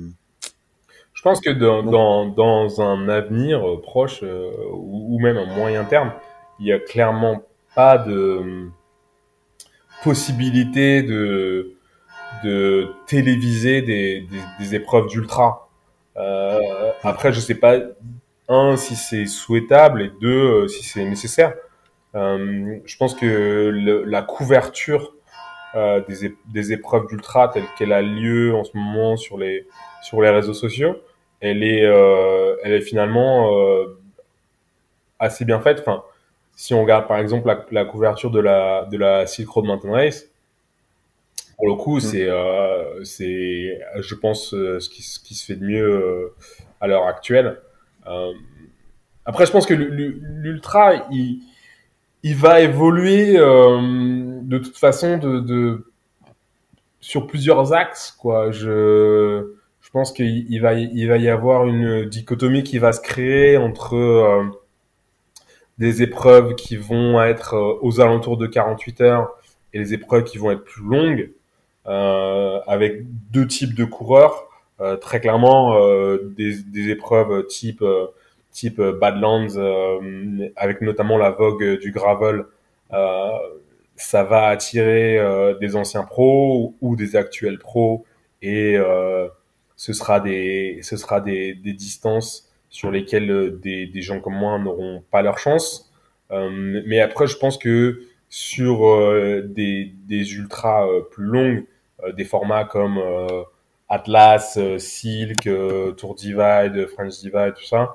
Je pense que donc dans un avenir proche ou même un moyen terme, il y a clairement pas de possibilité de téléviser des épreuves d'ultra. ouais. Après, je sais pas, un, si c'est souhaitable et deux, si c'est nécessaire. Je pense que la couverture des épreuves d'ultra telles qu'elle a lieu en ce moment sur les réseaux sociaux, elle est finalement assez bien faite. Enfin, si on regarde par exemple la couverture de la Silk Road Mountain Race, pour le coup, Mm. c'est, je pense, ce qui se fait de mieux à l'heure actuelle. Euh, Après, je pense que l'ultra, il va évoluer de toute façon sur plusieurs axes, quoi. Je pense il va y avoir une dichotomie qui va se créer entre des épreuves qui vont être aux alentours de 48 heures et les épreuves qui vont être plus longues, avec deux types de coureurs. Très clairement, des épreuves type Badlands, avec notamment la vogue du gravel, euh, ça va attirer des anciens pros ou des actuels pros, et ce sera des distances sur lesquelles des gens comme moi n'auront pas leur chance. Mais après, je pense que sur des ultras plus longues, des formats comme Atlas, Silk, Tour Divide, French Divide, tout ça,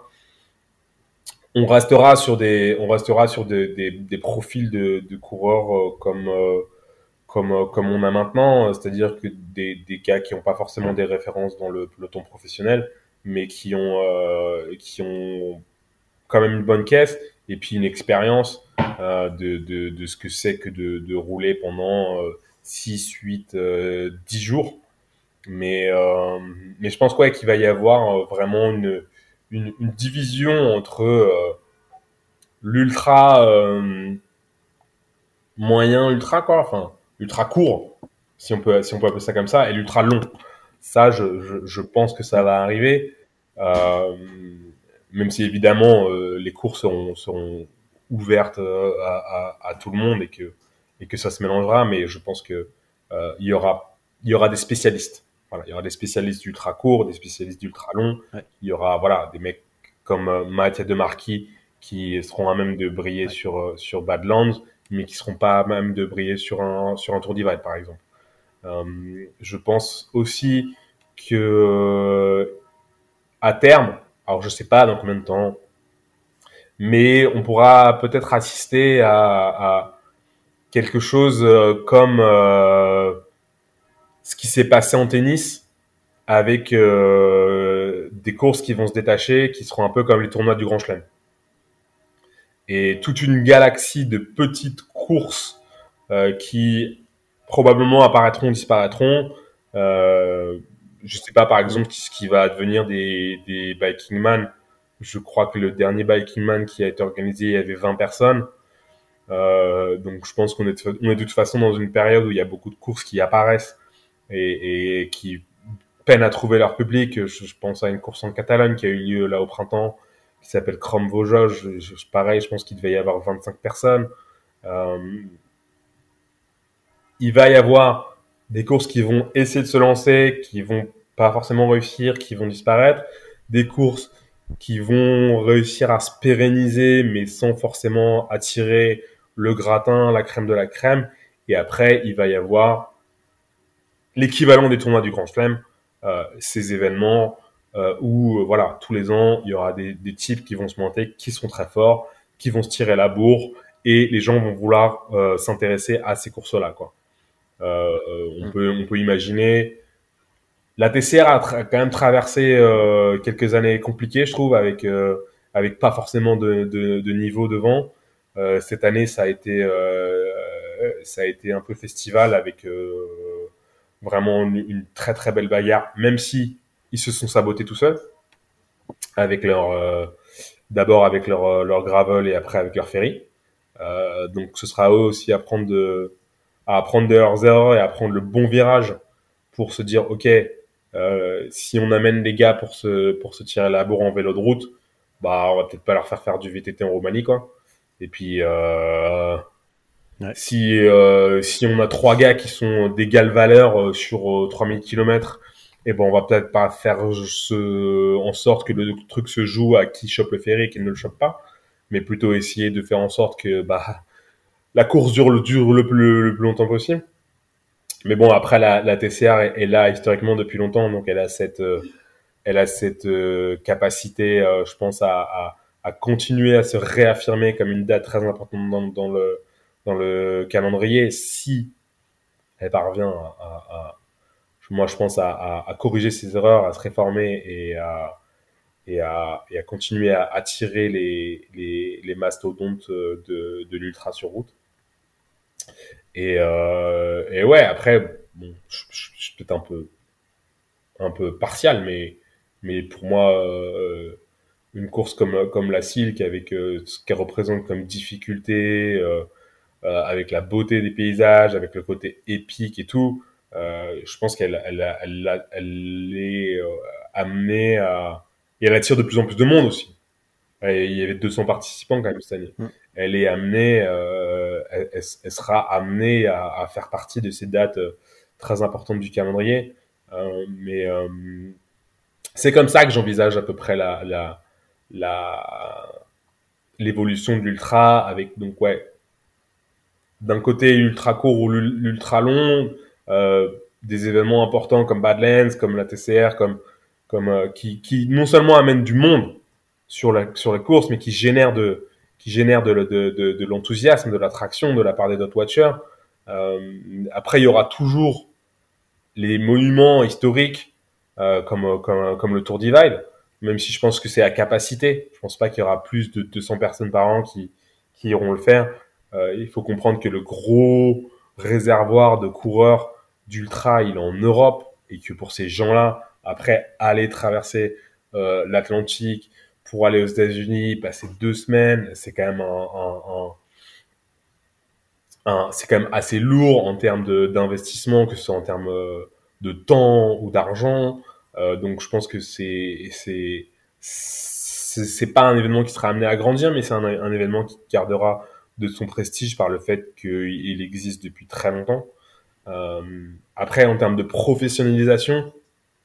on restera sur des profils de coureurs comme on a maintenant, c'est-à-dire que des gars qui n'ont pas forcément des références dans le peloton professionnel, mais qui ont quand même une bonne caisse et puis une expérience de ce que c'est que de rouler pendant 6, 8, 10 jours. Mais je pense quoi qu'il va y avoir vraiment une division entre l'ultra moyen ultra, quoi, enfin ultra court, si on peut appeler ça comme ça, et l'ultra long. Ça, je pense que ça va arriver, euh, même si évidemment les courses seront ouvertes à tout le monde et que ça se mélangera, mais je pense que il y aura des spécialistes. Voilà, il y aura des spécialistes d'ultra court, des spécialistes d'ultra long. Ouais. Il y aura voilà des mecs comme Mathieu Demarquis qui seront à même de briller Ouais. sur Badlands, mais qui seront pas à même de briller sur un Tour Divide, par exemple. Je pense aussi que à terme, alors je sais pas dans combien de temps, mais on pourra peut-être assister à quelque chose comme ce qui s'est passé en tennis, avec des courses qui vont se détacher, qui seront un peu comme les tournois du Grand Chelem. Et toute une galaxie de petites courses qui probablement apparaîtront ou disparaîtront. Je sais pas, par Mm. exemple, ce qui va devenir des Biking Man, Je crois que le dernier Biking Man qui a été organisé, il y avait 20 personnes. Donc je pense qu'on est de toute façon dans une période où il y a beaucoup de courses qui apparaissent et qui peinent à trouver leur public. Je pense à une course en Catalogne qui a eu lieu là au printemps, qui s'appelle Crom-Vosges. Pareil, je pense qu'il devait y avoir 25 personnes. Il va y avoir des courses qui vont essayer de se lancer, qui vont pas forcément réussir, qui vont disparaître. Des courses qui vont réussir à se pérenniser, mais sans forcément attirer le gratin, la crème de la crème. Et après, il va y avoir l'équivalent des tournois du Grand Chelem, ces événements où, voilà, tous les ans, il y aura des types qui vont se monter, qui sont très forts, qui vont se tirer la bourre, et les gens vont vouloir s'intéresser à ces courses-là, quoi. On peut imaginer. La TCR a quand même traversé quelques années compliquées, je trouve, avec pas forcément de niveau devant. Cette année, ça a été un peu festival avec vraiment une très très belle bagarre, même si ils se sont sabotés tout seuls avec d'abord avec leur gravel et après avec leur ferry. Donc ce sera à eux aussi à apprendre de leurs erreurs et à prendre le bon virage pour se dire ok, si on amène les gars pour se tirer la bourre en vélo de route, bah on va peut-être pas leur faire du VTT en Roumanie, quoi. Et puis Ouais. si on a 3 gars qui sont d'égale valeur sur 3000 km, et ben on va peut-être pas faire en sorte que le truc se joue à qui chope le ferry et qui ne le chope pas, mais plutôt essayer de faire en sorte que la course dure le plus longtemps possible. Mais bon, après la TCR est là historiquement depuis longtemps, donc elle a cette capacité, je pense, à continuer à se réaffirmer comme une date très importante dans le calendrier, si elle parvient moi je pense à corriger ses erreurs, à se réformer et à continuer à attirer les mastodontes de l'ultra sur route. Et ouais, après, bon, je suis peut-être un peu partial, mais pour moi, une course comme la Silk, avec ce qu'elle représente comme difficulté, avec la beauté des paysages, avec le côté épique et tout, je pense qu'elle est amenée à... Et elle attire de plus en plus de monde aussi. Et il y avait 200 participants quand même cette année. Elle est amenée, elle sera amenée à faire partie de ces dates très importantes du calendrier. Mais c'est comme ça que j'envisage à peu près l'évolution de l'ultra, avec donc ouais, d'un côté l'ultra court ou l'ultra long, des événements importants comme Badlands, comme la TCR, qui non seulement amènent du monde sur la course, mais qui génèrent de l'enthousiasme, de l'attraction de la part des dot watchers. Après, il y aura toujours les monuments historiques comme le Tour Divide, même si je pense que c'est à capacité. Je pense pas qu'il y aura plus de 200 personnes par an qui iront le faire. Il faut comprendre que le gros réservoir de coureurs d'ultra, il est en Europe, et que pour ces gens-là, après aller traverser l'Atlantique pour aller aux États-Unis, passer 2 semaines, c'est quand même c'est quand même assez lourd en termes d'investissement, que ce soit en termes de temps ou d'argent. Donc je pense que c'est pas un événement qui sera amené à grandir, mais c'est un événement qui gardera de son prestige par le fait qu'il existe depuis très longtemps. Après, en termes de professionnalisation,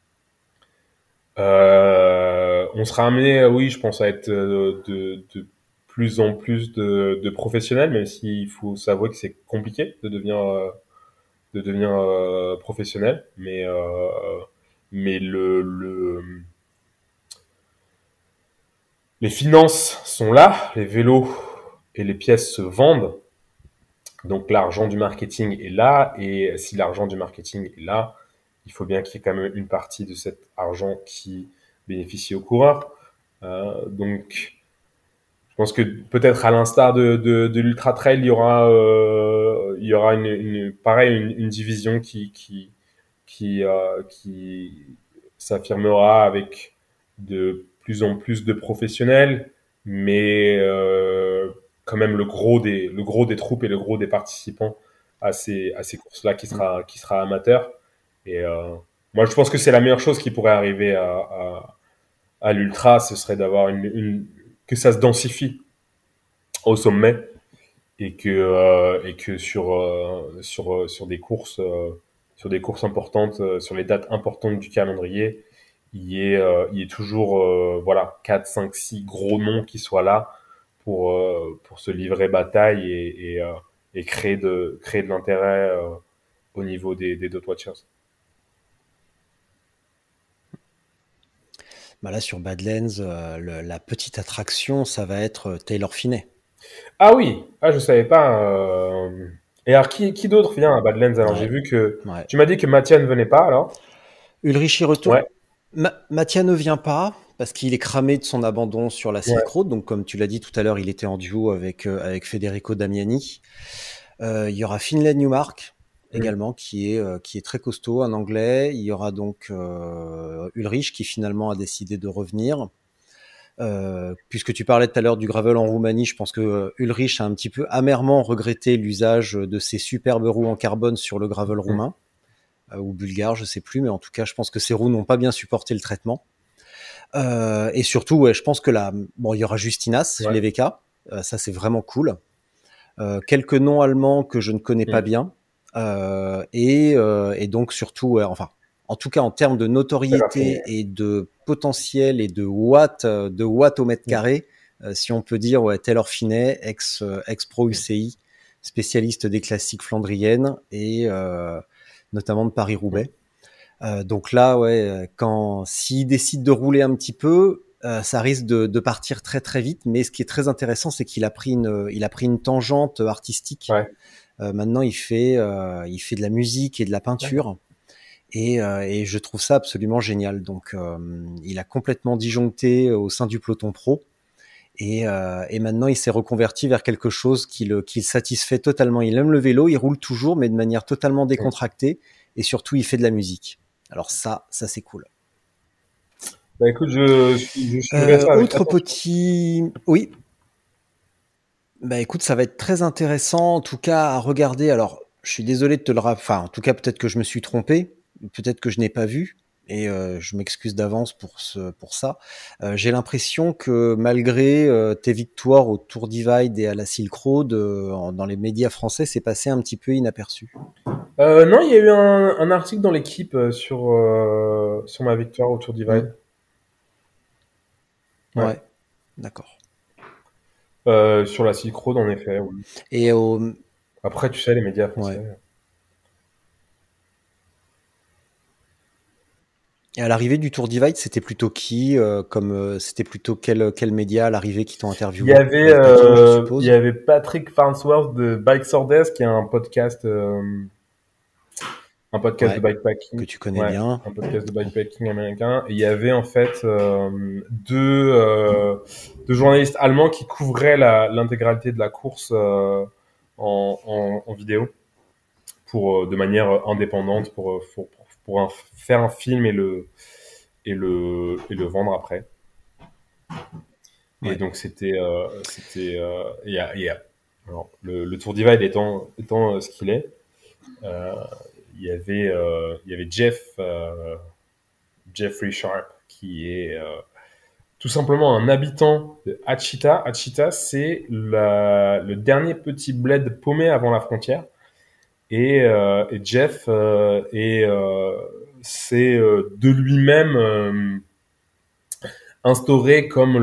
on sera amené, oui, je pense, à être de plus en plus de professionnels, même s'il faut s'avouer que c'est compliqué de devenir professionnel, mais les finances sont là, les vélos et les pièces se vendent, donc l'argent du marketing est là, et si l'argent du marketing est là, il faut bien qu'il y ait quand même une partie de cet argent qui bénéficie aux coureurs. Donc je pense que peut-être à l'instar de l'ultra trail, il y aura une division qui s'affirmera avec de plus en plus de professionnels, mais quand même le gros des troupes et le gros des participants à ces courses-là qui sera amateur. Et moi, je pense que c'est la meilleure chose qui pourrait arriver à l'ultra, ce serait d'avoir que ça se densifie au sommet et que sur des courses importantes, sur les dates importantes du calendrier, il y ait toujours 4, 5, 6 gros noms qui soient là pour se livrer bataille et créer de l'intérêt au niveau des Dot Watchers. Bah là, sur Badlands, la petite attraction, ça va être Taylor Phinney. Ah oui, je savais pas. Et alors, qui d'autre vient à Badlands? Alors, j'ai vu que tu m'as dit que Mathia ne venait pas, alors. Ulrich y retourne. Ouais. Mathia ne vient pas parce qu'il est cramé de son abandon sur la Silk Road. Donc, comme tu l'as dit tout à l'heure, il était en duo avec Federico Damiani. Il y aura Finlay Newmark également, qui est très costaud, un Anglais. Il y aura donc Ulrich qui finalement a décidé de revenir. Puisque tu parlais tout à l'heure du gravel en Roumanie, je pense que Ulrich a un petit peu amèrement regretté l'usage de ces superbes roues en carbone sur le gravel roumain ou bulgare, je sais plus, mais en tout cas, je pense que ces roues n'ont pas bien supporté le traitement. Et surtout, je pense que il y aura Justinas, les VK, ça c'est vraiment cool. Quelques noms allemands que je ne connais pas bien, et donc surtout, en tout cas en termes de notoriété et de potentiel et de watts au mètre carré, si on peut dire, Taylor Phinney, ex pro UCI, spécialiste des classiques flandriennes et notamment de Paris-Roubaix. Donc là, s'il décide de rouler un petit peu, ça risque de partir très très vite. Mais ce qui est très intéressant, c'est qu'il a pris une tangente artistique. Maintenant, il fait de la musique et de la peinture. Et je trouve ça absolument génial. Donc, il a complètement disjoncté au sein du peloton pro. Et maintenant, il s'est reconverti vers quelque chose qui le satisfait totalement. Il aime le vélo, il roule toujours, mais de manière totalement décontractée. Et surtout, il fait de la musique. Alors ça c'est cool. Bah écoute, je suivrai ça. Autre petit... Oui. Bah écoute, ça va être très intéressant, en tout cas, à regarder. Alors, je suis désolé de te le rappeler. Enfin, en tout cas, peut-être que je me suis trompé. Peut-être que je n'ai pas vu. Et je m'excuse d'avance pour ça. J'ai l'impression que malgré tes victoires au Tour Divide et à la Silk Road, dans les médias français, c'est passé un petit peu inaperçu. Non, il y a eu un article dans l'équipe sur ma victoire au Tour Divide. Ouais, d'accord. Sur la Silk Road, en effet. Oui. Et après, tu sais, les médias français. Ouais. Et à l'arrivée du Tour Divide, c'était plutôt qui c'était plutôt quel média à l'arrivée qui t'ont interviewé? Il y avait Patrick Farnsworth de Bike Sordes, qui est un podcast de bikepacking que tu connais bien, un podcast de bikepacking américain. Et il y avait en fait deux journalistes allemands qui couvraient l'intégralité de la course en vidéo de manière indépendante pour faire un film et le vendre après. Et donc c'était alors, le Tour Divide étant ce qu'il est, il y avait Jeffrey Sharp qui est tout simplement un habitant de Achita. Achita, c'est le dernier petit bled paumé avant la frontière. Et Jeff c'est de lui-même instauré comme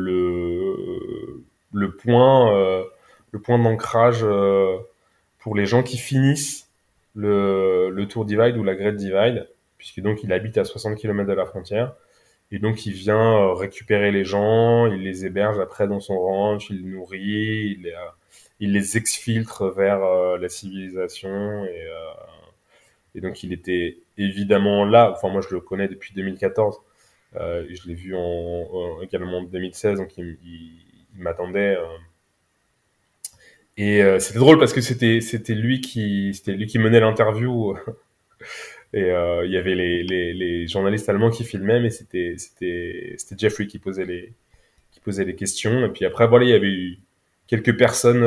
le point d'ancrage pour les gens qui finissent le Tour Divide ou la Great Divide, puisque donc il habite à 60 km de la frontière. Et donc il vient récupérer les gens, il les héberge après dans son ranch, il les nourrit, il les exfiltre vers la civilisation et donc il était évidemment là. Enfin moi je le connais depuis 2014, je l'ai vu également en 2016, donc il m'attendait. Et c'était drôle parce que c'était lui qui menait l'interview Et il y avait les journalistes allemands qui filmaient, mais c'était Jeffrey qui posait les questions. Et puis après, voilà, il y avait eu quelques personnes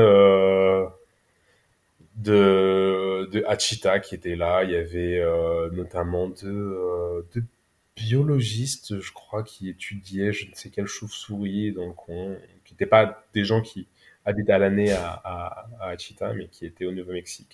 de Hachita qui étaient là. Il y avait notamment deux biologistes, je crois, qui étudiaient je ne sais quelle chauve-souris dans le coin, qui n'étaient pas des gens qui habitaient à l'année à Hachita, mais qui étaient au Nouveau-Mexique.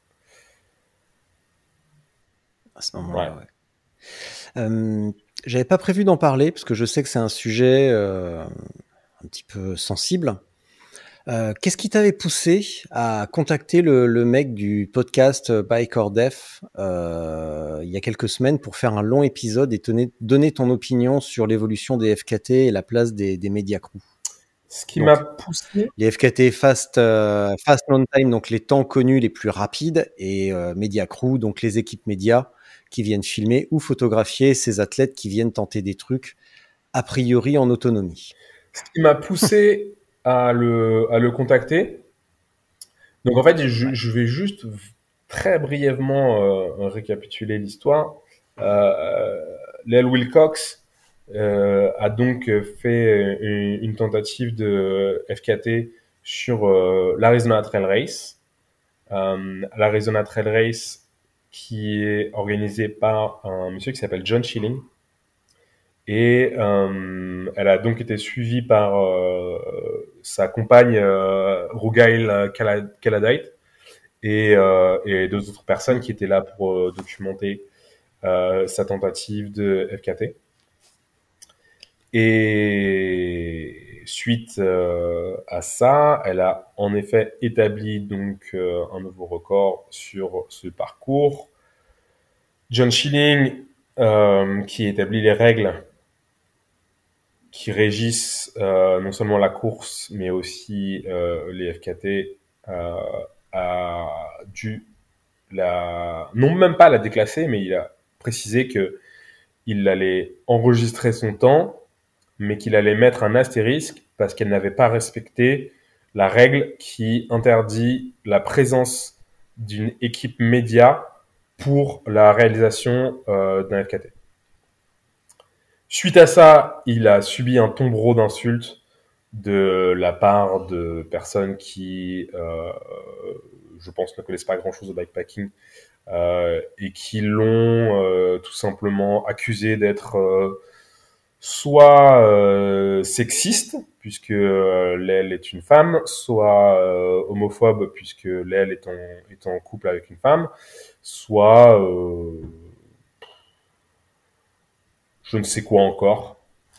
À ce moment-là, ouais. J'avais pas prévu d'en parler parce que je sais que c'est un sujet un petit peu sensible. Qu'est-ce qui t'avait poussé à contacter le mec du podcast Bike or Death il y a quelques semaines pour faire un long épisode et donner ton opinion sur l'évolution des FKT et la place des media crew? Ce qui m'a poussé... Les FKT fast non time, donc les temps connus les plus rapides, et media crew, donc les équipes médias qui viennent filmer ou photographier ces athlètes qui viennent tenter des trucs a priori en autonomie. Ce qui m'a poussé à le contacter. Donc en fait, je vais juste très brièvement récapituler l'histoire. Lel Wilcox a donc fait une tentative de FKT sur l'Arizona Trail Race. L'Arizona Trail Race qui est organisée par un monsieur qui s'appelle John Schilling. Et elle a donc été suivie par sa compagne Rugail Kaladite et deux autres personnes qui étaient là pour documenter sa tentative de FKT. Et suite à ça, elle a en effet établi donc un nouveau record sur ce parcours. John Schilling qui établit les règles qui régissent non seulement la course, mais aussi les FKT, a dû non même pas la déclasser, mais il a précisé que il allait enregistrer son temps, mais qu'il allait mettre un astérisque parce qu'elle n'avait pas respecté la règle qui interdit la présence d'une équipe média pour la réalisation d'un FKT. Suite à ça, il a subi un tombereau d'insultes de la part de personnes qui, je pense, ne connaissent pas grand-chose au bikepacking et qui l'ont tout simplement accusé d'être soit sexiste, puisque Lel est une femme, soit homophobe, puisque Lel est en couple avec une femme, soit... je ne sais quoi encore.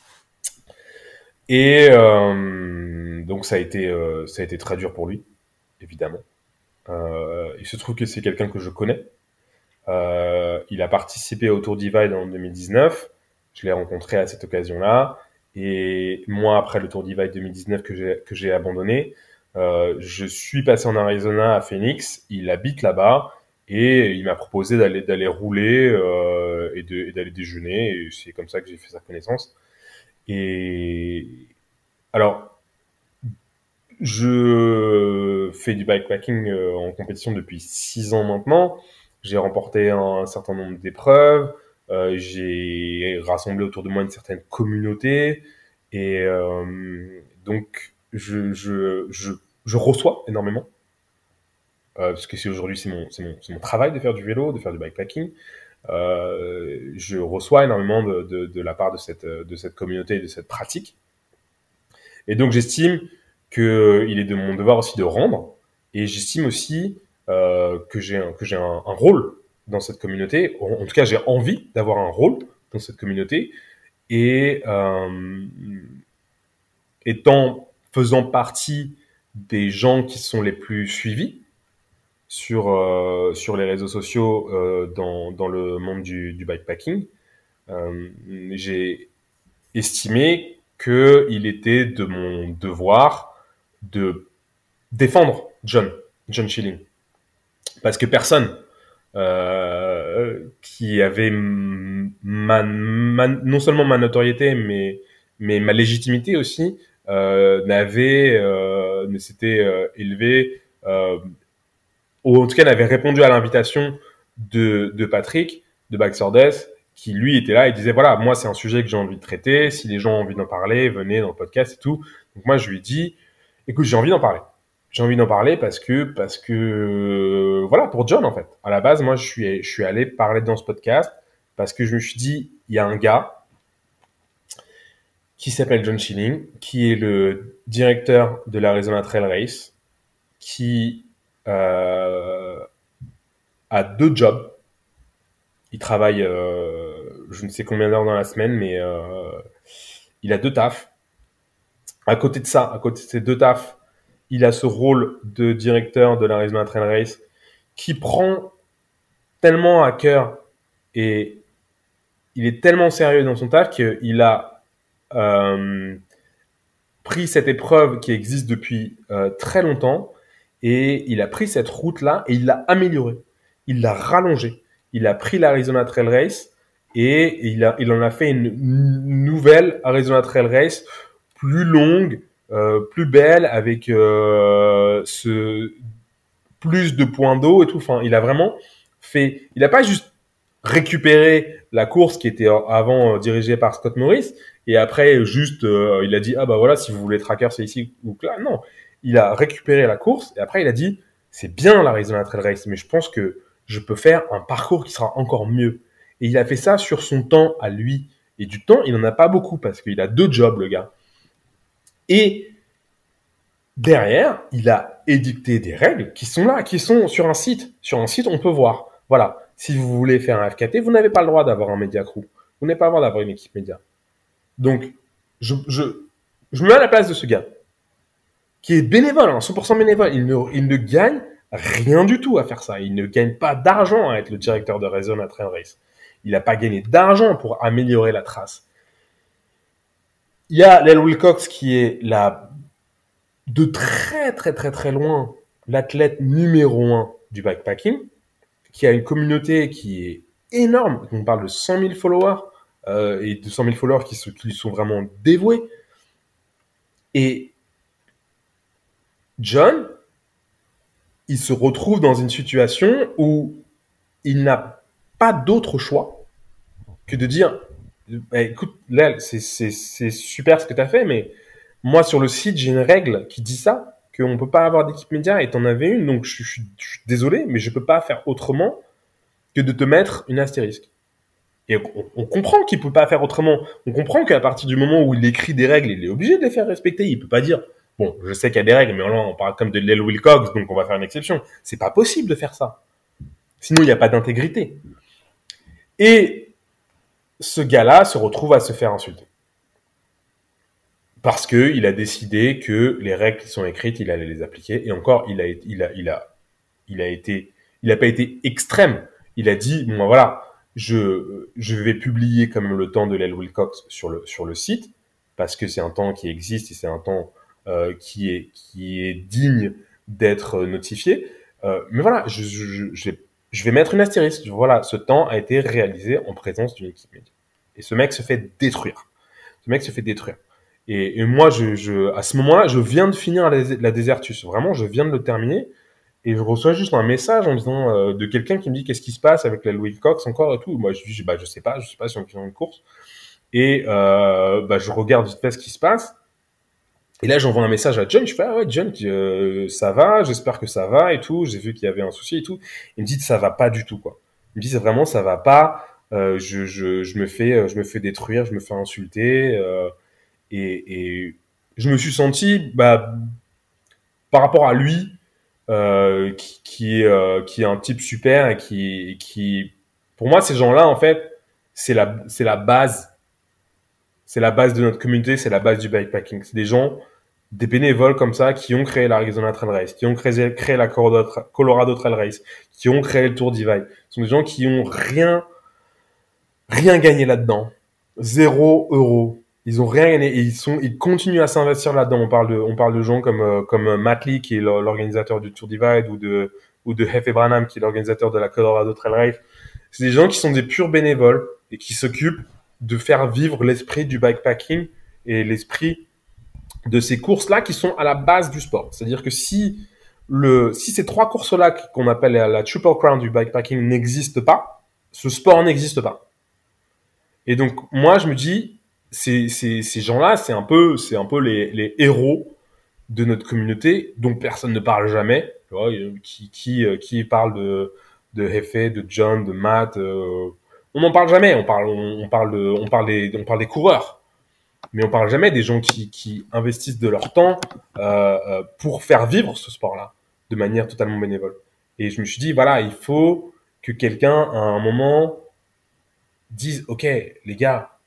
Et donc ça a été très dur pour lui, évidemment. Il se trouve que c'est quelqu'un que je connais. Il a participé au Tour Divide en 2019. Je l'ai rencontré à cette occasion-là. Et moi, après le Tour Divide 2019 que j'ai abandonné, je suis passé en Arizona à Phoenix. Il habite là-bas. Et il m'a proposé d'aller rouler et d'aller déjeuner. Et c'est comme ça que j'ai fait sa connaissance. Et alors, je fais du bikepacking en compétition depuis 6 ans maintenant. J'ai remporté un certain nombre d'épreuves. J'ai rassemblé autour de moi une certaine communauté. Et donc, je reçois énormément. Parce que aujourd'hui c'est mon travail de faire du vélo, de faire du bikepacking. Je reçois énormément de la part de cette communauté et de cette pratique. Et donc j'estime que il est de mon devoir aussi de rendre. Et j'estime aussi que j'ai un rôle dans cette communauté. En tout cas, j'ai envie d'avoir un rôle dans cette communauté. Et faisant partie des gens qui sont les plus suivis sur les réseaux sociaux dans le monde du bikepacking, j'ai estimé qu'il était de mon devoir de défendre John Schilling. Parce que personne qui avait non seulement ma notoriété, mais ma légitimité aussi, ne s'était élevé ou en tout cas n'avait répondu à l'invitation de Patrick de Backstore qui lui était là et disait voilà, moi c'est un sujet que j'ai envie de traiter, si les gens ont envie d'en parler, venez dans le podcast et tout. Donc moi je lui ai dit écoute, j'ai envie d'en parler. J'ai envie d'en parler parce que voilà, pour John en fait. À la base, moi je suis allé parler dans ce podcast parce que je me suis dit il y a un gars qui s'appelle John Schilling, qui est le directeur de l'Arizona Trail Race, qui a 2 jobs. Il travaille je ne sais combien d'heures dans la semaine, mais il a 2 tafs. À côté de ces 2 tafs, il a ce rôle de directeur de l'Arizona Trail Race qui prend tellement à cœur et il est tellement sérieux dans son taf qu'il a pris cette épreuve qui existe depuis très longtemps et il a pris cette route-là et il l'a améliorée. Il l'a rallongée. Il a pris l'Arizona Trail Race et il en a fait une nouvelle Arizona Trail Race plus longue, plus belle, avec plus de points d'eau et tout. Enfin, il a vraiment fait... Il n'a pas juste récupéré la course qui était avant dirigée par Scott Morris et après juste il a dit ah bah voilà, si vous voulez tracker c'est ici ou là. Non, il a récupéré la course et après il a dit c'est bien l'Arizona Trail Race, mais je pense que je peux faire un parcours qui sera encore mieux. Et il a fait ça sur son temps à lui. Et du temps, il n'en a pas beaucoup parce qu'il a 2 jobs, le gars. Et derrière, il a édicté des règles qui sont là, qui sont sur un site. Sur un site, on peut voir. Voilà. Si vous voulez faire un FKT, vous n'avez pas le droit d'avoir un média crew. Vous n'avez pas le droit d'avoir une équipe média. Donc, je me mets à la place de ce gars qui est bénévole, 100% bénévole. Il ne gagne rien du tout à faire ça. Il ne gagne pas d'argent à être le directeur de Arizona Trail Race. Il n'a pas gagné d'argent pour améliorer la trace. Il y a Lel Wilcox qui est de très très très très loin l'athlète numéro 1 du bikepacking, qui a une communauté qui est énorme. On parle de 100 000 followers et de 100 000 followers qui sont vraiment dévoués. Et John, il se retrouve dans une situation où il n'a pas d'autre choix que de dire écoute, Lel, c'est super ce que tu as fait, mais moi sur le site j'ai une règle qui dit ça, qu'on ne peut pas avoir d'équipe média et t'en avais une, donc je suis désolé, mais je peux pas faire autrement que de te mettre une astérisque. Et on comprend qu'il peut pas faire autrement. On comprend qu'à partir du moment où il écrit des règles, il est obligé de les faire respecter. Il peut pas dire bon, je sais qu'il y a des règles, mais là on parle comme de Lel Wilcox, donc on va faire une exception. C'est pas possible de faire ça. Sinon il n'y a pas d'intégrité. Et ce gars-là se retrouve à se faire insulter. Parce que il a décidé que les règles qui sont écrites, il allait les appliquer. Et encore, il a pas été extrême. Il a dit, bon, voilà, je vais publier quand même le temps de Lel Wilcox sur le site, parce que c'est un temps qui existe et c'est un temps, qui est digne d'être notifié. Mais voilà, je vais mettre une astérisque. Voilà, ce temps a été réalisé en présence d'une équipe média. Et ce mec se fait détruire. Et moi, à ce moment-là, je viens de finir la Desertus. Vraiment, je viens de le terminer. Et je reçois juste un message en disant de quelqu'un qui me dit qu'est-ce qui se passe avec Lel Wilcox encore et tout. Moi, je dis je sais pas si on fait une course. Et je regarde vite fait ce qui se passe. Et là, j'envoie un message à John. Je fais ah ouais John, ça va, j'espère que ça va et tout. J'ai vu qu'il y avait un souci et tout. Il me dit ça va pas du tout quoi. Il me dit c'est vraiment ça va pas. Je me fais détruire, je me fais insulter. Et je me suis senti par rapport à lui qui est un type super et qui pour moi ces gens-là en fait c'est la base de notre communauté, c'est la base du bikepacking. C'est des gens, des bénévoles comme ça qui ont créé l'Arizona Trail Race, qui ont créé la Colorado Trail Race, qui ont créé le Tour Divide. Ce sont des gens qui ont rien gagné là-dedans, 0 €. Ils ont rien gagné et ils continuent à s'investir là-dedans. On parle de gens comme Matt Lee qui est l'organisateur du Tour Divide ou de Hefe Branham qui est l'organisateur de la Colorado Trail Race. C'est des gens qui sont des purs bénévoles et qui s'occupent de faire vivre l'esprit du bikepacking et l'esprit de ces courses-là qui sont à la base du sport. C'est-à-dire que si ces 3 courses-là qu'on appelle la Triple Crown du bikepacking n'existent pas, ce sport n'existe pas. Et donc, moi, je me dis, ces gens-là, c'est un peu les héros de notre communauté dont personne ne parle jamais. Tu vois, qui parle de Hefe, de John, de Matt, on n'en parle jamais. On parle des coureurs. Mais on parle jamais des gens qui investissent de leur temps pour faire vivre ce sport-là de manière totalement bénévole. Et je me suis dit, voilà, il faut que quelqu'un, à un moment, dise, OK, les gars,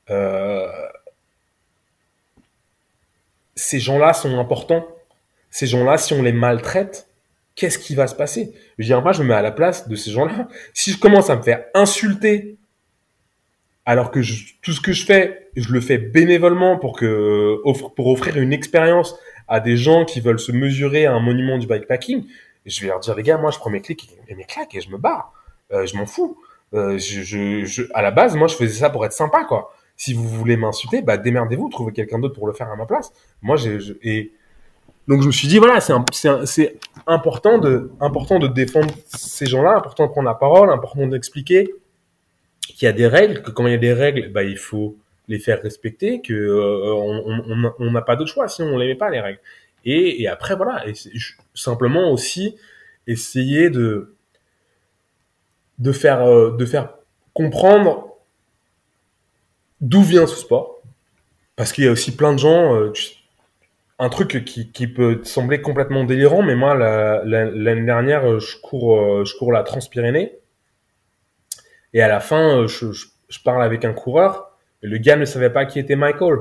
ces gens-là sont importants. Ces gens-là, si on les maltraite, qu'est-ce qui va se passer? Je veux dire, moi, je me mets à la place de ces gens-là. Si je commence à me faire insulter alors que tout ce que je fais, je le fais bénévolement pour offrir une expérience à des gens qui veulent se mesurer à un monument du bikepacking, je vais leur dire, les gars, moi, je prends mes claques et je me barre. Je m'en fous. À la base, moi, je faisais ça pour être sympa, quoi. Si vous voulez m'insulter, bah, démerdez-vous, trouvez quelqu'un d'autre pour le faire à ma place. Moi, et donc, je me suis dit, voilà, c'est important de défendre ces gens-là, important de prendre la parole, important d'expliquer qu'il y a des règles, que quand il y a des règles, bah, il faut les faire respecter, que on n'a pas d'autre choix, sinon on les met pas, les règles. Et après, voilà, simplement aussi essayer de faire comprendre d'où vient ce sport, parce qu'il y a aussi plein de gens, un truc qui peut sembler complètement délirant, mais moi l'année dernière je cours la Transpyrénée, et à la fin je parle avec un coureur et le gars ne savait pas qui était Michael.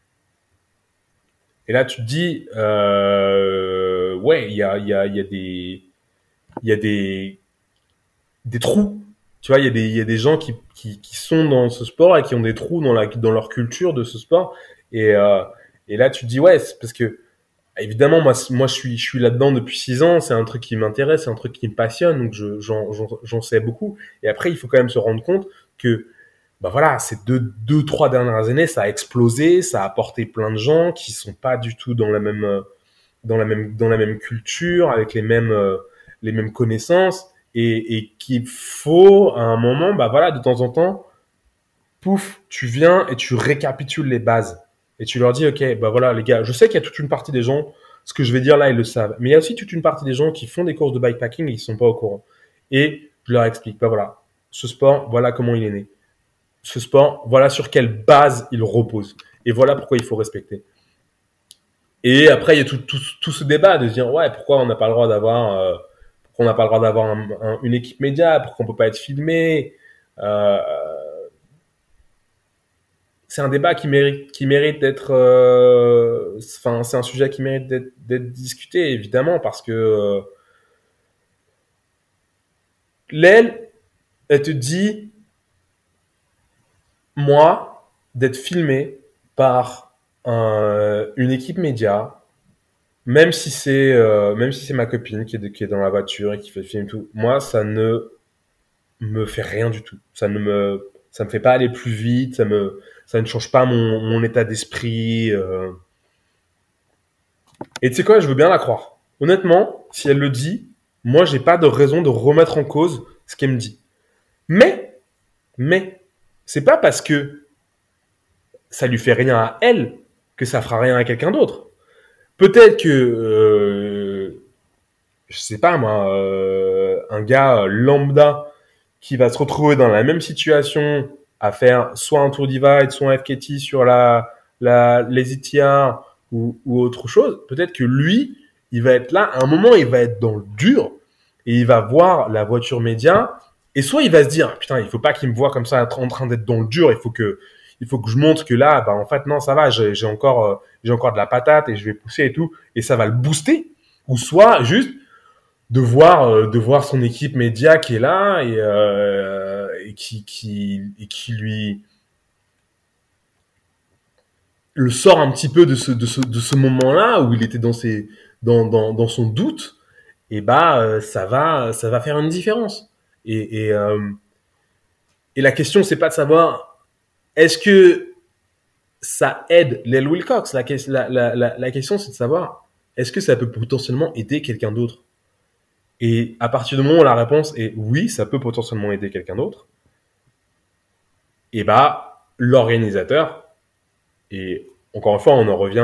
Et là tu te dis ouais, il y a des trous. Tu vois, il y a des gens qui sont dans ce sport et qui ont des trous dans leur culture de ce sport. Et là, tu te dis, ouais, c'est parce que, évidemment, moi, je suis là-dedans depuis 6 ans. C'est un truc qui m'intéresse, c'est un truc qui me passionne. Donc, j'en sais beaucoup. Et après, il faut quand même se rendre compte que, bah voilà, ces 3 dernières années, ça a explosé, ça a apporté plein de gens qui sont pas du tout dans la même culture, avec les mêmes connaissances. Et qu'il faut, à un moment, bah voilà, de temps en temps, pouf, tu viens et tu récapitules les bases. Et tu leur dis, OK, bah voilà, les gars, je sais qu'il y a toute une partie des gens, ce que je vais dire là, ils le savent. Mais il y a aussi toute une partie des gens qui font des courses de bikepacking et ils sont pas au courant. Et je leur explique, bah voilà, ce sport, voilà comment il est né. Ce sport, voilà sur quelle base il repose. Et voilà pourquoi il faut respecter. Et après, il y a tout ce débat de se dire, ouais, pourquoi on n'a pas le droit d'avoir... qu'on n'a pas le droit d'avoir une équipe média, pourquoi on peut pas être filmé. C'est un débat qui mérite d'être... Enfin, c'est un sujet qui mérite d'être discuté, évidemment, parce que elle te dit, moi, d'être filmé par une équipe média, même si c'est ma copine qui est dans la voiture et qui fait le film et tout, moi ça ne me fait rien du tout. Ça me fait pas aller plus vite, ça ne change pas mon état d'esprit. Et tu sais quoi, je veux bien la croire. Honnêtement, si elle le dit, moi j'ai pas de raison de remettre en cause ce qu'elle me dit. Mais c'est pas parce que ça lui fait rien à elle que ça fera rien à quelqu'un d'autre. Peut-être que, je sais pas moi, un gars lambda qui va se retrouver dans la même situation à faire soit un Tour Divide, soit un FKT sur les ETR ou autre chose, peut-être que lui, il va être là, à un moment, il va être dans le dur et il va voir la voiture média et soit il va se dire, putain, il faut pas qu'il me voit comme ça en train d'être dans le dur, il faut que je montre que là, bah, en fait, non, ça va, j'ai encore de la patate et je vais pousser et tout, et ça va le booster. Ou soit, juste, de voir son équipe média qui est là et qui lui le sort un petit peu de ce moment-là où il était dans son doute, et bah, ça va faire une différence. Et la question, c'est pas de savoir, est-ce que ça aide Lel Wilcox. La question, c'est de savoir, est-ce que ça peut potentiellement aider quelqu'un d'autre? Et à partir du moment où la réponse est oui, ça peut potentiellement aider quelqu'un d'autre, et bah l'organisateur, et encore une fois on en revient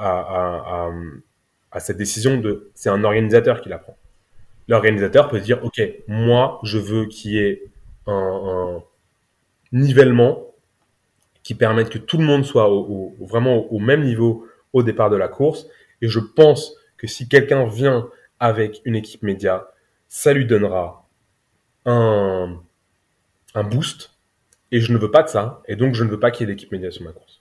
à cette décision de c'est un organisateur qui la prend. L'organisateur peut se dire ok, moi je veux qu'il y ait un nivellement qui permette que tout le monde soit vraiment au même niveau au départ de la course, et je pense que si quelqu'un vient avec une équipe média, ça lui donnera un boost, et je ne veux pas de ça, et donc je ne veux pas qu'il y ait d'équipe média sur ma course.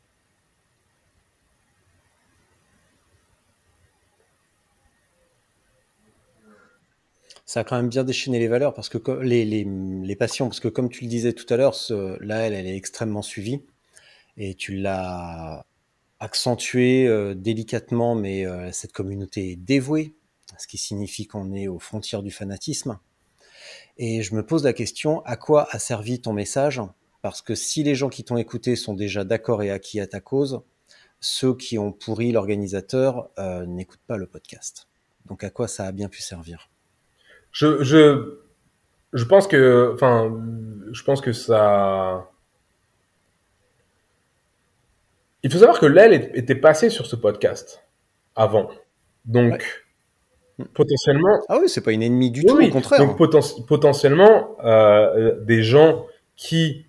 Ça a quand même bien déchaîné les valeurs, parce que les passions, parce que comme tu le disais tout à l'heure, elle est extrêmement suivie, et tu l'as accentué délicatement, mais cette communauté est dévouée, ce qui signifie qu'on est aux frontières du fanatisme. Et je me pose la question, à quoi a servi ton message ? Parce que si les gens qui t'ont écouté sont déjà d'accord et acquis à ta cause, ceux qui ont pourri l'organisateur n'écoutent pas le podcast. Donc à quoi ça a bien pu servir ? Je pense que, ça. Il faut savoir que Lel était passé sur ce podcast avant, donc potentiellement. Ah oui, c'est pas une ennemie du tout, au contraire. Donc potentiellement des gens qui.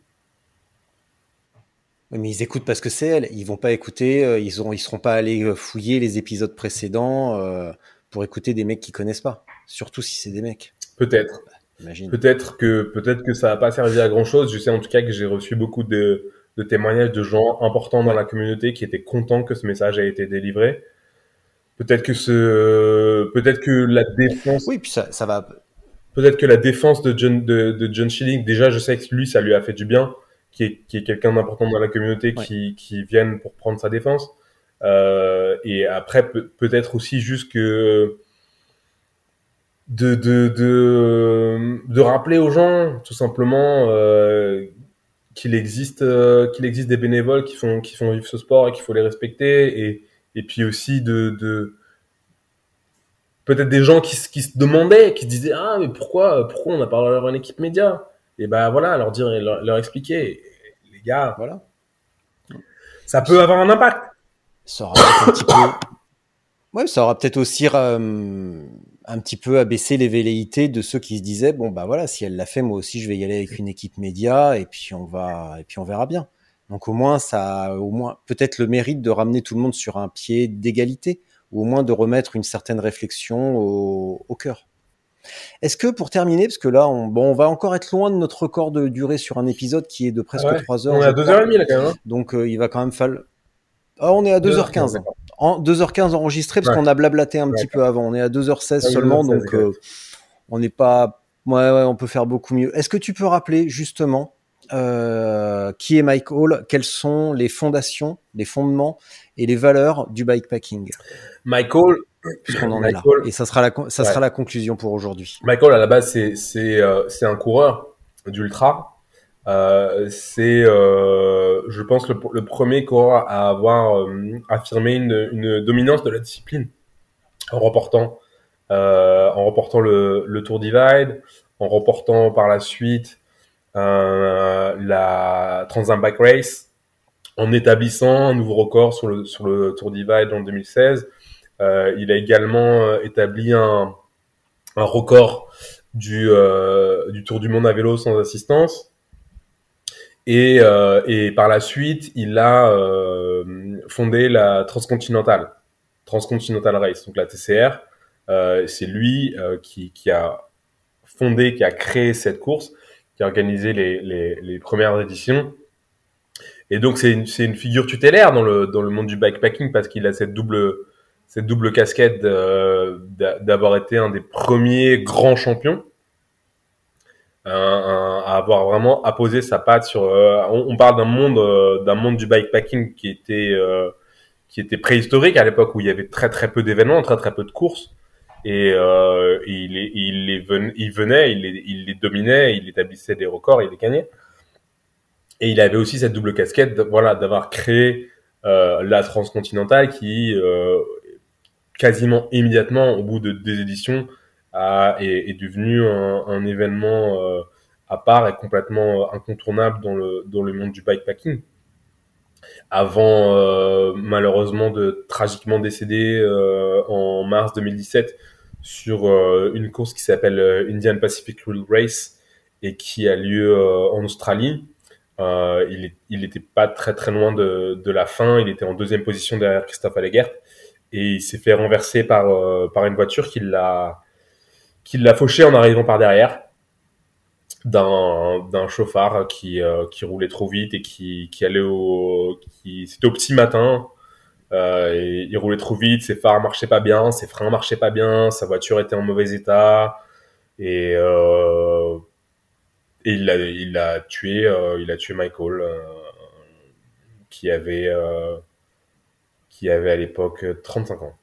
Mais ils écoutent parce que c'est elle. Ils vont pas écouter. Ils seront pas allés fouiller les épisodes précédents pour écouter des mecs qui connaissent pas. Surtout si c'est des mecs. Peut-être. Imagine. Peut-être que ça n'a pas servi à grand chose. Je sais en tout cas que j'ai reçu beaucoup de témoignages de gens importants dans la communauté qui étaient contents que ce message ait été délivré. Peut-être que la défense. Oui, puis ça va. Peut-être que la défense de John Schilling, déjà, je sais que lui, ça lui a fait du bien, qui est quelqu'un d'important dans la communauté, qui vienne pour prendre sa défense. Et après, peut-être aussi juste que de rappeler aux gens, tout simplement, qu'il existe des bénévoles qui font vivre ce sport et qu'il faut les respecter, et puis aussi peut-être des gens qui se demandaient, qui se disaient ah mais pourquoi on n'a pas leur une équipe média, et ben voilà, leur dire, leur expliquer, les gars, voilà, ça peut avoir un impact. Ça aura peut-être un petit peu. Ouais, ça aura peut-être aussi un petit peu abaissé les velléités de ceux qui se disaient bon bah voilà, si elle l'a fait, moi aussi je vais y aller avec une équipe média, et puis on verra bien. Donc au moins ça a peut-être le mérite de ramener tout le monde sur un pied d'égalité, ou au moins de remettre une certaine réflexion au cœur. Est-ce que pour terminer, parce que là on va encore être loin de notre record de durée sur un épisode qui est de presque 3 heures. On est à 2h30 là quand même. Donc il va quand même falloir. On est à 2h15. En 2h15 enregistré, parce qu'on a blablaté un petit peu avant. On est à 2h16 seulement, 2h16, donc on n'est pas. Ouais, on peut faire beaucoup mieux. Est-ce que tu peux rappeler justement qui est Mike Hall, quelles sont les fondations, les fondements et les valeurs du bikepacking ? Mike Hall, puisqu'on en est là. Et ça sera la conclusion pour aujourd'hui. Mike Hall, à la base, c'est un coureur d'ultra. Je pense, le premier coureur à avoir affirmé une dominance de la discipline en remportant le Tour Divide, en remportant par la suite la Trans-Am Bike Race, en établissant un nouveau record sur le Tour Divide en 2016. Il a également établi un record du Tour du Monde à vélo sans assistance. Et par la suite, il a fondé la Transcontinental Race, donc la TCR. C'est lui qui a fondé, qui a créé cette course, qui a organisé les premières éditions. Et donc c'est une figure tutélaire dans le monde du bikepacking, parce qu'il a cette double casquette d'avoir été un des premiers grands champions. À avoir vraiment apposé sa patte sur. On parle d'un monde du bikepacking qui était préhistorique à l'époque, où il y avait très très peu d'événements, très très peu de courses, et il venait, il les dominait, il établissait des records, il les gagnait. Et il avait aussi cette double casquette, d'avoir créé la Transcontinentale, qui quasiment immédiatement au bout de 2 éditions est devenu un événement à part et complètement incontournable dans le monde du bikepacking. Avant malheureusement de tragiquement décéder en mars 2017 sur une course qui s'appelle Indian Pacific Road Race et qui a lieu en Australie. Il était pas très très loin de la fin. Il était en deuxième position derrière Christophe Allegaert et il s'est fait renverser par une voiture qui l'a fauché en arrivant par derrière d'un chauffard qui roulait trop vite et qui allait c'était au petit matin. Et il roulait trop vite, ses phares marchaient pas bien, ses freins marchaient pas bien, sa voiture était en mauvais état et il a tué Michael qui avait à l'époque 35 ans.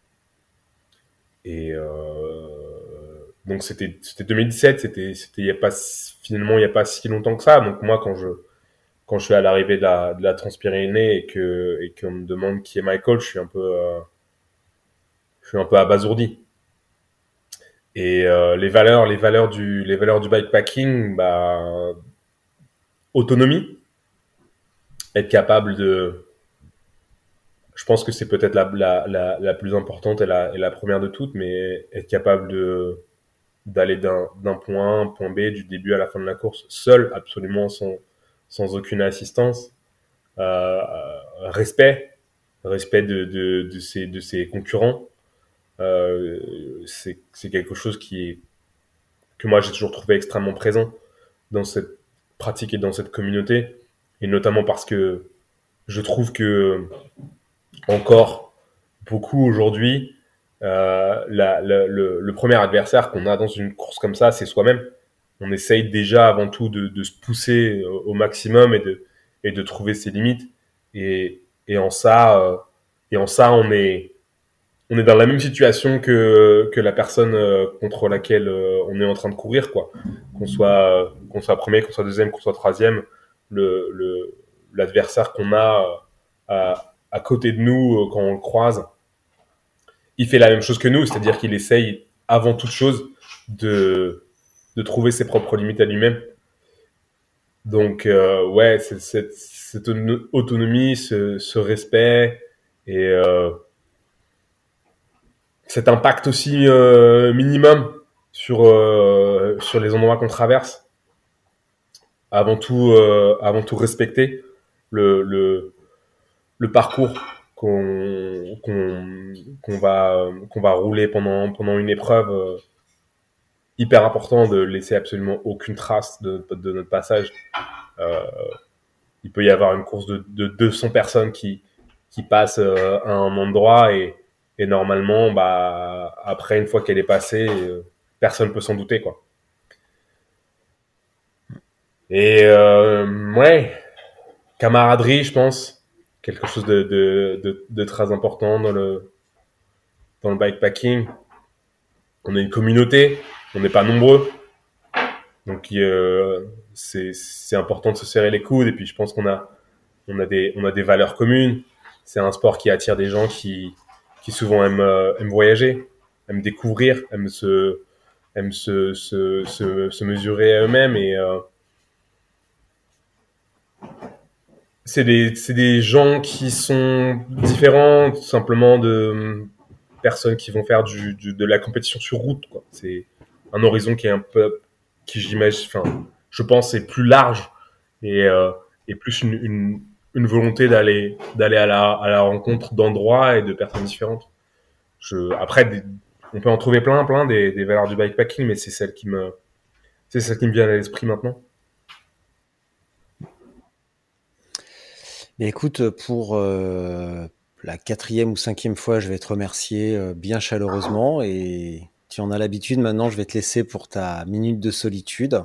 Et donc c'était 2017, c'était il y a pas si longtemps que ça. Donc moi quand je suis à l'arrivée de la Transpyrénée et qu'on me demande qui est Michael, je suis un peu abasourdi. Et les valeurs du bikepacking, bah autonomie, être capable de, je pense que c'est peut-être la plus importante et la première de toutes, mais être capable d'aller d'un point A à un point B du début à la fin de la course seul, absolument sans aucune assistance. Respect de ses concurrents. C'est quelque chose que moi j'ai toujours trouvé extrêmement présent dans cette pratique et dans cette communauté, et notamment parce que je trouve que encore beaucoup aujourd'hui, le premier adversaire qu'on a dans une course comme ça, c'est soi-même. On essaye déjà avant tout de se pousser au maximum et de trouver ses limites. Et en ça, on est dans la même situation que la personne contre laquelle on est en train de courir, quoi. Qu'on soit premier, qu'on soit deuxième, qu'on soit troisième, l'adversaire qu'on a à côté de nous quand on le croise, il fait la même chose que nous, c'est-à-dire qu'il essaye avant toute chose de trouver ses propres limites à lui-même. Donc ouais, cette autonomie, ce respect et cet impact aussi minimum sur les endroits qu'on traverse. Avant tout respecter le parcours qu'on va rouler pendant une épreuve. Hyper important de laisser absolument aucune trace de notre passage. Il peut y avoir une course de 200 personnes qui passent à un endroit et normalement, bah, après, une fois qu'elle est passée, personne peut s'en douter, quoi. Et ouais, camaraderie, je pense, quelque chose de très important dans le bikepacking. On est une communauté, on n'est pas nombreux, donc c'est important de se serrer les coudes. Et puis je pense qu'on a des valeurs communes. C'est un sport qui attire des gens qui souvent aiment voyager, aiment découvrir, aiment se mesurer à eux-mêmes. Et c'est des gens qui sont différents, tout simplement, de personnes qui vont faire de la compétition sur route, quoi. C'est un horizon qui est un peu, qui j'imagine, enfin, je pense, est plus large et plus une volonté d'aller à la rencontre d'endroits et de personnes différentes. Après, on peut en trouver plein des valeurs du bikepacking, mais c'est celle qui me vient à l'esprit maintenant. Mais écoute, pour la 4e ou 5e fois, je vais te remercier bien chaleureusement, et tu en as l'habitude. Maintenant, je vais te laisser pour ta minute de solitude.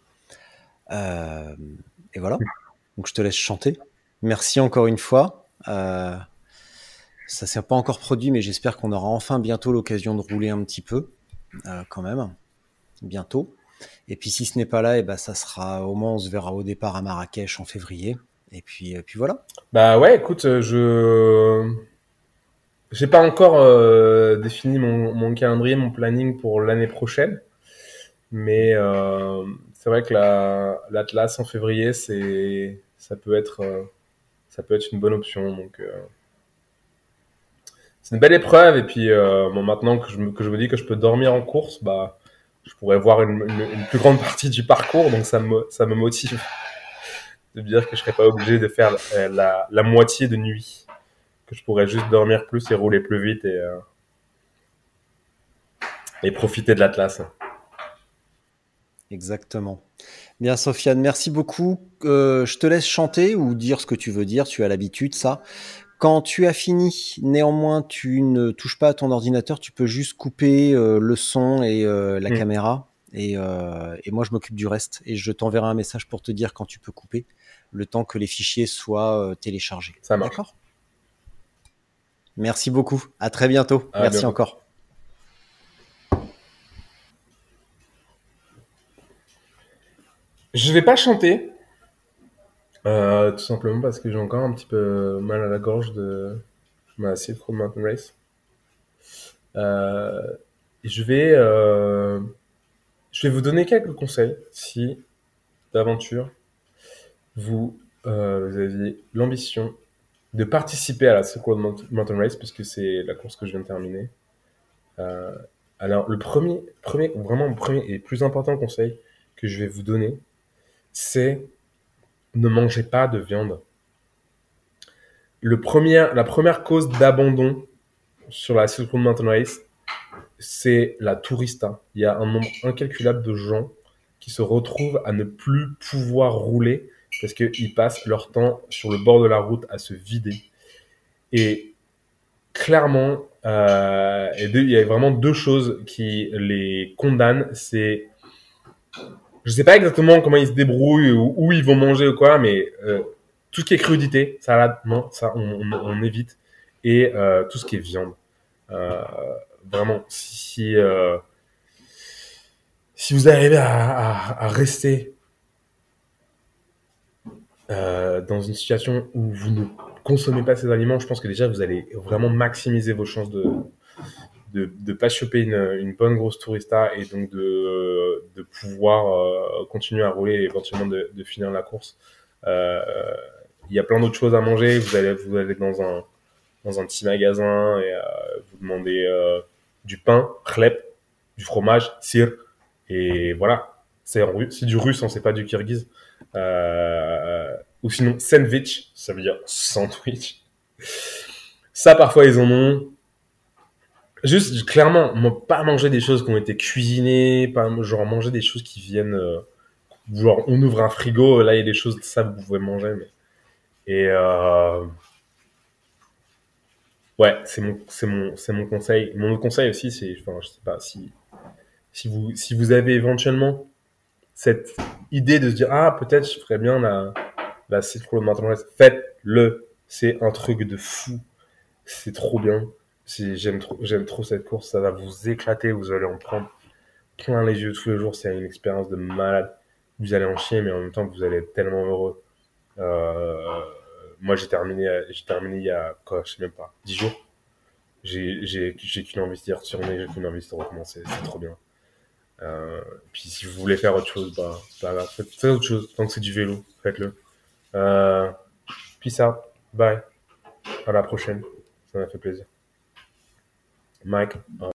Et voilà. Donc, je te laisse chanter. Merci encore une fois. Ça s'est pas encore produit, mais j'espère qu'on aura enfin bientôt l'occasion de rouler un petit peu, quand même, bientôt. Et puis, si ce n'est pas là, et ben, ça sera au moins, on se verra au départ à Marrakech en février. Et puis voilà. Bah ouais, écoute, j'ai pas encore défini mon calendrier, mon planning pour l'année prochaine, mais c'est vrai que l'Atlas en février, ça peut être une bonne option. Donc, c'est une belle épreuve. Et puis, bon, maintenant que je me dis que je peux dormir en course, bah, je pourrais voir une plus grande partie du parcours. Donc, ça me motive de me dire que je serais pas obligé de faire la moitié de nuit, que je pourrais juste dormir plus et rouler plus vite et profiter de l'Atlas. Exactement. Bien, Sofiane, merci beaucoup. Je te laisse chanter ou dire ce que tu veux dire. Tu as l'habitude, ça. Quand tu as fini, néanmoins, tu ne touches pas à ton ordinateur. Tu peux juste couper le son et la caméra. Et moi, je m'occupe du reste. Et je t'enverrai un message pour te dire quand tu peux couper, le temps que les fichiers soient téléchargés. Ça marche. D'accord ? Merci beaucoup. À très bientôt. Merci bientôt. encore. Je vais pas chanter, tout simplement parce que j'ai encore un petit peu mal à la gorge de ma Silk Road Mountain Race. Je vais vous donner quelques conseils si d'aventure vous aviez l'ambition de participer à la Silk Road Mountain Race, puisque c'est la course que je viens de terminer. Alors le premier et plus important conseil que je vais vous donner, c'est ne mangez pas de viande. La première cause d'abandon sur la Silk Road Mountain Race, c'est la tourista. Il y a un nombre incalculable de gens qui se retrouvent à ne plus pouvoir rouler parce qu'ils passent leur temps sur le bord de la route à se vider. Et clairement, il y a vraiment deux choses qui les condamnent. C'est, je sais pas exactement comment ils se débrouillent ou où ils vont manger ou quoi, mais tout ce qui est crudité, salade, non, ça on évite. Et tout ce qui est viande. Vraiment, si vous arrivez à rester dans une situation où vous ne consommez pas ces aliments, je pense que déjà vous allez vraiment maximiser vos chances de pas choper une bonne grosse tourista et donc de pouvoir continuer à rouler et éventuellement de finir la course. Il y a plein d'autres choses à manger. Vous allez dans un petit magasin et vous demandez du pain, chleb, du fromage, sir, et voilà. C'est du russe, c'est pas du kirghiz. Ou sinon, sandwich, ça veut dire sandwich. Ça, parfois, ils en ont. Juste, clairement, pas manger des choses qui ont été cuisinées, pas genre manger des choses qui viennent. Genre, on ouvre un frigo, là, il y a des choses, ça, vous pouvez manger, mais. Et ouais, c'est mon conseil. Mon autre conseil aussi, c'est, enfin, je sais pas si vous avez éventuellement cette idée de se dire, ah, peut-être je ferais bien la Silk Road Mountain Race, faites-le. C'est un truc de fou. C'est trop bien. J'aime trop cette course. Ça va vous éclater. Vous allez en prendre plein les yeux tous les jours. C'est une expérience de malade. Vous allez en chier, mais en même temps, vous allez être tellement heureux. Moi, j'ai terminé il y a, quoi, je sais même pas, 10 jours. J'ai qu'une envie d'y retourner, j'ai qu'une envie de recommencer. C'est trop bien. Puis si vous voulez faire autre chose, bah faites autre chose. Tant que c'est du vélo, faites-le. Peace out. Bye. À la prochaine. Ça m'a fait plaisir. Mike.